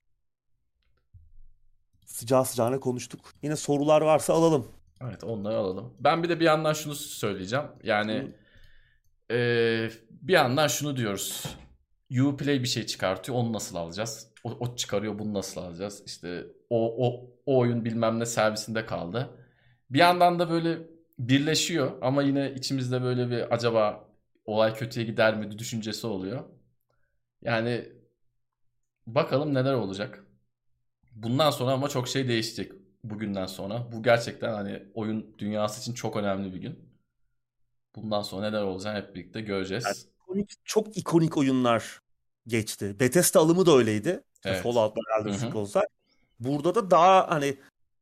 Sıcağı sıcağına konuştuk. Yine sorular varsa alalım. Evet, onları alalım. Ben bir de bir yandan şunu söyleyeceğim. Yani bir yandan şunu diyoruz. Uplay bir şey çıkartıyor. Onu nasıl alacağız? O çıkarıyor. Bunu nasıl alacağız? İşte o oyun bilmem ne servisinde kaldı. Bir yandan da böyle birleşiyor ama yine içimizde böyle bir acaba olay kötüye gider mi düşüncesi oluyor. Yani bakalım neler olacak. Bundan sonra ama çok şey değişecek bugünden sonra. Bu gerçekten hani oyun dünyası için çok önemli bir gün. Bundan sonra neler olacağını hep birlikte Yani göreceğiz. çok ikonik oyunlar geçti. Bethesda alımı da öyleydi. İşte Evet. Fallout'lar, Elder Hı hı. Scrolls'lar. Burada da daha hani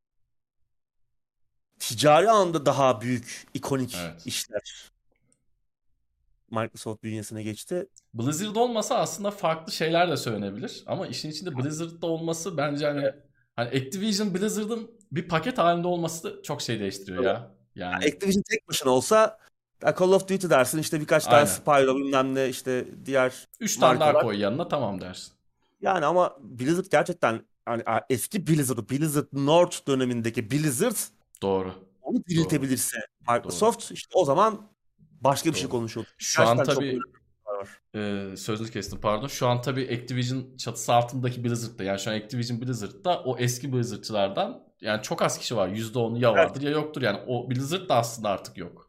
ticari anlamda daha büyük ikonik Evet. işler Microsoft bünyesine geçti. Blizzard olmasa aslında farklı şeyler de söylenebilir. Ama işin içinde Blizzard'da olması bence hani Activision Blizzard'ın bir paket halinde olması da çok şey değiştiriyor Tabii. ya. Yani Activision tek başına olsa ya Call of Duty dersin işte birkaç tane aynen. Spyro bilmem ne işte diğer 3 tane daha markalar. koy yanına tamam dersin. Yani ama Blizzard gerçekten hani eski Blizzard North dönemindeki Blizzard Doğru. onu Doğru. diriltebilirse Doğru. Microsoft işte o zaman başka bir şey Doğru. konuşuyorduk. Şu an Gerçekten çok önemli tabii var. sözlü kestim pardon. Şu an tabii Activision çatısı altındaki Blizzard'da, yani şu an Activision Blizzard'da o eski Blizzard'çılardan yani çok az kişi var. %10'u ya Evet. vardır ya yoktur yani. O Blizzard da aslında artık yok.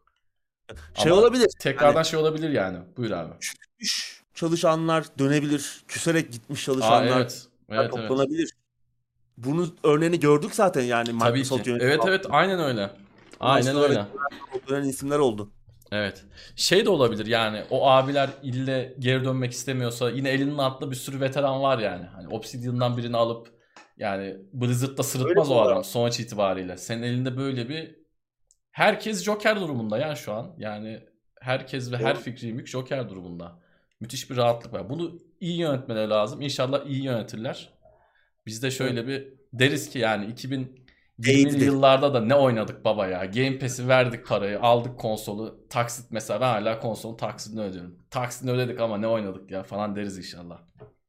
Şey Ama olabilir. Hani tekrardan şey olabilir yani. Buyur abi. küsmüş çalışanlar dönebilir. Küserek gitmiş Aa, çalışanlar evet. Evet, evet. toplanabilir. Bunun örneğini gördük zaten yani Tabii Microsoft ki. yönetimi Evet, evet, altında. aynen öyle. Aynen Maaşlı olarak öyle. dönen isimler oldu. Evet. Şey de olabilir yani, o abiler ille geri dönmek istemiyorsa yine elinin altında bir sürü veteran var yani. Hani Obsidian'dan birini alıp, yani Blizzard'da Öyle sırıtmaz bir o olay adam var. sonuç itibariyle. Senin elinde böyle bir, herkes Joker durumunda ya şu an. Yani herkes ve her Doğru. fikri mülk Joker durumunda. Müthiş bir rahatlık var. Bunu iyi yönetmeleri lazım. İnşallah iyi yönetirler. Biz de Evet. şöyle bir deriz ki yani 2020'li Değdi de. yıllarda da ne oynadık baba ya. Game Pass'i verdik parayı, aldık konsolu. Taksit mesela, ben hala konsolun taksidini ödüyorum. Taksitini ödedik ama ne oynadık ya falan deriz inşallah.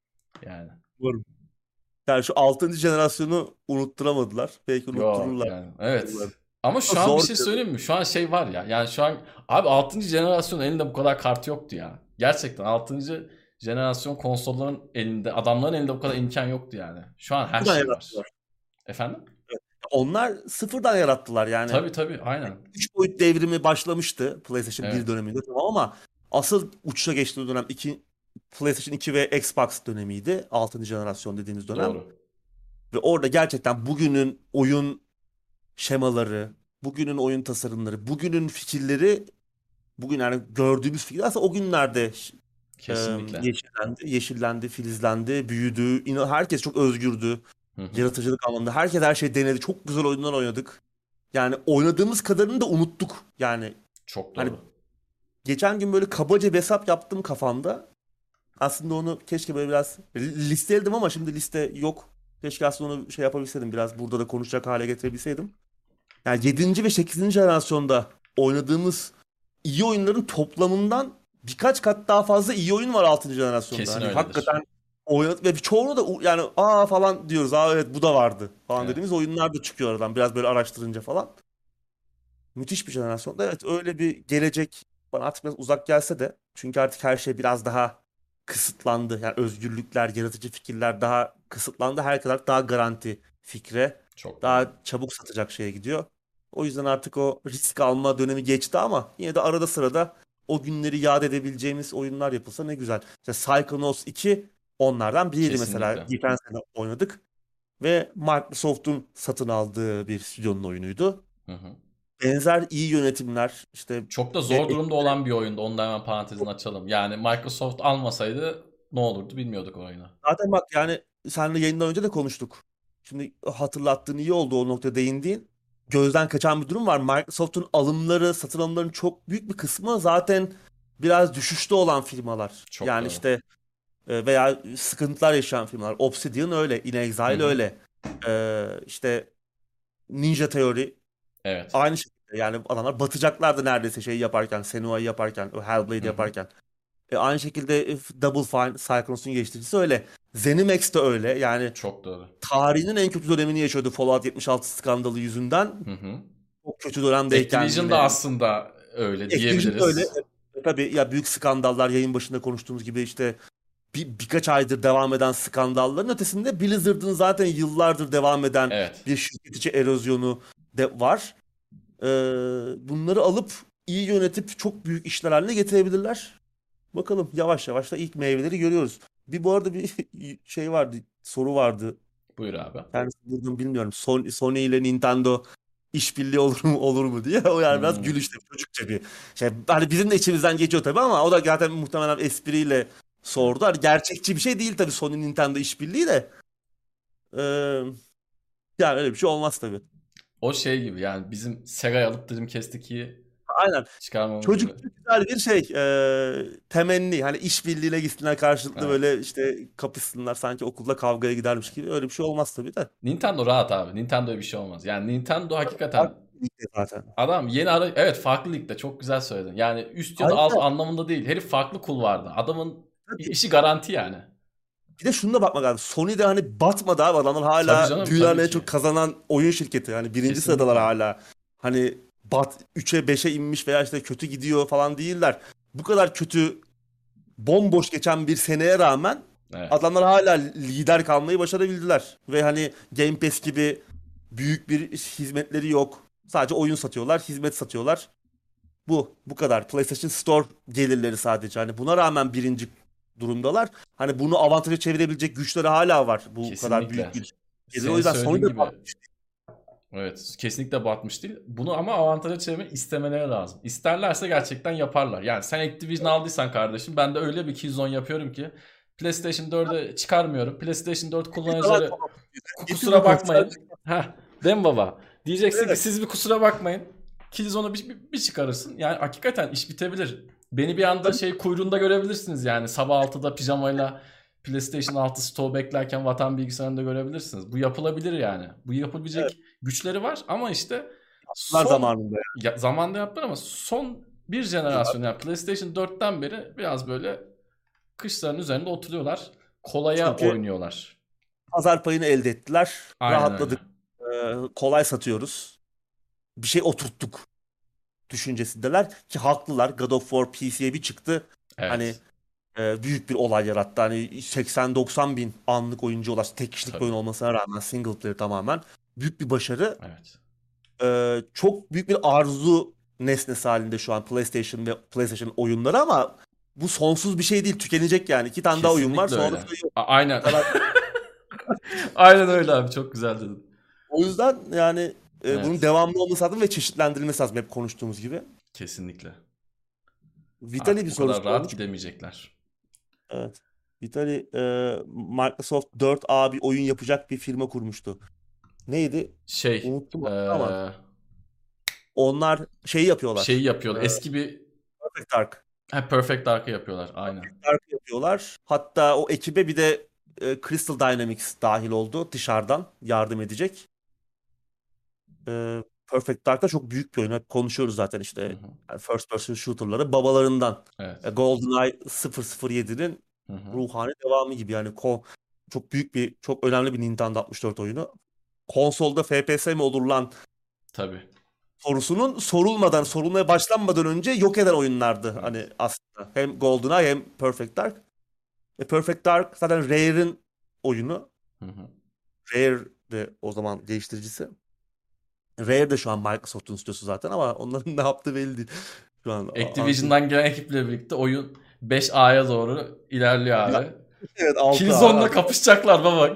Yani Doğru. Yani şu 6. jenerasyonu unutturamadılar. Belki yok unuttururlar. yani, evet. Ama şu an bir Zor. şey söyleyeyim mi? Şu an şey var ya. Yani şu an abi 6. jenerasyon elinde bu kadar kart yoktu ya. Gerçekten 6. jenerasyon konsolların elinde, adamların elinde bu kadar imkan yoktu yani. Şu an her Sıfırdan şey var. yarattılar. Efendim? Onlar sıfırdan yarattılar yani. Tabii, tabii, aynen. 3 boyut devrimi başlamıştı PlayStation 1 Evet. döneminde tamam ama asıl uçuşa geçtiği dönem PlayStation 2 ve Xbox dönemiydi. 6. jenerasyon dediğimiz dönem. Doğru. Ve orada gerçekten bugünün oyun şemaları, bugünün oyun tasarımları, bugünün fikirleri, bugün yani gördüğümüz fikirler aslında o günlerde e, Kesinlikle. yeşillendi, filizlendi, büyüdü. Herkes çok özgürdü. Hı hı. Yaratıcılık anlamında. Herkes her şeyi denedi. Çok güzel oyunlar oynadık. Yani oynadığımız kadarını da unuttuk. Yani Çok hani doğru. geçen gün böyle kabaca bir hesap yaptım kafamda. Aslında onu keşke böyle biraz listeledim ama şimdi liste yok. Keşke aslında onu şey yapabilseydim. Biraz burada da konuşacak hale getirebilseydim. Yani 7. ve 8. jenerasyonda oynadığımız iyi oyunların toplamından birkaç kat daha fazla iyi oyun var 6. jenerasyonda. Kesin Hani öyledir. hakikaten oynadık ve çoğunu da yani aa falan diyoruz. Aa evet bu da vardı falan Evet. dediğimiz oyunlar da çıkıyor aradan biraz böyle araştırınca falan. Müthiş bir jenerasyonda. Evet öyle bir gelecek bana artık biraz uzak gelse de çünkü artık her şey biraz daha kısıtlandı. Yani özgürlükler, yaratıcı fikirler daha kısıtlandı. Herkes artık daha garanti fikre, Çok doğru. daha çabuk satacak şeye gidiyor. O yüzden artık o risk alma dönemi geçti ama yine de arada sırada o günleri yad edebileceğimiz oyunlar yapılsa ne güzel. İşte Psychonauts 2 onlardan biriydi mesela. Kesinlikle. Geçen sene oynadık ve Microsoft'un satın aldığı bir stüdyonun oyunuydu. Hı hı. Benzer iyi yönetimler işte Çok da zor durumda olan bir oyundu. Onu da hemen parantezini açalım. Yani Microsoft almasaydı ne olurdu bilmiyorduk o oyunu. zaten bak yani seninle yayından önce de konuştuk. Şimdi hatırlattığın iyi oldu o noktaya değindiğin. Gözden kaçan bir durum var. Microsoft'un alımları, satın alımlarının çok büyük bir kısmı zaten biraz düşüşte olan firmalar. Çok Yani doğru. işte veya sıkıntılar yaşayan firmalar. Obsidian öyle, In Hı Exile hı. öyle. İşte Ninja Theory Evet. aynı şekilde. Yani adamlar batacaklardı neredeyse şeyi yaparken, Senua'yı yaparken, o Hellblade Hı hı. yaparken. Aynı şekilde Double Fine, Psychonauts'un geliştiricisi öyle. ZeniMax de öyle. Yani Çok doğru. tarihinin en kötü dönemini yaşıyordu Fallout 76 skandalı yüzünden. Hı hı. Çok kötü dönemdeyken Activision da yine. aslında öyle Activision de öyle. diyebiliriz. Tabii ya büyük skandallar yayın başında konuştuğumuz gibi işte birkaç aydır devam eden skandalların ötesinde Blizzard'ın zaten yıllardır devam eden Evet. bir şirket içi erozyonu de var. Ee, Bunları alıp iyi yönetip çok büyük işler haline getirebilirler. Bakalım yavaş yavaş da ilk meyveleri görüyoruz. Bu arada bir şey vardı, soru vardı. Buyur abi. Yani buradan bilmiyorum. Sony ile Nintendo işbirliği olur mu diye. O yani biraz Hmm. gülüşte çocukça bir şey. Hani bizim de içimizden geçiyor tabii ama o da zaten muhtemelen espriyle sordu. Hani gerçekçi bir şey değil tabii Sony Nintendo işbirliği de. Ee, Yani öyle bir şey olmaz tabii. O şey gibi yani, bizim Sega'yı alıp Dreamcast'teki Aynen. çıkarmamız gibi. Çocukça güzel bir şey. Temenni. Hani işbirliğine gitsinler karşılıklı Evet. böyle işte kapışsınlar sanki okulda kavgaya gidermiş gibi. Öyle bir şey olmaz tabii de. Nintendo rahat abi. Nintendo'ya bir şey olmaz. Yani Nintendo hakikaten, Farklı bir şey zaten. adam yeni evet, farklı ligde, çok güzel söyledin. Yani üst ya da alt Ayrıca anlamında değil. Herif farklı kulvarda. Adamın tabii işi garanti yani. Bir de şunu da bakmak lazım. Sony de hani batmadı abi. Adamlar Tabii hala canım, dünyanın tabii en ki. çok kazanan oyun şirketi. Yani birinci sıradalar Kesinlikle. hala. Hani 3'e 5'e inmiş veya işte kötü gidiyor falan değiller. Bu kadar kötü bomboş geçen bir seneye rağmen Evet. adamlar hala lider kalmayı başarabildiler. Ve hani Game Pass gibi büyük bir hizmetleri yok. Sadece oyun satıyorlar, hizmet satıyorlar. Bu kadar. PlayStation Store gelirleri sadece. Hani buna rağmen birinci durumdalar. Hani bunu avantaja çevirebilecek güçleri hala var. Bu kadar büyük Kesinlikle. bir gelir. O Senin yüzden Sony söylediğin de gibi, evet, kesinlikle batmış değil. Bunu ama avantaja çevirmek istemeleri lazım. İsterlerse gerçekten yaparlar. Yani sen Activision aldıysan kardeşim, ben de öyle bir Killzone yapıyorum ki PlayStation 4'e çıkarmıyorum. PlayStation 4 falan kullanıcıları getir bir kusura konser. bakmayın. Heh, değil mi baba? Diyeceksin ki Evet. siz bir kusura bakmayın. Killzone'u bir çıkarırsın. Yani hakikaten iş bitebilir. Beni bir anda şey kuyruğunda görebilirsiniz yani. Sabah 6'da pijamayla PlayStation 6 stoğu beklerken vatan bilgisayarında görebilirsiniz. Bu yapılabilir yani. Bu Evet. yapabilecek güçleri var ama işte Bunlar son zamanında zamanda yaptılar ama son bir jenerasyon yani PlayStation 4'ten beri biraz böyle kışların üzerinde oturuyorlar. Kolaya çünkü oynuyorlar. pazar payını elde ettiler. Aynen öyle. Rahatladık. Kolay satıyoruz. Bir şey oturttuk düşüncesindeler ki haklılar. God of War PC'ye bir çıktı. Hani Evet. büyük bir olay yarattı. Hani 80-90 bin anlık oyuncu ulaştı. Tek kişilik bir Tabii. oyun olmasına rağmen single player tamamen. Büyük bir başarı. Evet. Çok büyük bir arzu nesnesi halinde şu an PlayStation ve PlayStation oyunları ama bu sonsuz bir şey değil. Tükenecek yani. 2 tane daha oyun var. Kesinlikle Sonra öyle. da yok. Bu Aynen. kadar. Aynen öyle abi. Çok güzel dedin. O yüzden yani bunun Evet. devamlı olması lazım ve çeşitlendirilmesi lazım hep konuştuğumuz gibi. Kesinlikle. Vitali Artık bir bu soru kadar rahat sormuş. gidemeyecekler. Evet. Vitali Microsoft 4A bir oyun yapacak bir firma kurmuştu. Neydi? Şey, Unuttum ama eee, onlar şeyi şeyi yapıyorlar. yapıyorlar. Eski bir Perfect Dark. Perfect Dark'ı yapıyorlar. Aynen. Dark yapıyorlar. Hatta o ekibe bir de Crystal Dynamics dahil oldu dışarıdan yardım edecek. Perfect Dark da çok büyük bir oyun. Hep konuşuyoruz zaten Hı işte hı. yani first person shooter'ları babalarından. Evet. GoldenEye 007'nin Hı hı. ruhani devamı gibi yani çok büyük bir çok önemli bir Nintendo 64 oyunu. Konsolda FPS mi olur lan Tabii. sorusunun sorulmaya başlanmadan önce yok eden oyunlardı hani Evet. aslında. Hem GoldenEye hem Perfect Dark. Perfect Dark zaten Rare'in oyunu. Hı hı. Rare de o zaman geliştiricisi. Rare de şu an Microsoft'un stüdyosu zaten ama onların ne yaptığı belli değil. Şu an Anthem. Activision'dan gelen ekiple birlikte oyun 5A'ya doğru ilerliyor abi. Evet 6A Killzone'la artık. kapışacaklar baba.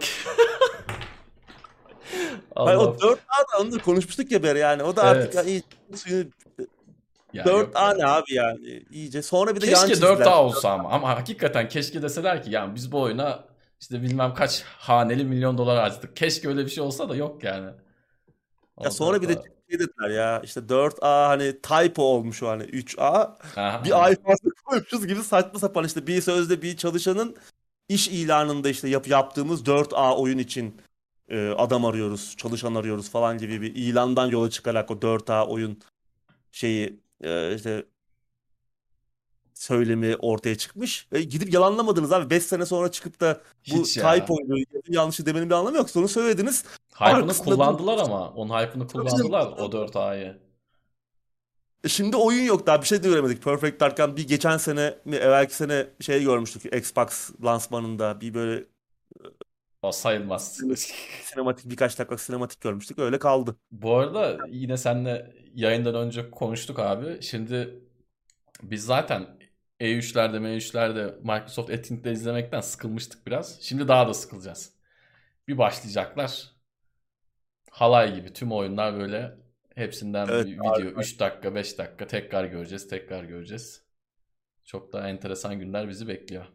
Hayır, o Allah'ım. 4A da onu da konuşmuştuk ya beri yani. O da artık Evet. yani suyu Ya yok 4A ne ya. abi yani iyice. Sonra bir de yan Keşke çizdiler. 4A olsa ama hakikaten keşke deseler ki yani biz bu oyuna işte bilmem kaç haneli milyon dolar harcadık. Keşke öyle bir şey olsa da yok yani. Ya O sonra bir de 4A. şey dediler ya işte 4A hani typo olmuş o hani 3A. Aha, Bir aynen. ay fazla koymuşuz gibi saçma sapan işte bir sözde bir çalışanın iş ilanında işte yaptığımız 4A oyun için adam arıyoruz, çalışan arıyoruz falan gibi bir ilandan yola çıkarak o 4A oyun şeyi işte söylemi ortaya çıkmış. Gidip yalanlamadınız abi. 5 sene sonra çıkıp da bu Hiç ya. typoydu, yazım yanlışı demenin bir anlamı yok. Sonra söylediniz. Hype'ını Arkasında dur. kullandılar ama. Onun hype'ını Tabii canım. kullandılar o 4A'yı. Şimdi oyun yok daha bir şey de göremedik. Perfect Dark'tan bir geçen sene mi evvelki sene şey görmüştük Xbox lansmanında bir böyle O sayılmaz. sinematik birkaç dakika sinematik görmüştük öyle kaldı. Bu arada yine seninle yayından önce konuştuk abi. Şimdi biz zaten E3'lerde, M3'lerde Microsoft etkinlikleri izlemekten sıkılmıştık biraz. Şimdi daha da sıkılacağız. Bir başlayacaklar. Halay gibi tüm oyunlar böyle hepsinden Evet, bir video 3 dakika 5 dakika tekrar göreceğiz tekrar göreceğiz. Çok daha enteresan günler bizi bekliyor.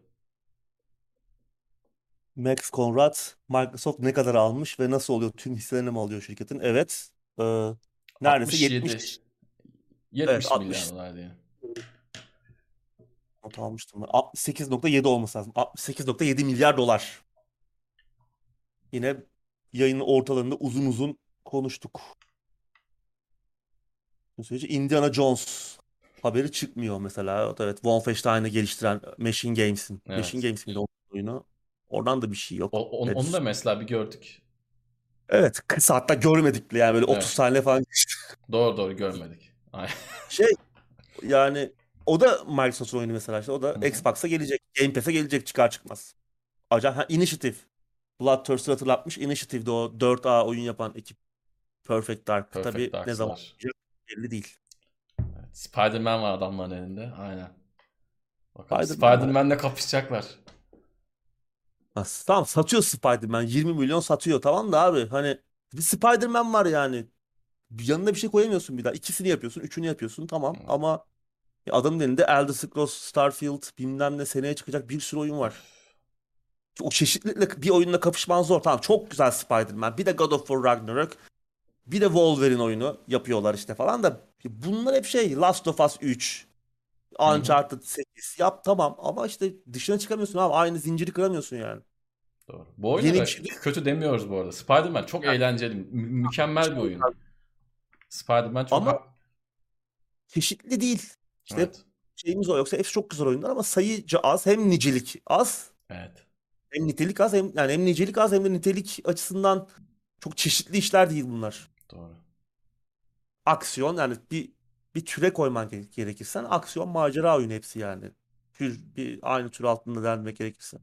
Max Conrad Microsoft ne kadar almış ve nasıl oluyor? Tüm hisselerini mi alıyor şirketin? Evet. Neredeyse 67 70 evet 70 milyar 60 dolar diye. not almıştım ben. 68,7 olması lazım. 68,7 milyar dolar. Yine yayının ortalarında uzun uzun konuştuk. Bu sürece Indiana Jones haberi çıkmıyor mesela. Evet, Wolfenstein'ı geliştiren Machine Games'in. Machine Evet. Games miydi onun oyunu? Oradan da bir şey yok Onu da henüz. mesela bir gördük. Evet, kısa, hatta görmedik bile yani, böyle 30 Evet. saniye falan. Doğru doğru görmedik. Aynen. Şey, yani o da Microsoft oyunu mesela, işte o da Hı hı. Xbox'a gelecek. Game Pass'e gelecek çıkar çıkmaz. Acayip. Ha, Initiative. Bloodthirst'ı hatırlatmış. Initiative'de o 4A oyun yapan ekip. Perfect Dark. Perfect Tabii ne zaman Darks'lar. olacak belli değil. Evet. Spider-Man var adamların elinde. Aynen. Bakalım Spider-Man var. Spider-Man'le kapışacaklar. Ha, tamam, satıyor Spider-Man. 20 milyon satıyor, tamam da abi, hani bir Spider-Man var yani. Yanına bir şey koyamıyorsun bir daha. İkisini yapıyorsun, üçünü yapıyorsun, tamam, Evet. ama adamın elinde Elder Scrolls, Starfield, bilmem ne, seneye çıkacak bir sürü oyun var. Of. O çeşitlilikle bir oyunla kapışman zor. Tamam, çok güzel Spider-Man. Bir de God of War Ragnarok. Bir de Wolverine oyunu yapıyorlar işte falan da. Bunlar hep şey. Last of Us 3. Hı hı. Uncharted 8. Yap, tamam, ama işte dışına çıkamıyorsun abi. Aynı zinciri kıramıyorsun yani. Doğru. Bu Yeni bir oyunlara şey değil. kötü demiyoruz bu arada. Spider-Man çok eğlenceli. Mükemmel bir oyun. Spider-Man çok Ama çeşitli değil. İşte hep Evet. şeyimiz o. Yoksa hepsi çok güzel oyunlar ama sayıca az, hem nicelik az. Evet. Hem nitelik az, hem yani hem nicelik az hem de nitelik açısından çok çeşitli işler değil bunlar. Doğru. Aksiyon, yani bir türe koyman gerekirsen aksiyon macera oyunu hepsi yani. Aynı tür altında derlemek gerekirse.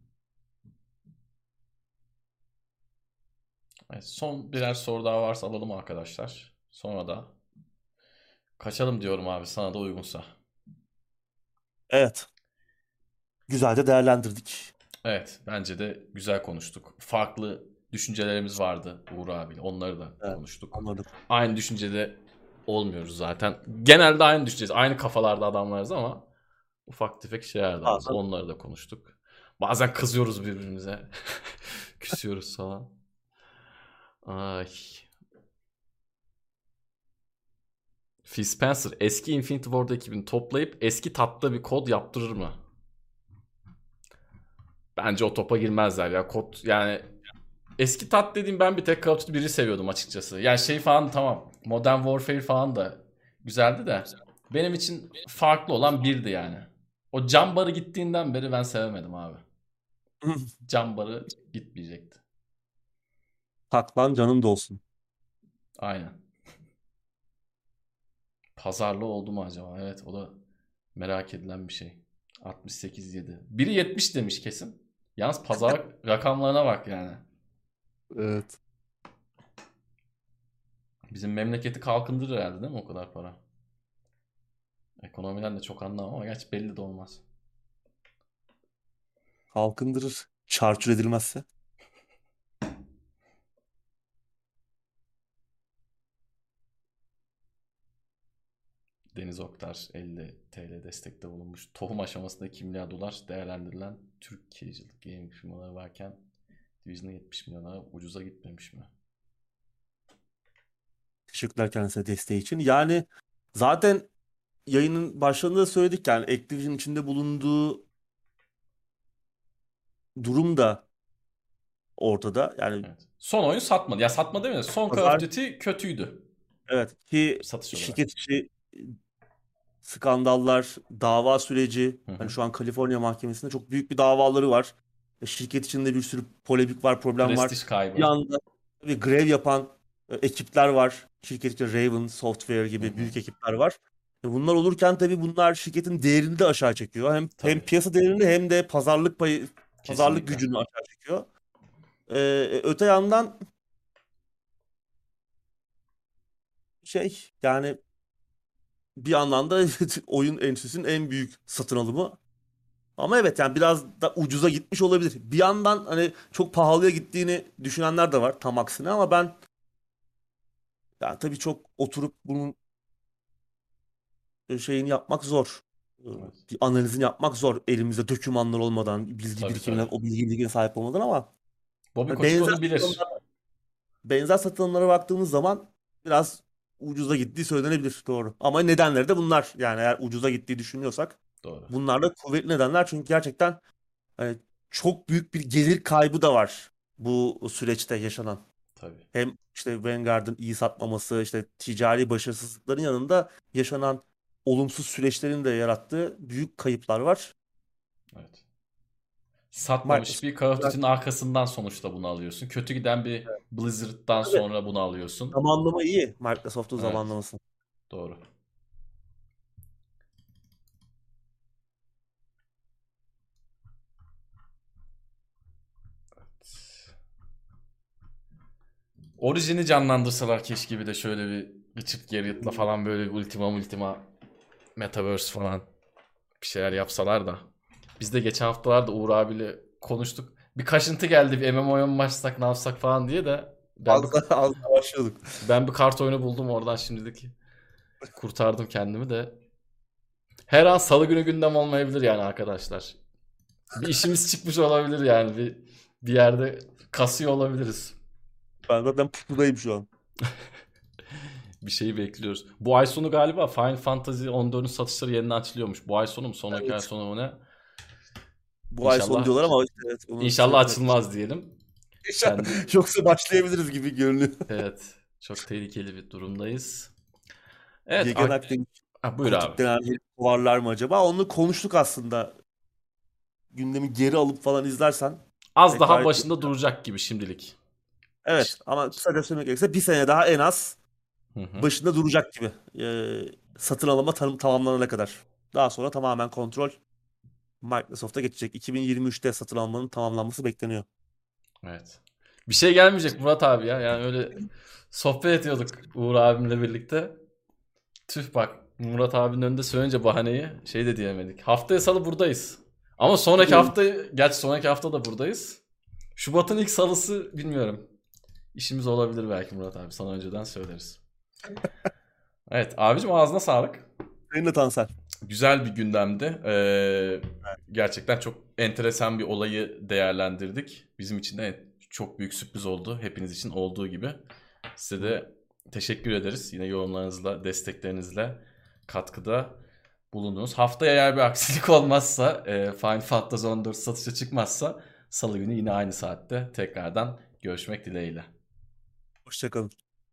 Evet, son birer soru daha varsa alalım arkadaşlar. Sonra da kaçalım diyorum abi sana da uygunsa. Evet. Güzelce değerlendirdik. Evet, bence de güzel konuştuk. Farklı düşüncelerimiz vardı Uğur abiyle. Onları da Evet. konuştuk. Anladım. Aynı düşüncede olmuyoruz zaten. Genelde aynı düşünceyiz. Aynı kafalarda adamlarız ama ufak tefek şeyler de varız. Bazen Onları da konuştuk. Bazen kızıyoruz birbirimize. Küsüyoruz falan. Ay. Phil Spencer eski Infinity Ward ekibini toplayıp eski tatlı bir kod yaptırır mı? Bence o topa girmezler ya. Kod yani eski tat dediğim ben bir tek Call of Duty 1'i seviyordum açıkçası. Yani şey falan tamam. Modern Warfare falan da güzeldi de benim için farklı olan birdi yani. O can barı gittiğinden beri ben sevemedim abi. Can barı gitmeyecekti. taklan canım da olsun. Aynen. Pazarlı oldu mu acaba? Evet o da merak edilen bir şey. 68.7. Biri 70 demiş kesin. Yalnız pazar rakamlarına bak yani. Evet. Bizim memleketi kalkındırır herhalde değil mi o kadar para? Ekonomiden de çok anlamam ama gerçi belli de olmaz. Kalkındırır. Çarçur edilmezse. Deniz Oktar 50 TL destekte bulunmuş. Tohum aşamasında 2 milyar dolar değerlendirilen Türkiye'cilik gaming firmaları varken Division'a 70 milyona ucuza gitmemiş mi? Teşekkürler kendisine desteği için. Yani zaten yayının başlarında da söyledik, yani Activision içinde bulunduğu durum da ortada. Yani Evet. Son oyun satmadı. Ya satma demiyorum. Son Call of pazar, Duty kötüydü evet, ki satış olarak. şirket içi skandallar, dava süreci, Hı hani hı. şu an Kaliforniya Mahkemesi'nde çok büyük bir davaları var. Şirket içinde bir sürü polemik var, problem var. Prestij Bir kaybı. anda bir grev yapan ekipler var. Şirket içinde Raven Software Hı gibi hı. büyük ekipler var. Bunlar olurken tabii bunlar şirketin değerini de aşağı çekiyor. Hem Tabii. piyasa değerini hem de pazarlık Kesinlikle. gücünü aşağı çekiyor. Öte yandan yani bir yandan da oyun endüstrisinin en büyük satın alımı. Ama evet, yani biraz da ucuza gitmiş olabilir. Bir yandan hani çok pahalıya gittiğini düşünenler de var, tam aksine, ama ben yani tabii çok oturup bunun şeyini yapmak zor. Evet. Bir analizini yapmak zor elimizde dokümanlar olmadan, bilgi Tabii birikimine, tabii. o bilgi birikimine sahip olmadan, ama Bobby hani Kotick onu bilir. benzer satılımlara baktığımız zaman biraz ucuza gittiği söylenebilir, doğru. Ama nedenleri de bunlar. Yani eğer ucuza gittiği düşünüyorsak Doğru. bunlar da kuvvetli nedenler, çünkü gerçekten hani çok büyük bir gelir kaybı da var bu süreçte yaşanan. Tabii. Hem işte Vanguard'ın iyi satmaması, işte ticari başarısızlıkların yanında yaşanan olumsuz süreçlerin de yarattığı büyük kayıplar var. Evet. Satmamış Microsoft bir Call of zaten Duty'nin arkasından sonuçta bunu alıyorsun. Kötü giden bir Blizzard'dan sonra bunu alıyorsun. zamanlama iyi. Microsoft'un Evet, zamanlaması. doğru. Origin'i canlandırsalar keşke, bir de şöyle bir Richard Garriott'la falan böyle bir ultima Metaverse falan bir şeyler yapsalar da. Biz de geçen haftalarda Uğur abiyle konuştuk. Bir kaşıntı geldi, bir MMO'ya mı başlasak ne yapsak falan diye de Az da, az da başlıyorduk. ben bir kart oyunu buldum oradan şimdilik. Kurtardım kendimi de. Her an salı günü gündem olmayabilir yani arkadaşlar. Bir işimiz çıkmış olabilir yani. Bir yerde kasıyor olabiliriz. Ben zaten pusudayım şu an. Bir şeyi bekliyoruz. Bu ay sonu galiba Final Fantasy 14'ün satışları yeniden açılıyormuş. Bu ay sonu mu? Sonraki ay Evet. sonu mu ne? Bu ay sonu İnşallah diyorlar ama işte evet, onu inşallah çok net. açılmaz diyelim. Kendi Yoksa başlayabiliriz gibi görünüyor. evet, çok tehlikeli bir durumdayız. Evet, Yegan Akdeniz buyur abi. Kotik denen herif kovarlar mı acaba? Onu konuştuk aslında. Gündemi geri alıp falan izlersen Az tekrar daha ettim. başında duracak gibi şimdilik. Evet ama kısaca söylemek gerekirse bir sene daha en az Hı hı. başında duracak gibi. Satın alma tamamlanana kadar. Daha sonra tamamen kontrol Microsoft'a geçecek. 2023'te satın almanın tamamlanması bekleniyor. Evet. Bir şey gelmeyecek Murat abi ya. Yani öyle sohbet ediyorduk Uğur abimle birlikte. Tüh bak, Murat abinin önünde söyleyince bahaneyi şey de diyemedik. Haftaya salı buradayız. Ama sonraki hafta, gerçi sonraki hafta da buradayız. Şubat'ın ilk salısı bilmiyorum. İşimiz olabilir belki Murat abi. Sana önceden söyleriz. Evet abicim, ağzına sağlık. Senin de Tansel. Güzel bir gündemdi. Gerçekten çok enteresan bir olayı değerlendirdik. Bizim için de çok büyük sürpriz oldu. Hepiniz için olduğu gibi. Size de teşekkür ederiz. Yine yorumlarınızla, desteklerinizle katkıda bulundunuz. Haftaya eğer bir aksilik olmazsa, Final Fantasy 14 satışa çıkmazsa Salı günü yine aynı saatte tekrardan görüşmek dileğiyle. Hoşçakalın.